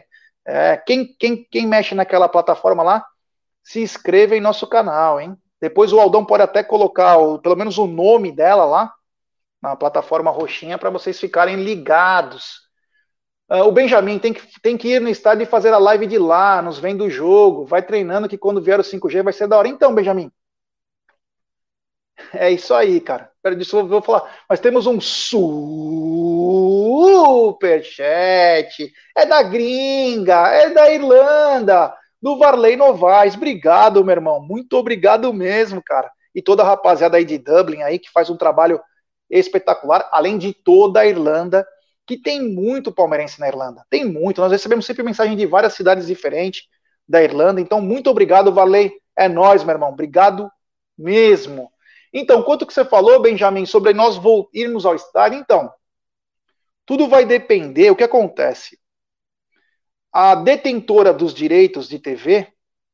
Quem mexe naquela plataforma lá, se inscreva em nosso canal, hein? Depois o Aldão pode até colocar pelo menos o nome dela lá, na plataforma roxinha, para vocês ficarem ligados. O Benjamin tem que ir no estádio e fazer a live de lá, nos vendo o jogo, vai treinando que quando vier o 5G vai ser da hora. Então, Benjamin, é isso aí, cara. Pera disso, eu vou falar. Nós temos um superchat. É da gringa, é da Irlanda, do Varley Novaes. Obrigado, meu irmão. Muito obrigado mesmo, cara. E toda a rapaziada aí de Dublin aí que faz um trabalho espetacular, além de toda a Irlanda, que tem muito palmeirense na Irlanda. Tem muito. Nós recebemos sempre mensagem de várias cidades diferentes da Irlanda. Então, muito obrigado, Varley. É nóis, meu irmão. Obrigado mesmo. Então, quanto que você falou, Benjamin, sobre nós irmos ao estádio? Então, tudo vai depender. O que acontece? A detentora dos direitos de TV,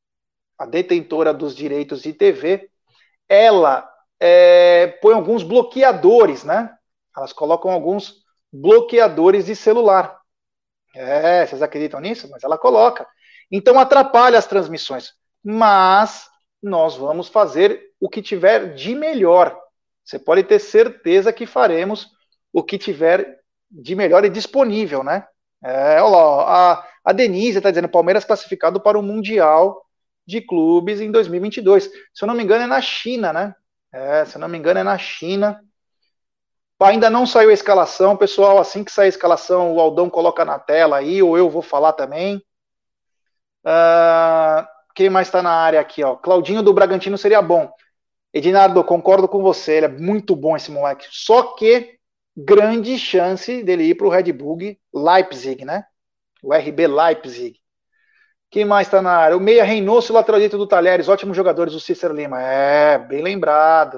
ela põe alguns bloqueadores, né? Elas colocam alguns bloqueadores de celular. Vocês acreditam nisso? Mas ela coloca. Então atrapalha as transmissões. Mas nós vamos fazer o que tiver de melhor. Você pode ter certeza que faremos o que tiver de melhor e disponível, né? Olha lá, a Denise está dizendo Palmeiras classificado para o Mundial de Clubes em 2022. Se eu não me engano é na China, né? Se eu não me engano é na China. Ainda não saiu a escalação, pessoal. Assim que sair a escalação, o Aldão coloca na tela aí, ou eu vou falar também. Quem mais está na área aqui? Ó? Claudinho do Bragantino seria bom. Edinardo, concordo com você, ele é muito bom esse moleque. Só que grande chance dele ir para o Red Bull Leipzig, né? O RB Leipzig. Quem mais está na área? O Meia Reynoso, o lateral direito do Talheres, ótimos jogadores, o Cícero Lima. É, bem lembrado.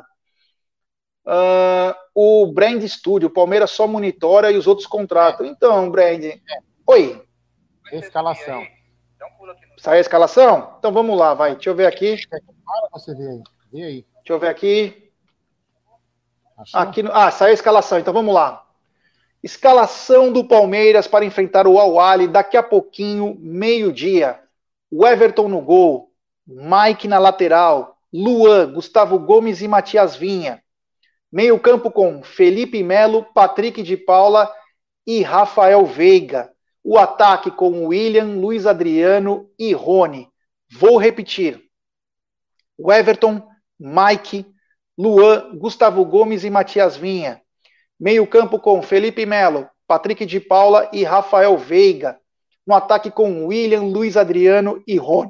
O Brand Studio, o Palmeiras só monitora e os outros contratam. Então, Brand. Oi. Escalação. Sai a escalação? Então vamos lá, vai. Deixa eu ver aqui. Você vê aí. Vê aí. Deixa eu ver aqui. Aqui saiu a escalação. Então vamos lá. Escalação do Palmeiras para enfrentar o Al-Ahly daqui a pouquinho, meio-dia. O Everton no gol. Mike na lateral. Luan, Gustavo Gomes e Matias Vinha. Meio campo com Felipe Melo, Patrick de Paula e Rafael Veiga. O ataque com William, Luiz Adriano e Rony. Vou repetir. O Everton, Mike, Luan, Gustavo Gomes e Matias Vinha. Meio campo com Felipe Melo, Patrick de Paula e Rafael Veiga. No ataque com William, Luiz Adriano e Rony.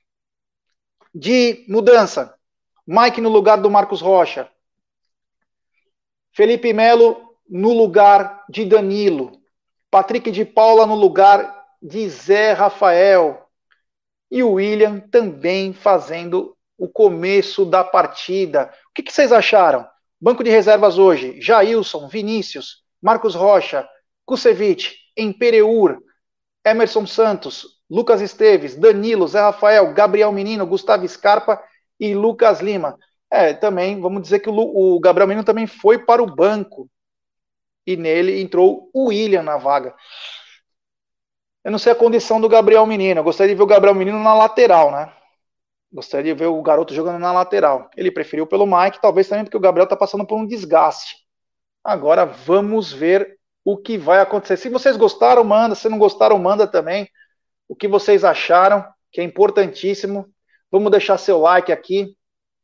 De mudança, Mike no lugar do Marcos Rocha. Felipe Melo no lugar de Danilo. Patrick de Paula no lugar de Zé Rafael. E o William também fazendo o começo da partida. O que vocês acharam? Banco de reservas hoje: Jailson, Vinícius, Marcos Rocha, Kusevich, Empereur, Emerson Santos, Lucas Esteves, Danilo, Zé Rafael, Gabriel Menino, Gustavo Scarpa e Lucas Lima. Também vamos dizer que o Gabriel Menino também foi para o banco. E nele entrou o William na vaga. Eu não sei a condição do Gabriel Menino. Eu gostaria de ver o Gabriel Menino na lateral, né? Gostaria de ver o garoto jogando na lateral. Ele preferiu pelo Mike, talvez também porque o Gabriel está passando por um desgaste. Agora vamos ver o que vai acontecer. Se vocês gostaram, manda. Se não gostaram, manda também. O que vocês acharam, que é importantíssimo. Vamos deixar seu like aqui.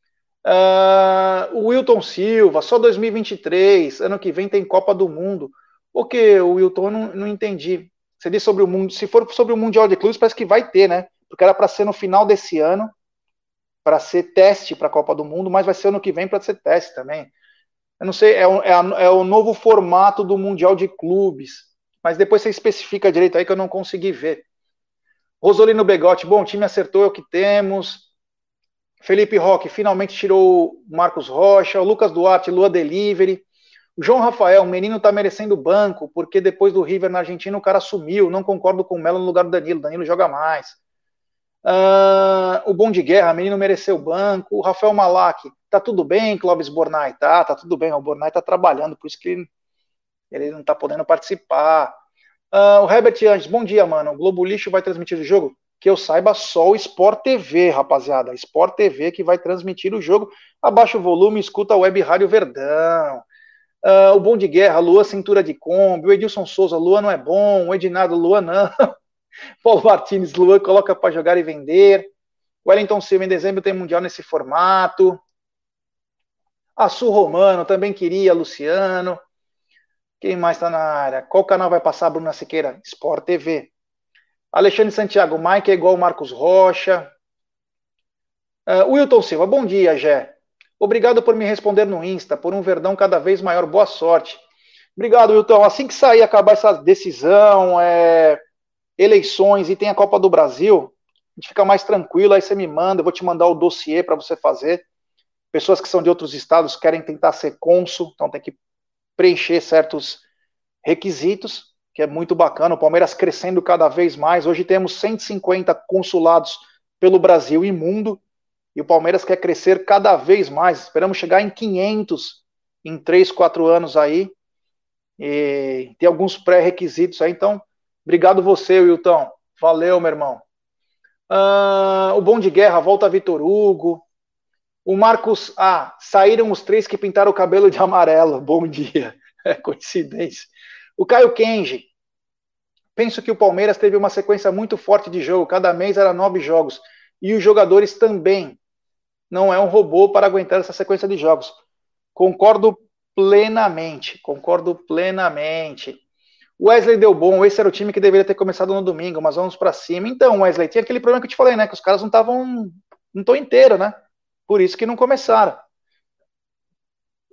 O Wilton Silva, só 2023, ano que vem tem Copa do Mundo. O que, Wilton? Eu não entendi. Você disse sobre o mundo. Se for sobre o Mundial de Clubes, parece que vai ter, né? Porque era para ser no final desse ano, para ser teste para a Copa do Mundo, mas vai ser ano que vem para ser teste também. Eu não sei, é o novo formato do Mundial de Clubes. Mas depois você especifica direito aí que eu não consegui ver. Rosolino Begotti, bom, o time acertou, é o que temos. Felipe Roque finalmente tirou o Marcos Rocha. O Lucas Duarte, Lua Delivery. O João Rafael, o menino tá merecendo banco, porque depois do River na Argentina o cara sumiu. Não concordo com o Melo no lugar do Danilo. Danilo joga mais. O Bom de Guerra, menino mereceu banco. O Rafael Malak, tá tudo bem, Clóvis Bornai? Tá tudo bem. O Bornai tá trabalhando, por isso que ele não tá podendo participar. O Herbert Andes, bom dia, mano. O Globo Lixo vai transmitir o jogo? Que eu saiba, só o Sport TV, rapaziada. Sport TV que vai transmitir o jogo. Abaixa o volume, escuta a Web Rádio Verdão. O Bom de Guerra, Lua Cintura de Kombi. O Edilson Souza, Lua não é bom. O Edinardo, Lua não. Paulo Martins, Lua coloca para jogar e vender. O Wellington Silva, em dezembro tem Mundial nesse formato. Açu Romano, também queria, Luciano. Quem mais está na área? Qual canal vai passar, Bruna Siqueira? Sport TV. Alexandre Santiago, Mike é igual o Marcos Rocha. Wilton Silva, bom dia, Gé. Obrigado por me responder no Insta, por um Verdão cada vez maior. Boa sorte. Obrigado, Wilton. Assim que sair, acabar essa decisão, eleições e tem a Copa do Brasil, a gente fica mais tranquilo, aí você me manda, eu vou te mandar o dossiê para você fazer. Pessoas que são de outros estados querem tentar ser cônsul, então tem que preencher certos requisitos, que é muito bacana. O Palmeiras crescendo cada vez mais. Hoje temos 150 consulados pelo Brasil e mundo, e o Palmeiras quer crescer cada vez mais. Esperamos chegar em 500 em 3, 4 anos aí, e tem alguns pré-requisitos aí. Então, obrigado você, Wilton. Valeu, meu irmão. O Bom de Guerra, volta Vitor Hugo. O Marcos, saíram os 3 que pintaram o cabelo de amarelo. Bom dia. É coincidência. O Caio Kenji. Penso que o Palmeiras teve uma sequência muito forte de jogo. Cada mês era 9 jogos. E os jogadores também. Não é um robô para aguentar essa sequência de jogos. Concordo plenamente. Wesley deu bom. Esse era o time que deveria ter começado no domingo, mas vamos para cima. Então, Wesley, tinha aquele problema que eu te falei, né? Que os caras não estão inteiros, né? Por isso que não começaram.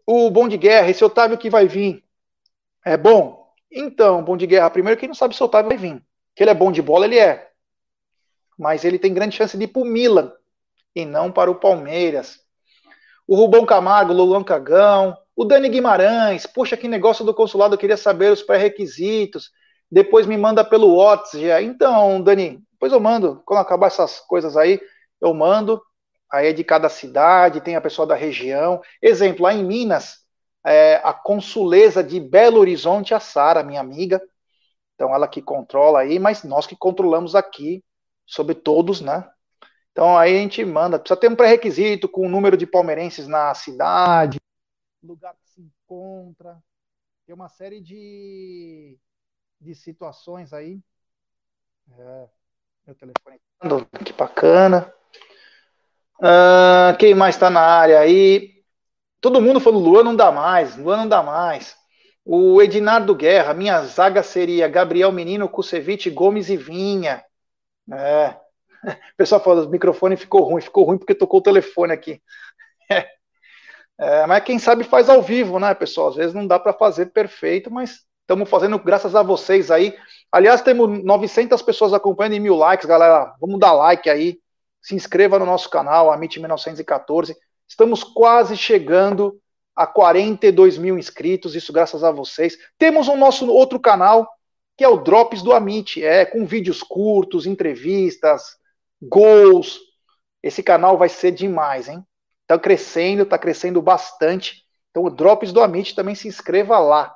O Bom de Guerra, esse Otávio que vai vir, é bom? Então, Bom de Guerra, primeiro quem não sabe se o Otávio vai vir. Que ele é bom de bola, ele é. Mas ele tem grande chance de ir para o Milan e não para o Palmeiras. O Rubão Camargo, o Luan Cagão, o Dani Guimarães, poxa, que negócio do consulado, eu queria saber os pré-requisitos, depois me manda pelo WhatsApp. Então, Dani, depois eu mando, quando acabar essas coisas aí, eu mando, aí é de cada cidade, tem a pessoa da região. Exemplo, lá em Minas, a consuleza de Belo Horizonte, a Sara, minha amiga, então ela que controla aí, mas nós que controlamos aqui, sobre todos, né? Então aí a gente manda, precisa ter um pré-requisito com o número de palmeirenses na cidade, lugar que se encontra, tem uma série de situações aí. Meu telefone, que bacana. Quem mais está na área aí? Todo mundo falou, Luan não dá mais, Luan não dá mais. O Ednardo Guerra, minha zaga seria Gabriel Menino, Kusevich, Gomes e Vinha. O pessoal falou, o microfone ficou ruim porque tocou o telefone aqui. Mas quem sabe faz ao vivo, né, pessoal? Às vezes não dá para fazer perfeito, mas estamos fazendo graças a vocês aí. Aliás, temos 900 pessoas acompanhando e 1000 likes, galera. Vamos dar like aí. Se inscreva no nosso canal, Amit 1914. Estamos quase chegando a 42 mil inscritos, isso graças a vocês. Temos o nosso outro canal, que é o Drops do Amit, com vídeos curtos, entrevistas, gols. Esse canal vai ser demais, hein? Tá crescendo bastante. Então o Drops do Amit também se inscreva lá.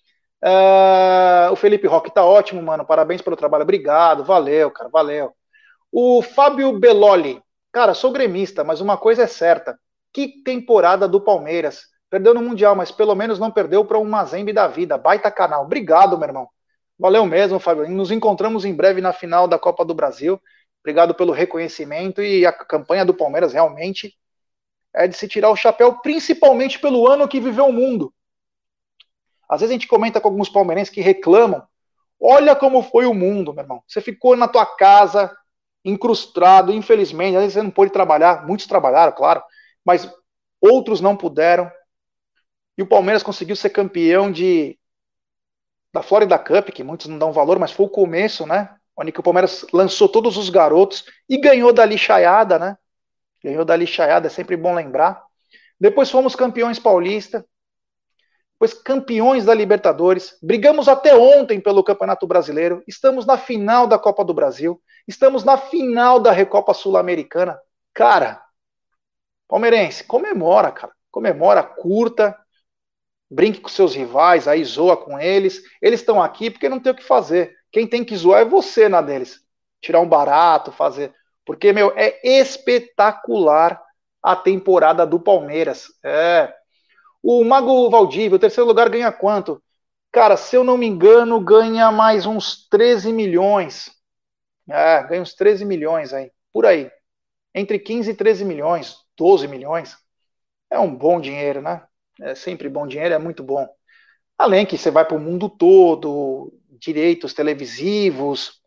O Felipe Roque tá ótimo, mano. Parabéns pelo trabalho. Obrigado, valeu, cara, valeu. O Fábio Beloli. Cara, sou gremista, mas uma coisa é certa. Que temporada do Palmeiras. Perdeu no Mundial, mas pelo menos não perdeu para um Mazembe da vida. Baita canal. Obrigado, meu irmão. Valeu mesmo, Fábio. Nos encontramos em breve na final da Copa do Brasil. Obrigado pelo reconhecimento e a campanha do Palmeiras realmente é de se tirar o chapéu, principalmente pelo ano que viveu o mundo. Às vezes a gente comenta com alguns palmeirenses que reclamam. Olha como foi o mundo, meu irmão. Você ficou na tua casa, incrustado, infelizmente, às vezes você não pôde trabalhar, muitos trabalharam, claro, mas outros não puderam. E o Palmeiras conseguiu ser campeão da Florida Cup, que muitos não dão valor, mas foi o começo, né? Onde que o Palmeiras lançou todos os garotos e ganhou da lixaiada, né? Ganhou da lixaiada, é sempre bom lembrar. Depois fomos campeões paulista, depois campeões da Libertadores, brigamos até ontem pelo Campeonato Brasileiro, estamos na final da Copa do Brasil, estamos na final da Recopa Sul-Americana. Cara, palmeirense, comemora, cara. Comemora, curta, brinque com seus rivais, aí zoa com eles. Eles estão aqui porque não tem o que fazer. Quem tem que zoar é você na deles. Tirar um barato, fazer... Porque, meu, é espetacular a temporada do Palmeiras. O Mago Valdívia, o terceiro lugar, ganha quanto? Cara, se eu não me engano, ganha mais uns 13 milhões. Ganha uns 13 milhões aí, por aí. Entre 15 e 13 milhões, 12 milhões. É um bom dinheiro, né? É sempre bom dinheiro, é muito bom. Além que você vai para o mundo todo, direitos televisivos,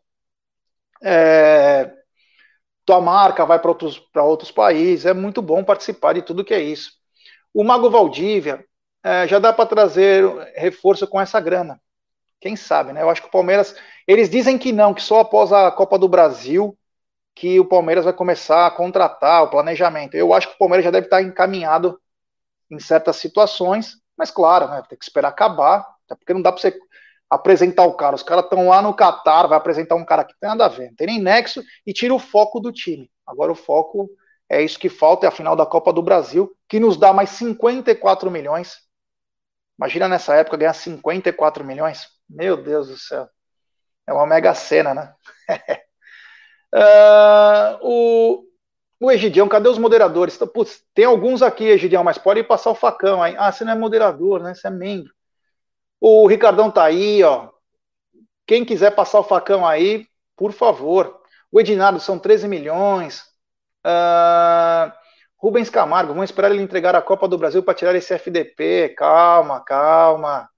tua marca vai para outros países, é muito bom participar de tudo que é isso. O Mago Valdívia, já dá para trazer reforço com essa grana. Quem sabe, né? Eu acho que o Palmeiras, eles dizem que não, que só após a Copa do Brasil que o Palmeiras vai começar a contratar o planejamento. Eu acho que o Palmeiras já deve estar encaminhado em certas situações, mas claro, né? Tem que esperar acabar, até porque não dá para você apresentar o cara. Os caras estão lá no Catar, vai apresentar um cara que tem nada a ver, não tem nem nexo e tira o foco do time. Agora o foco é isso que falta, é a final da Copa do Brasil, que nos dá mais 54 milhões. Imagina nessa época ganhar 54 milhões. Meu Deus do céu. É uma mega cena, né? O Egidião, cadê os moderadores? Putz, tem alguns aqui, Egidião, mas pode passar o facão aí. Você não é moderador, né? Você é membro. O Ricardão tá aí, ó. Quem quiser passar o facão aí, por favor. O Edinardo, são 13 milhões. Rubens Camargo, vamos esperar ele entregar a Copa do Brasil para tirar esse FDP. Calma, calma.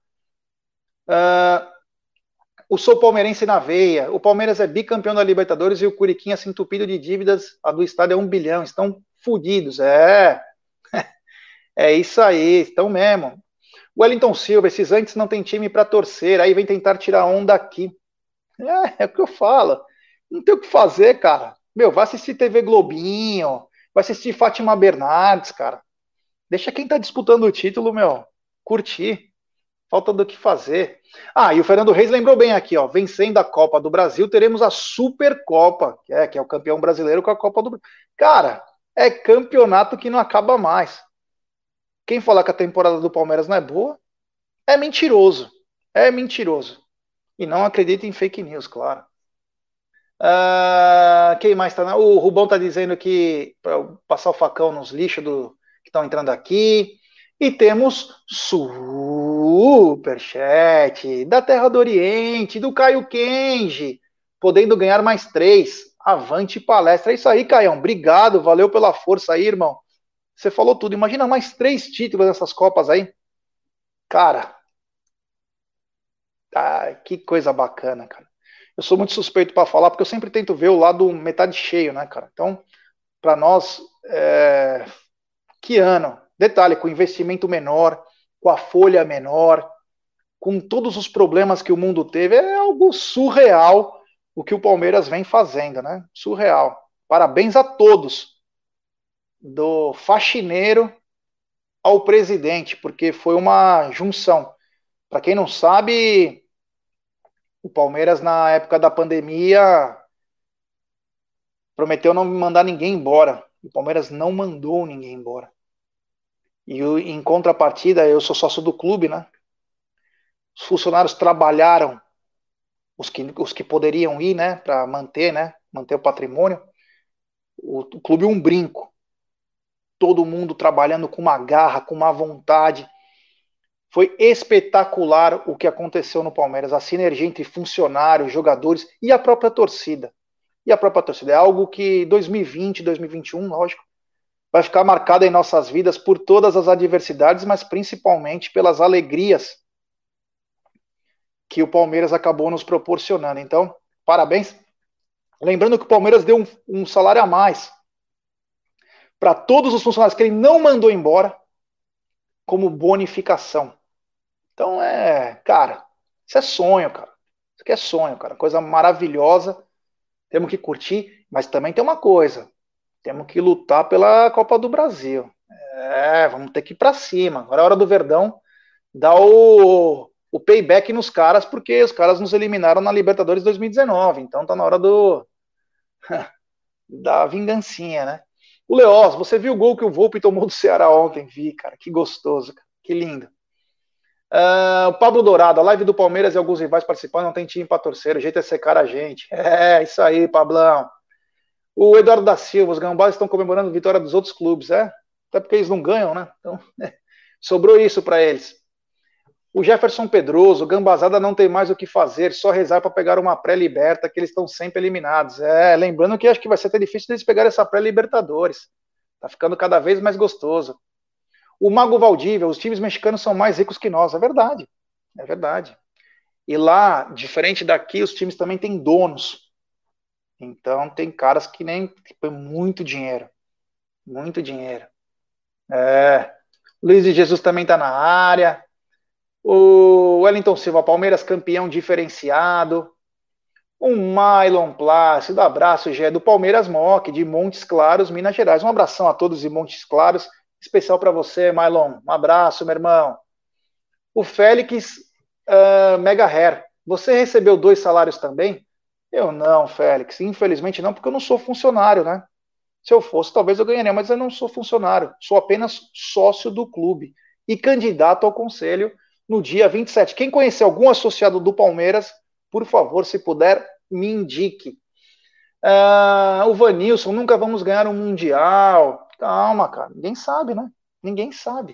O Sou Palmeirense na veia. O Palmeiras é bicampeão da Libertadores e o Curiquinha se entupido de dívidas. A do estádio é 1 bilhão. Estão fodidos. É isso aí, estão mesmo. Wellington Silva, esses antes não tem time para torcer, aí vem tentar tirar onda aqui. É o que eu falo. Não tem o que fazer, cara. Meu, vai assistir TV Globinho, vai assistir Fátima Bernardes, cara. Deixa quem tá disputando o título, meu, curtir. Falta do que fazer. Ah, e o Fernando Reis lembrou bem aqui, ó. Vencendo a Copa do Brasil, teremos a Supercopa, que é o campeão brasileiro com a Copa do Brasil. Cara, é campeonato que não acaba mais. Quem falar que a temporada do Palmeiras não é boa, é mentiroso. É mentiroso. E não acredita em fake news, claro. Quem mais tá? O Rubão tá dizendo que para passar o facão nos lixos que estão entrando aqui. E temos superchat da Terra do Oriente, do Caio Kenji, podendo ganhar mais 3. Avante palestra. É isso aí, Caião. Obrigado, valeu pela força aí, irmão. Você falou tudo. Imagina mais 3 títulos nessas Copas aí. Cara, que coisa bacana, cara. Eu sou muito suspeito para falar, porque eu sempre tento ver o lado metade cheio, né, cara? Então, para nós, que ano? Detalhe, com investimento menor, com a folha menor, com todos os problemas que o mundo teve, é algo surreal o que o Palmeiras vem fazendo, né? Surreal. Parabéns a todos, do faxineiro ao presidente, porque foi uma junção. Para quem não sabe, o Palmeiras, na época da pandemia, prometeu não mandar ninguém embora. O Palmeiras não mandou ninguém embora. E em contrapartida, eu sou sócio do clube, né? Os funcionários trabalharam, os que poderiam ir, né? Para manter, né? Manter o patrimônio. O clube um brinco. Todo mundo trabalhando com uma garra, com uma vontade. Foi espetacular o que aconteceu no Palmeiras. A sinergia entre funcionários, jogadores e a própria torcida. E a própria torcida é algo que 2020, 2021, lógico, vai ficar marcada em nossas vidas por todas as adversidades, mas principalmente pelas alegrias que o Palmeiras acabou nos proporcionando. Então, parabéns. Lembrando que o Palmeiras deu um salário a mais para todos os funcionários que ele não mandou embora, como bonificação. Então, cara, isso é sonho, cara. Isso aqui é sonho, cara. Coisa maravilhosa. Temos que curtir, mas também tem uma coisa. Temos que lutar pela Copa do Brasil. Vamos ter que ir para cima. Agora é a hora do Verdão dar o payback nos caras, porque os caras nos eliminaram na Libertadores 2019. Então tá na hora da vingancinha, né? O Leoz, você viu o gol que o Volpi tomou do Ceará ontem? Vi, cara. Que gostoso, cara. Que lindo. O Pablo Dourado, a live do Palmeiras e alguns rivais participando, não tem time para torcer, o jeito é secar a gente. Isso aí, Pablão. O Eduardo da Silva, os gambás estão comemorando a vitória dos outros clubes, até porque eles não ganham, né? Então, sobrou isso para eles. O Jefferson Pedroso, Gambazada não tem mais o que fazer, só rezar para pegar uma pré-liberta, que eles estão sempre eliminados. Lembrando que acho que vai ser até difícil eles pegarem essa pré-libertadores. Tá ficando cada vez mais gostoso. O Mago Valdívia, os times mexicanos são mais ricos que nós, é verdade. É verdade. E lá, diferente daqui, os times também têm donos. Então tem caras que nem põem muito dinheiro. Muito dinheiro. Luiz de Jesus também está na área. O Wellington Silva, Palmeiras campeão diferenciado. O Mylon Plácido, abraço, Gé, do Palmeiras Mock, de Montes Claros, Minas Gerais. Um abração a todos de Montes Claros, especial para você, Mylon. Um abraço, meu irmão. O Félix Mega Hair, você recebeu 2 salários também? Eu não, Félix, infelizmente não, porque eu não sou funcionário, né? Se eu fosse, talvez eu ganharia, mas eu não sou funcionário, sou apenas sócio do clube e candidato ao conselho no dia 27. Quem conhecer algum associado do Palmeiras, por favor, se puder, me indique. O Vanilson, nunca vamos ganhar um Mundial. Calma, cara, ninguém sabe, né? Ninguém sabe.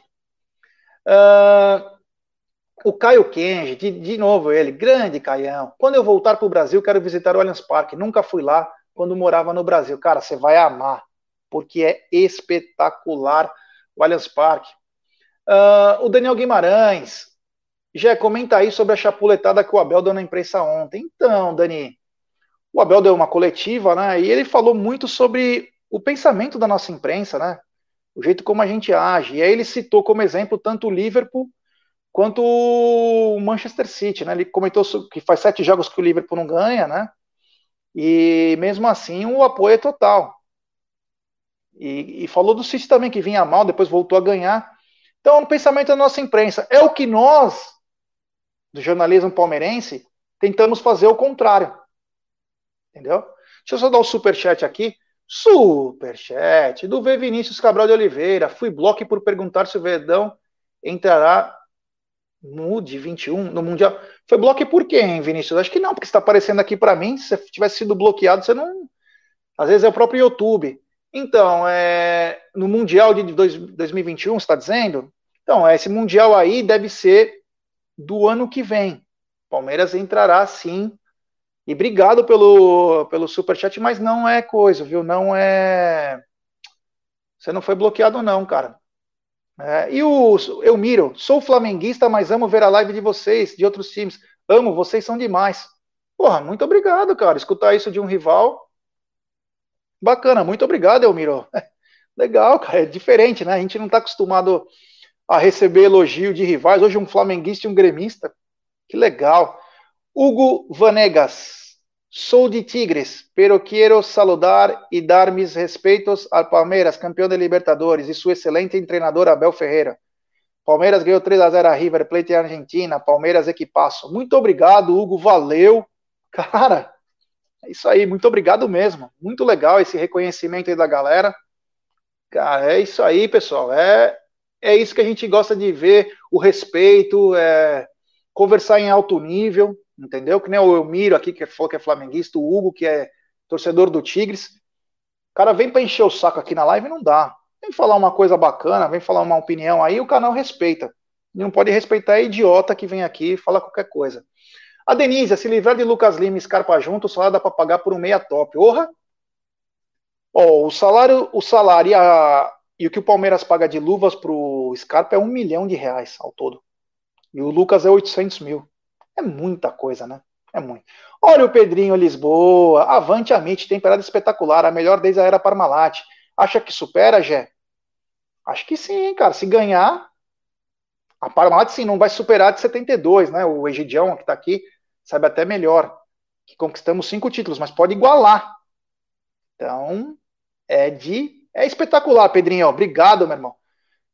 O Caio Kenji, de novo ele, grande Caião. Quando eu voltar para o Brasil, quero visitar o Allianz Parque. Nunca fui lá quando morava no Brasil. Cara, você vai amar, porque é espetacular o Allianz Parque. O Daniel Guimarães, já comenta aí sobre a chapuletada que o Abel deu na imprensa ontem. Então, Dani, o Abel deu uma coletiva, né? E ele falou muito sobre o pensamento da nossa imprensa, né? o jeito como a gente age. E aí ele citou como exemplo tanto o Liverpool quanto o Manchester City, né? Ele comentou que faz 7 jogos que o Liverpool não ganha, né? E mesmo assim o apoio é total. E falou do City também, que vinha mal, depois voltou a ganhar. Então, no pensamento da nossa imprensa, é o que nós, do jornalismo palmeirense, tentamos fazer o contrário. Entendeu? Deixa eu só dar o superchat aqui. Superchat do V. Vinícius Cabral de Oliveira. Fui bloco por perguntar se o Verdão entrará no de 21 no Mundial. Foi bloco por quê, hein, Vinícius? Acho que não, porque está aparecendo aqui para mim. Se você tivesse sido bloqueado, você não. Às vezes é o próprio YouTube. Então, no Mundial de 2021, você está dizendo? Então, esse Mundial aí deve ser do ano que vem. Palmeiras entrará sim. E obrigado pelo superchat, mas não é coisa, viu? Não é. Você não foi bloqueado, não, cara. E o Elmiro, sou flamenguista, mas amo ver a live de vocês, de outros times. Amo, vocês são demais. Porra, muito obrigado, cara. Escutar isso de um rival. Bacana, muito obrigado, Elmiro. Legal, cara, é diferente, né? A gente não está acostumado a receber elogio de rivais. Hoje um flamenguista e um gremista. Que legal. Hugo Vanegas, sou de Tigres, pero quiero saludar e dar mis respeitos ao Palmeiras, campeão da Libertadores, e seu excelente treinador Abel Ferreira. Palmeiras ganhou 3-0 a River Plate em Argentina, Palmeiras equipaço. Muito obrigado, Hugo, valeu. Cara, é isso aí, muito obrigado mesmo. Muito legal esse reconhecimento aí da galera. Cara, é isso aí, pessoal. É isso que a gente gosta de ver, o respeito, conversar em alto nível, entendeu? Que nem o Elmiro aqui, que falou que é flamenguista, o Hugo, que é torcedor do Tigres. O cara vem para encher o saco aqui na live, não dá. Vem falar uma coisa bacana, vem falar uma opinião aí, o canal respeita. E não pode respeitar idiota que vem aqui e fala qualquer coisa. A Denise, se livrar de Lucas Lima e Scarpa junto, o salário dá para pagar por um meia top. Orra! O salário e o que o Palmeiras paga de luvas pro Scarpa é R$1 milhão ao todo. E o Lucas é 800 mil. É muita coisa, né? É muito. Olha o Pedrinho Lisboa. Avante Amit, temporada espetacular. A melhor desde a era Parmalat. Acha que supera, Gé? Acho que sim, cara. Se ganhar, a Parmalat sim, não vai superar de 72, né? O Egidião, que tá aqui, sabe até melhor. Que conquistamos 5 títulos, mas pode igualar. Então, é espetacular, Pedrinho. Obrigado, meu irmão.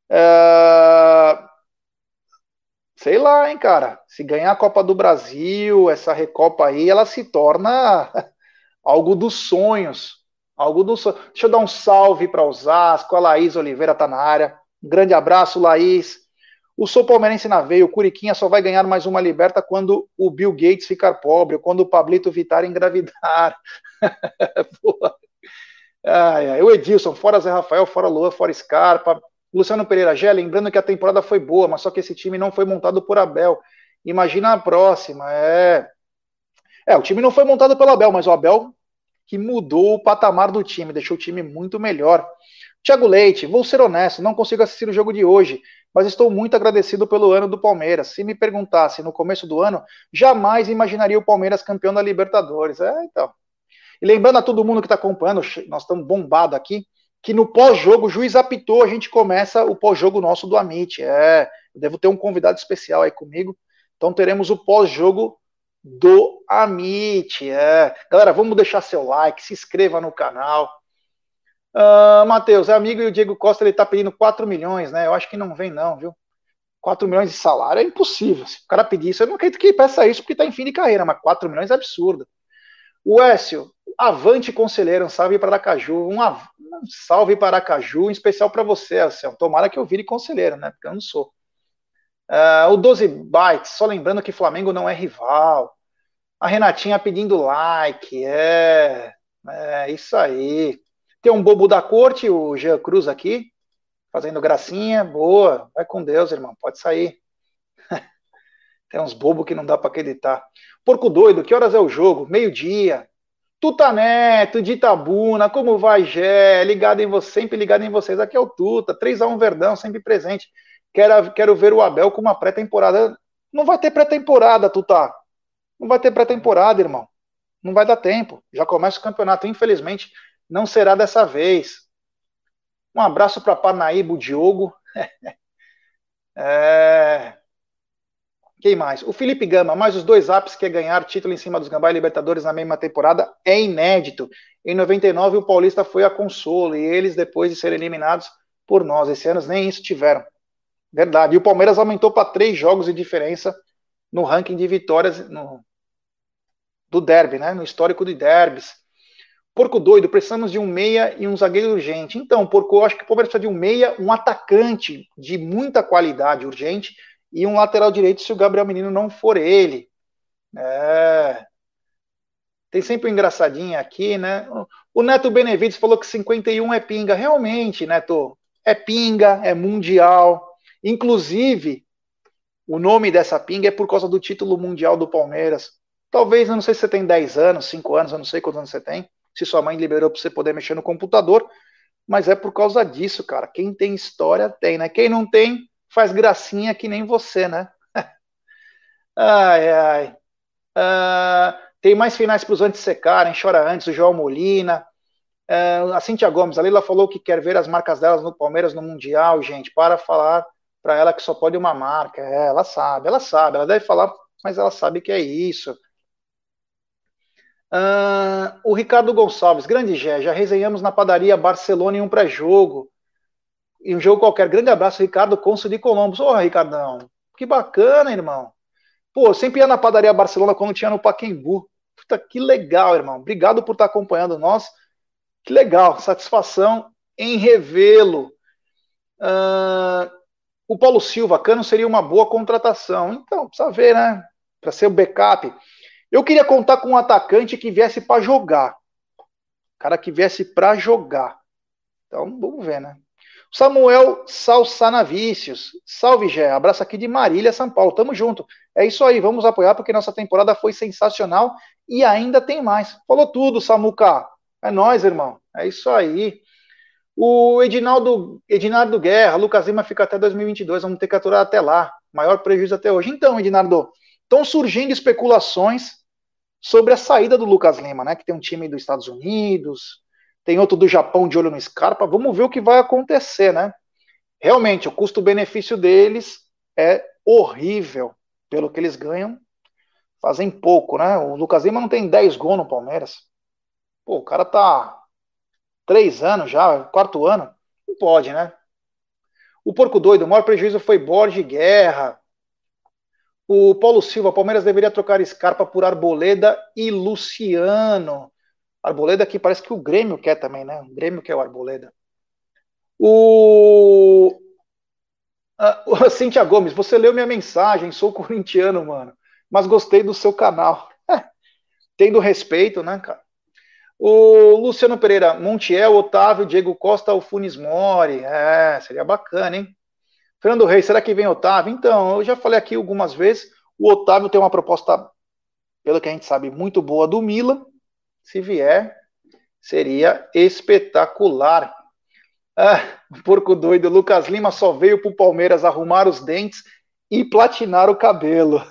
Sei lá, hein, cara. Se ganhar a Copa do Brasil, essa Recopa aí, ela se torna algo dos sonhos. Algo dos sonhos. Deixa eu dar um salve para Osasco. A Laís Oliveira tá na área. Um grande abraço, Laís. O Sou Palmeirense na veia. O Curiquinha só vai ganhar mais uma liberta quando o Bill Gates ficar pobre, ou quando o Pablito Vittar engravidar. O Edilson, fora Zé Rafael, fora Luan, fora Scarpa. Luciano Pereira Gé, lembrando que a temporada foi boa, mas só que esse time não foi montado por Abel. Imagina a próxima. O time não foi montado pelo Abel, mas o Abel que mudou o patamar do time, deixou o time muito melhor. Thiago Leite, vou ser honesto, não consigo assistir o jogo de hoje, mas estou muito agradecido pelo ano do Palmeiras. Se me perguntasse no começo do ano, jamais imaginaria o Palmeiras campeão da Libertadores. Então. E lembrando a todo mundo que está acompanhando, nós estamos bombados aqui, que no pós-jogo, o juiz apitou, a gente começa o pós-jogo nosso do Amit. Eu devo ter um convidado especial aí comigo. Então teremos o pós-jogo do Amit. Galera, vamos deixar seu like, se inscreva no canal. Matheus, é amigo, e o Diego Costa, ele tá pedindo 4 milhões, né? Eu acho que não vem não, viu? 4 milhões de salário é impossível. Se o cara pedir isso, eu não acredito que ele peça isso porque tá em fim de carreira, mas 4 milhões é absurdo. O Écio, avante conselheiro, um salve para Aracaju, um salve para Aracaju, em especial para você, Écio. Tomara que eu vire conselheiro, né? Porque eu não sou. O 12 Bytes, só lembrando que Flamengo não é rival. A Renatinha pedindo like, isso aí. Tem um bobo da corte, o Jean Cruz aqui, fazendo gracinha, boa, vai com Deus, irmão, pode sair. Tem uns bobos que não dá para acreditar. Porco doido, que horas é o jogo? Meio-dia. Tuta Neto, de Itabuna, como vai, Gé? Sempre ligado em vocês. Aqui é o Tuta, 3-1 Verdão, sempre presente. Quero ver o Abel com uma pré-temporada. Não vai ter pré-temporada, Tuta. Não vai ter pré-temporada, irmão. Não vai dar tempo. Já começa o campeonato. Infelizmente, não será dessa vez. Um abraço para Parnaíba, o Diogo. É... Quem mais? O Felipe Gama, mais os dois ápices que é ganhar título em cima dos Gambá e Libertadores na mesma temporada é inédito. Em 99 o Paulista foi a consolo e eles depois de serem eliminados por nós. Esse ano nem isso tiveram. Verdade. E o Palmeiras aumentou para 3 jogos de diferença no ranking de vitórias do derby, né? No histórico de derbys. Porco doido, precisamos de um meia e um zagueiro urgente. Então, Porco, eu acho que o Palmeiras precisa de um meia, um atacante de muita qualidade urgente e um lateral direito se o Gabriel Menino não for ele. É... Tem sempre um engraçadinho aqui, né? O Neto Benevides falou que 51 é pinga. Realmente, Neto, é pinga, é mundial. Inclusive, o nome dessa pinga é por causa do título mundial do Palmeiras. Talvez, eu não sei se você tem 10 anos, 5 anos, eu não sei quantos anos você tem. Se sua mãe liberou para você poder mexer no computador. Mas é por causa disso, cara. Quem tem história tem, né? Quem não tem, faz gracinha que nem você, né? Ai, ai. Tem mais finais para os antes secarem. Chora antes, o João Molina. A Cíntia Gomes, a Leila falou que quer ver as marcas delas no Palmeiras no Mundial, gente. Para falar para ela que só pode uma marca. Ela sabe, ela deve falar, mas ela sabe que é isso. O Ricardo Gonçalves, grande Gé, já resenhamos na padaria Barcelona em um pré-jogo. Em um jogo qualquer. Grande abraço, Ricardo Cônsul de Colombos. Ô, Ricardão, que bacana, irmão. Pô, eu sempre ia na padaria Barcelona quando tinha no Pacaembu. Puta, que legal, irmão. Obrigado por estar acompanhando nós. Que legal, satisfação em revê-lo. O Paulo Silva, Cano seria uma boa contratação. Então, precisa ver, né? Para ser o backup. Eu queria contar com um atacante que viesse para jogar. Cara que viesse para jogar. Então, vamos ver, né? Samuel Salsanavícios. Salve, Gé. Abraço aqui de Marília, São Paulo. Tamo junto. É isso aí, vamos apoiar porque nossa temporada foi sensacional e ainda tem mais. Falou tudo, Samuca. É nóis, irmão. É isso aí. O Edinardo Guerra, Lucas Lima fica até 2022, vamos ter que aturar até lá. Maior prejuízo até hoje. Então, Edinardo, estão surgindo especulações sobre a saída do Lucas Lima, né? Que tem um time dos Estados Unidos, tem outro do Japão de olho no Scarpa. Vamos ver o que vai acontecer, né? Realmente, o custo-benefício deles é horrível. Pelo que eles ganham, fazem pouco, né? O Lucas Lima não tem 10 gols no Palmeiras. Pô, o cara tá 3 anos já, 4º ano. Não pode, né? O Porco Doido, o maior prejuízo foi Borges Guerra. O Paulo Silva, Palmeiras deveria trocar Scarpa por Arboleda e Luciano. Arboleda que parece que o Grêmio quer também, né? O Grêmio quer o Arboleda. Cíntia Gomes, você leu minha mensagem, sou corintiano, mano, mas gostei do seu canal. Tendo respeito, né, cara? O Luciano Pereira, Montiel, Otávio, Diego Costa, o Funes Mori. Seria bacana, hein? Fernando Reis, será que vem Otávio? Então, eu já falei aqui algumas vezes, o Otávio tem uma proposta, pelo que a gente sabe, muito boa do Milan. Se vier, seria espetacular. Porco doido, Lucas Lima só veio pro Palmeiras arrumar os dentes e platinar o cabelo.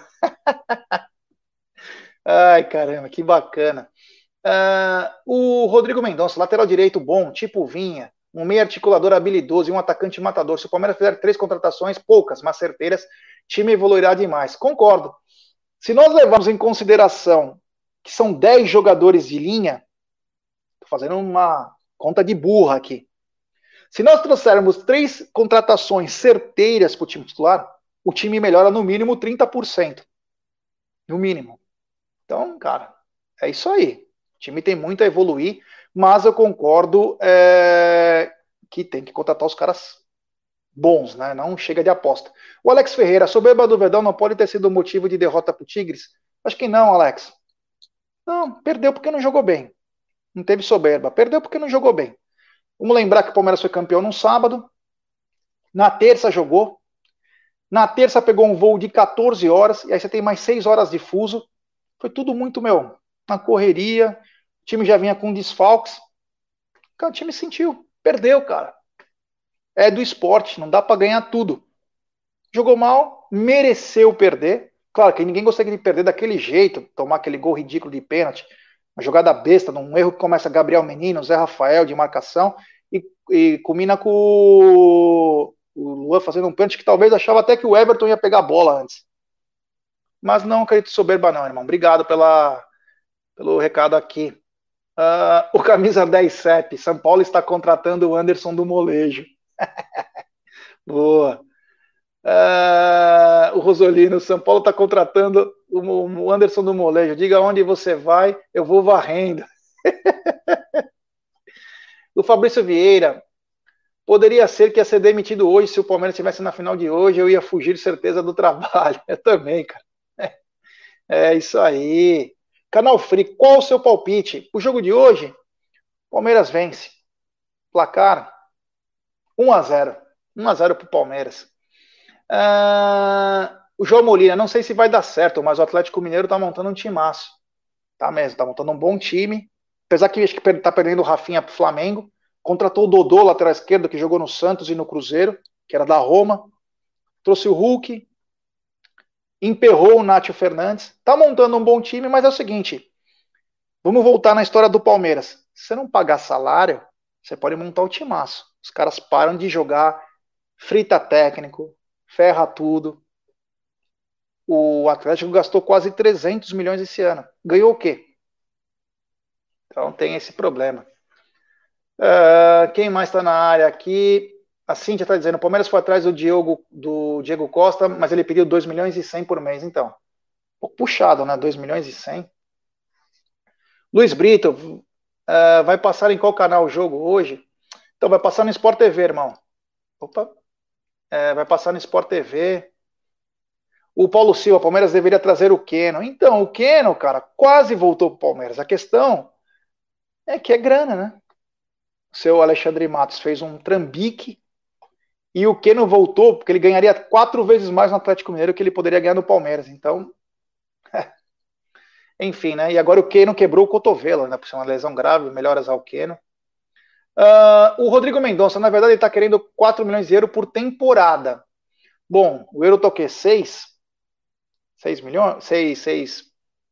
Ai, caramba, que bacana. O Rodrigo Mendonça, lateral direito bom, tipo Vinha, um meio articulador habilidoso e um atacante matador. Se o Palmeiras fizer 3 contratações, poucas, mas certeiras, time evoluirá demais. Concordo. Se nós levarmos em consideração que são 10 jogadores de linha, tô fazendo uma conta de burra aqui. Se nós trouxermos 3 contratações certeiras para o time titular, o time melhora no mínimo 30%. No mínimo. Então, cara, é isso aí. O time tem muito a evoluir, mas eu concordo que tem que contratar os caras bons, né? Não chega de aposta. O Alex Ferreira, a soberba do Verdão não pode ter sido motivo de derrota para o Tigres? Acho que não, Alex. Não, perdeu porque não jogou bem. Não teve soberba. Perdeu porque não jogou bem. Vamos lembrar que o Palmeiras foi campeão num sábado. Na terça jogou. Na terça pegou um voo de 14 horas. E aí você tem mais 6 horas de fuso. Foi tudo muito, na correria. O time já vinha com desfalques. O time sentiu. Perdeu, cara. É do esporte. Não dá para ganhar tudo. Jogou mal. Mereceu perder. Claro que ninguém gostaria de perder daquele jeito. Tomar aquele gol ridículo de pênalti. Uma jogada besta. Num erro que começa Gabriel Menino, Zé Rafael de marcação. e culmina com o Luan fazendo um pênalti que talvez achava até que o Everton ia pegar a bola antes. Mas não acredito soberba não, irmão. Obrigado pelo recado aqui. O camisa 10 CEP, São Paulo está contratando o Anderson do Molejo. Boa. O Rosolino, São Paulo está contratando o Anderson do Molejo. Diga onde você vai, eu vou varrendo. O Fabrício Vieira, poderia ser que ia ser demitido hoje se o Palmeiras estivesse na final de hoje, eu ia fugir certeza do trabalho. Eu também, cara. É isso aí. Canal Free, qual o seu palpite? O jogo de hoje, Palmeiras vence. Placar 1-0. 1-0 para o Palmeiras. O João Molina, não sei se vai dar certo, mas o Atlético Mineiro tá montando um timaço. Tá mesmo, tá montando um bom time. Apesar que acho que tá perdendo o Rafinha pro Flamengo. Contratou o Dodô, lateral esquerdo, que jogou no Santos e no Cruzeiro, que era da Roma. Trouxe o Hulk. Emperrou o Nátio Fernandes. Tá montando um bom time, mas é o seguinte. Vamos voltar na história do Palmeiras. Se você não pagar salário, você pode montar o timaço. Os caras param de jogar, frita técnico, ferra tudo. O Atlético gastou quase 300 milhões esse ano. Ganhou o quê? Então tem esse problema. Quem mais está na área aqui? A Cíntia está dizendo, o Palmeiras foi atrás do Diego Costa, mas ele pediu 2 milhões e 100 por mês. Então, um pouco puxado, né? 2 milhões e 100. Luiz Brito, vai passar em qual canal o jogo hoje? Então, vai passar no Sport TV, irmão. Opa. Vai passar no Sport TV. O Paulo Silva, Palmeiras deveria trazer o Keno. Então, o Keno, cara, quase voltou pro Palmeiras. A questão é que é grana, né? O seu Alexandre Matos fez um trambique e o Keno voltou porque ele ganharia 4 vezes mais no Atlético Mineiro que ele poderia ganhar no Palmeiras. Então, enfim, né? E agora o Keno quebrou o cotovelo, né? Por ser uma lesão grave, melhoras ao Keno. O Rodrigo Mendonça, na verdade, ele está querendo 4 milhões de euros por temporada. Bom, o euro tá o quê? 6 milhões? 6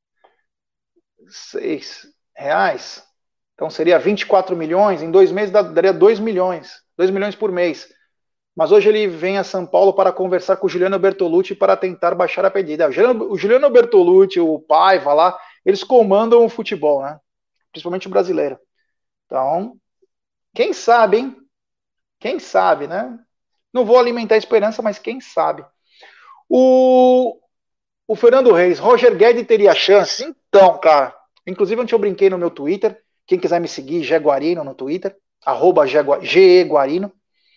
reais? Então seria 24 milhões, em 2 meses daria 2 milhões, 2 milhões por mês. Mas hoje ele vem a São Paulo para conversar com o Juliano Bertolucci para tentar baixar a pedida. O Juliano Bertolucci, o Paiva lá, eles comandam o futebol, né? Principalmente o brasileiro. Então, quem sabe, hein? Quem sabe, né? Não vou alimentar a esperança, mas quem sabe. O Fernando Reis, Roger Guedes teria chance? Então, cara, inclusive ontem eu brinquei no meu Twitter, quem quiser me seguir, Guarino no Twitter, @GeGuarino.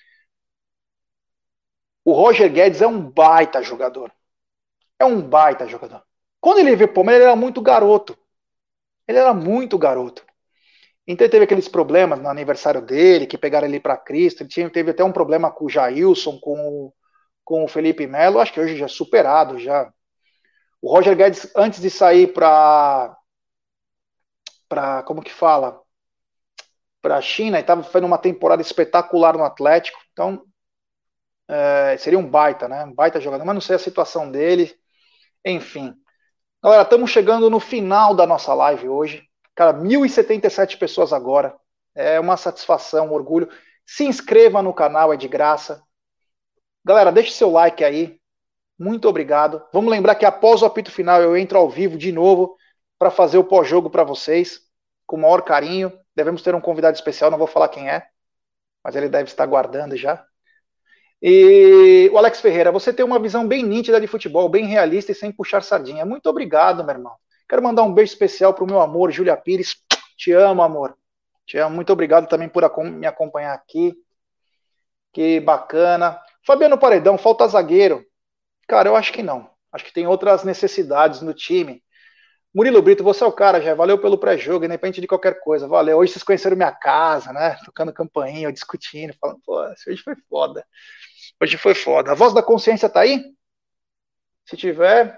O Roger Guedes é um baita jogador. É um baita jogador. Quando ele veio pro Palmeiras, ele era muito garoto. Ele era muito garoto. Então ele teve aqueles problemas no aniversário dele, que pegaram ele para Cristo. Ele teve até um problema com o Jailson, com o Felipe Melo. Acho que hoje já é superado já. O Roger Guedes, antes de sair para como que fala? Para a China, e estava fazendo uma temporada espetacular no Atlético. Então, seria um baita, né? Um baita jogador. Mas não sei a situação dele. Enfim. Galera, estamos chegando no final da nossa live hoje. Cara, 1.077 pessoas agora. É uma satisfação, um orgulho. Se inscreva no canal, é de graça. Galera, deixe seu like aí. Muito obrigado. Vamos lembrar que após o apito final eu entro ao vivo de novo para fazer o pós-jogo para vocês, com o maior carinho. Devemos ter um convidado especial, não vou falar quem é, mas ele deve estar aguardando já. E o Alex Ferreira, você tem uma visão bem nítida de futebol, bem realista e sem puxar sardinha. Muito obrigado, meu irmão. Quero mandar um beijo especial para o meu amor, Júlia Pires. Te amo, amor. Te amo. Muito obrigado também por me acompanhar aqui. Que bacana. Fabiano Paredão, falta zagueiro. Cara, eu acho que não. Acho que tem outras necessidades no time. Murilo Brito, você é o cara, já. Valeu pelo pré-jogo, independente de qualquer coisa. Valeu. Hoje vocês conheceram minha casa, né? Tocando campainha, discutindo, falando, pô, hoje foi foda. Hoje foi foda. A voz da consciência tá aí? Se tiver.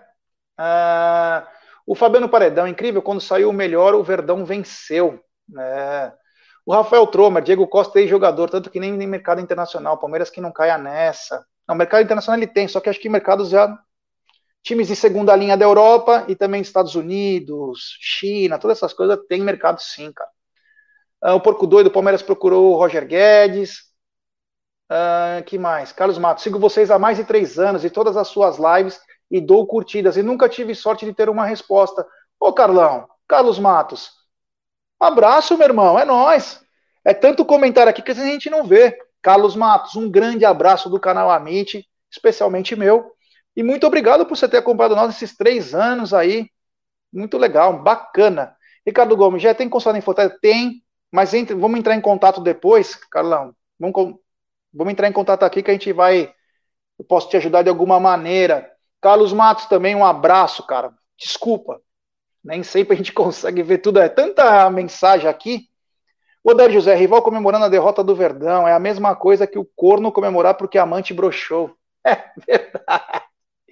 O Fabiano Paredão, incrível, quando saiu o melhor, o Verdão venceu. O Rafael Tromer, Diego Costa é jogador, tanto que nem mercado internacional. Palmeiras que não caia nessa. Não, mercado internacional ele tem, só que acho que mercados já. Times de segunda linha da Europa e também Estados Unidos, China, todas essas coisas tem mercado sim, cara. O Porco Doido, o Palmeiras procurou o Roger Guedes. Que mais? Carlos Matos, sigo vocês há mais de 3 anos e todas as suas lives e dou curtidas e nunca tive sorte de ter uma resposta. Ô Carlão, Carlos Matos, um abraço, meu irmão, é nóis. É tanto comentário aqui que a gente não vê. Carlos Matos, um grande abraço do canal Amit, especialmente meu. E muito obrigado por você ter acompanhado nós esses 3 anos aí. Muito legal, bacana. Ricardo Gomes, já tem consulado em Fortaleza? Tem, mas vamos entrar em contato depois, Carlão. Vamos entrar em contato aqui que a gente vai. Eu posso te ajudar de alguma maneira. Carlos Matos também, um abraço, cara. Desculpa. Nem sempre a gente consegue ver tudo. É tanta mensagem aqui. Odair José, rival comemorando a derrota do Verdão. É a mesma coisa que o corno comemorar porque a amante broxou. É verdade.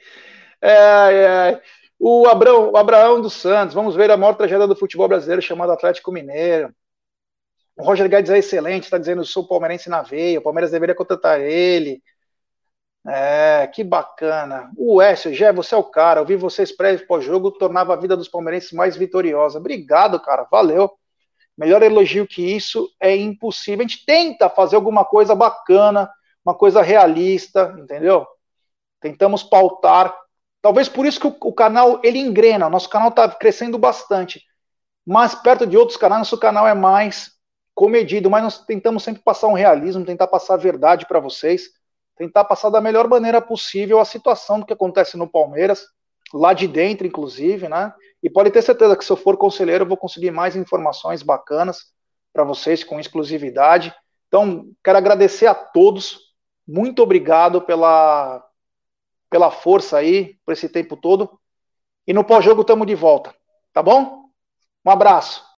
O Abraão dos Santos. Vamos ver a maior tragédia do futebol brasileiro chamado Atlético Mineiro. O Roger Guedes é excelente, está dizendo: sou palmeirense na veia, o Palmeiras deveria contratar ele. Que bacana. O Écio, você é o cara. Ouvir vocês pós-jogo tornava a vida dos palmeirenses mais vitoriosa. Obrigado, cara. Valeu. Melhor elogio que isso é impossível. A gente tenta fazer alguma coisa bacana, uma coisa realista, entendeu? Tentamos pautar. Talvez por isso que o canal, ele engrena. Nosso canal está crescendo bastante. Mas perto de outros canais, nosso canal é mais comedido. Mas nós tentamos sempre passar um realismo, tentar passar a verdade para vocês. Tentar passar da melhor maneira possível a situação do que acontece no Palmeiras, lá de dentro, inclusive, né? E pode ter certeza que se eu for conselheiro, eu vou conseguir mais informações bacanas para vocês, com exclusividade. Então, quero agradecer a todos. Muito obrigado pela força aí, por esse tempo todo. E no pós-jogo estamos de volta, tá bom? Um abraço.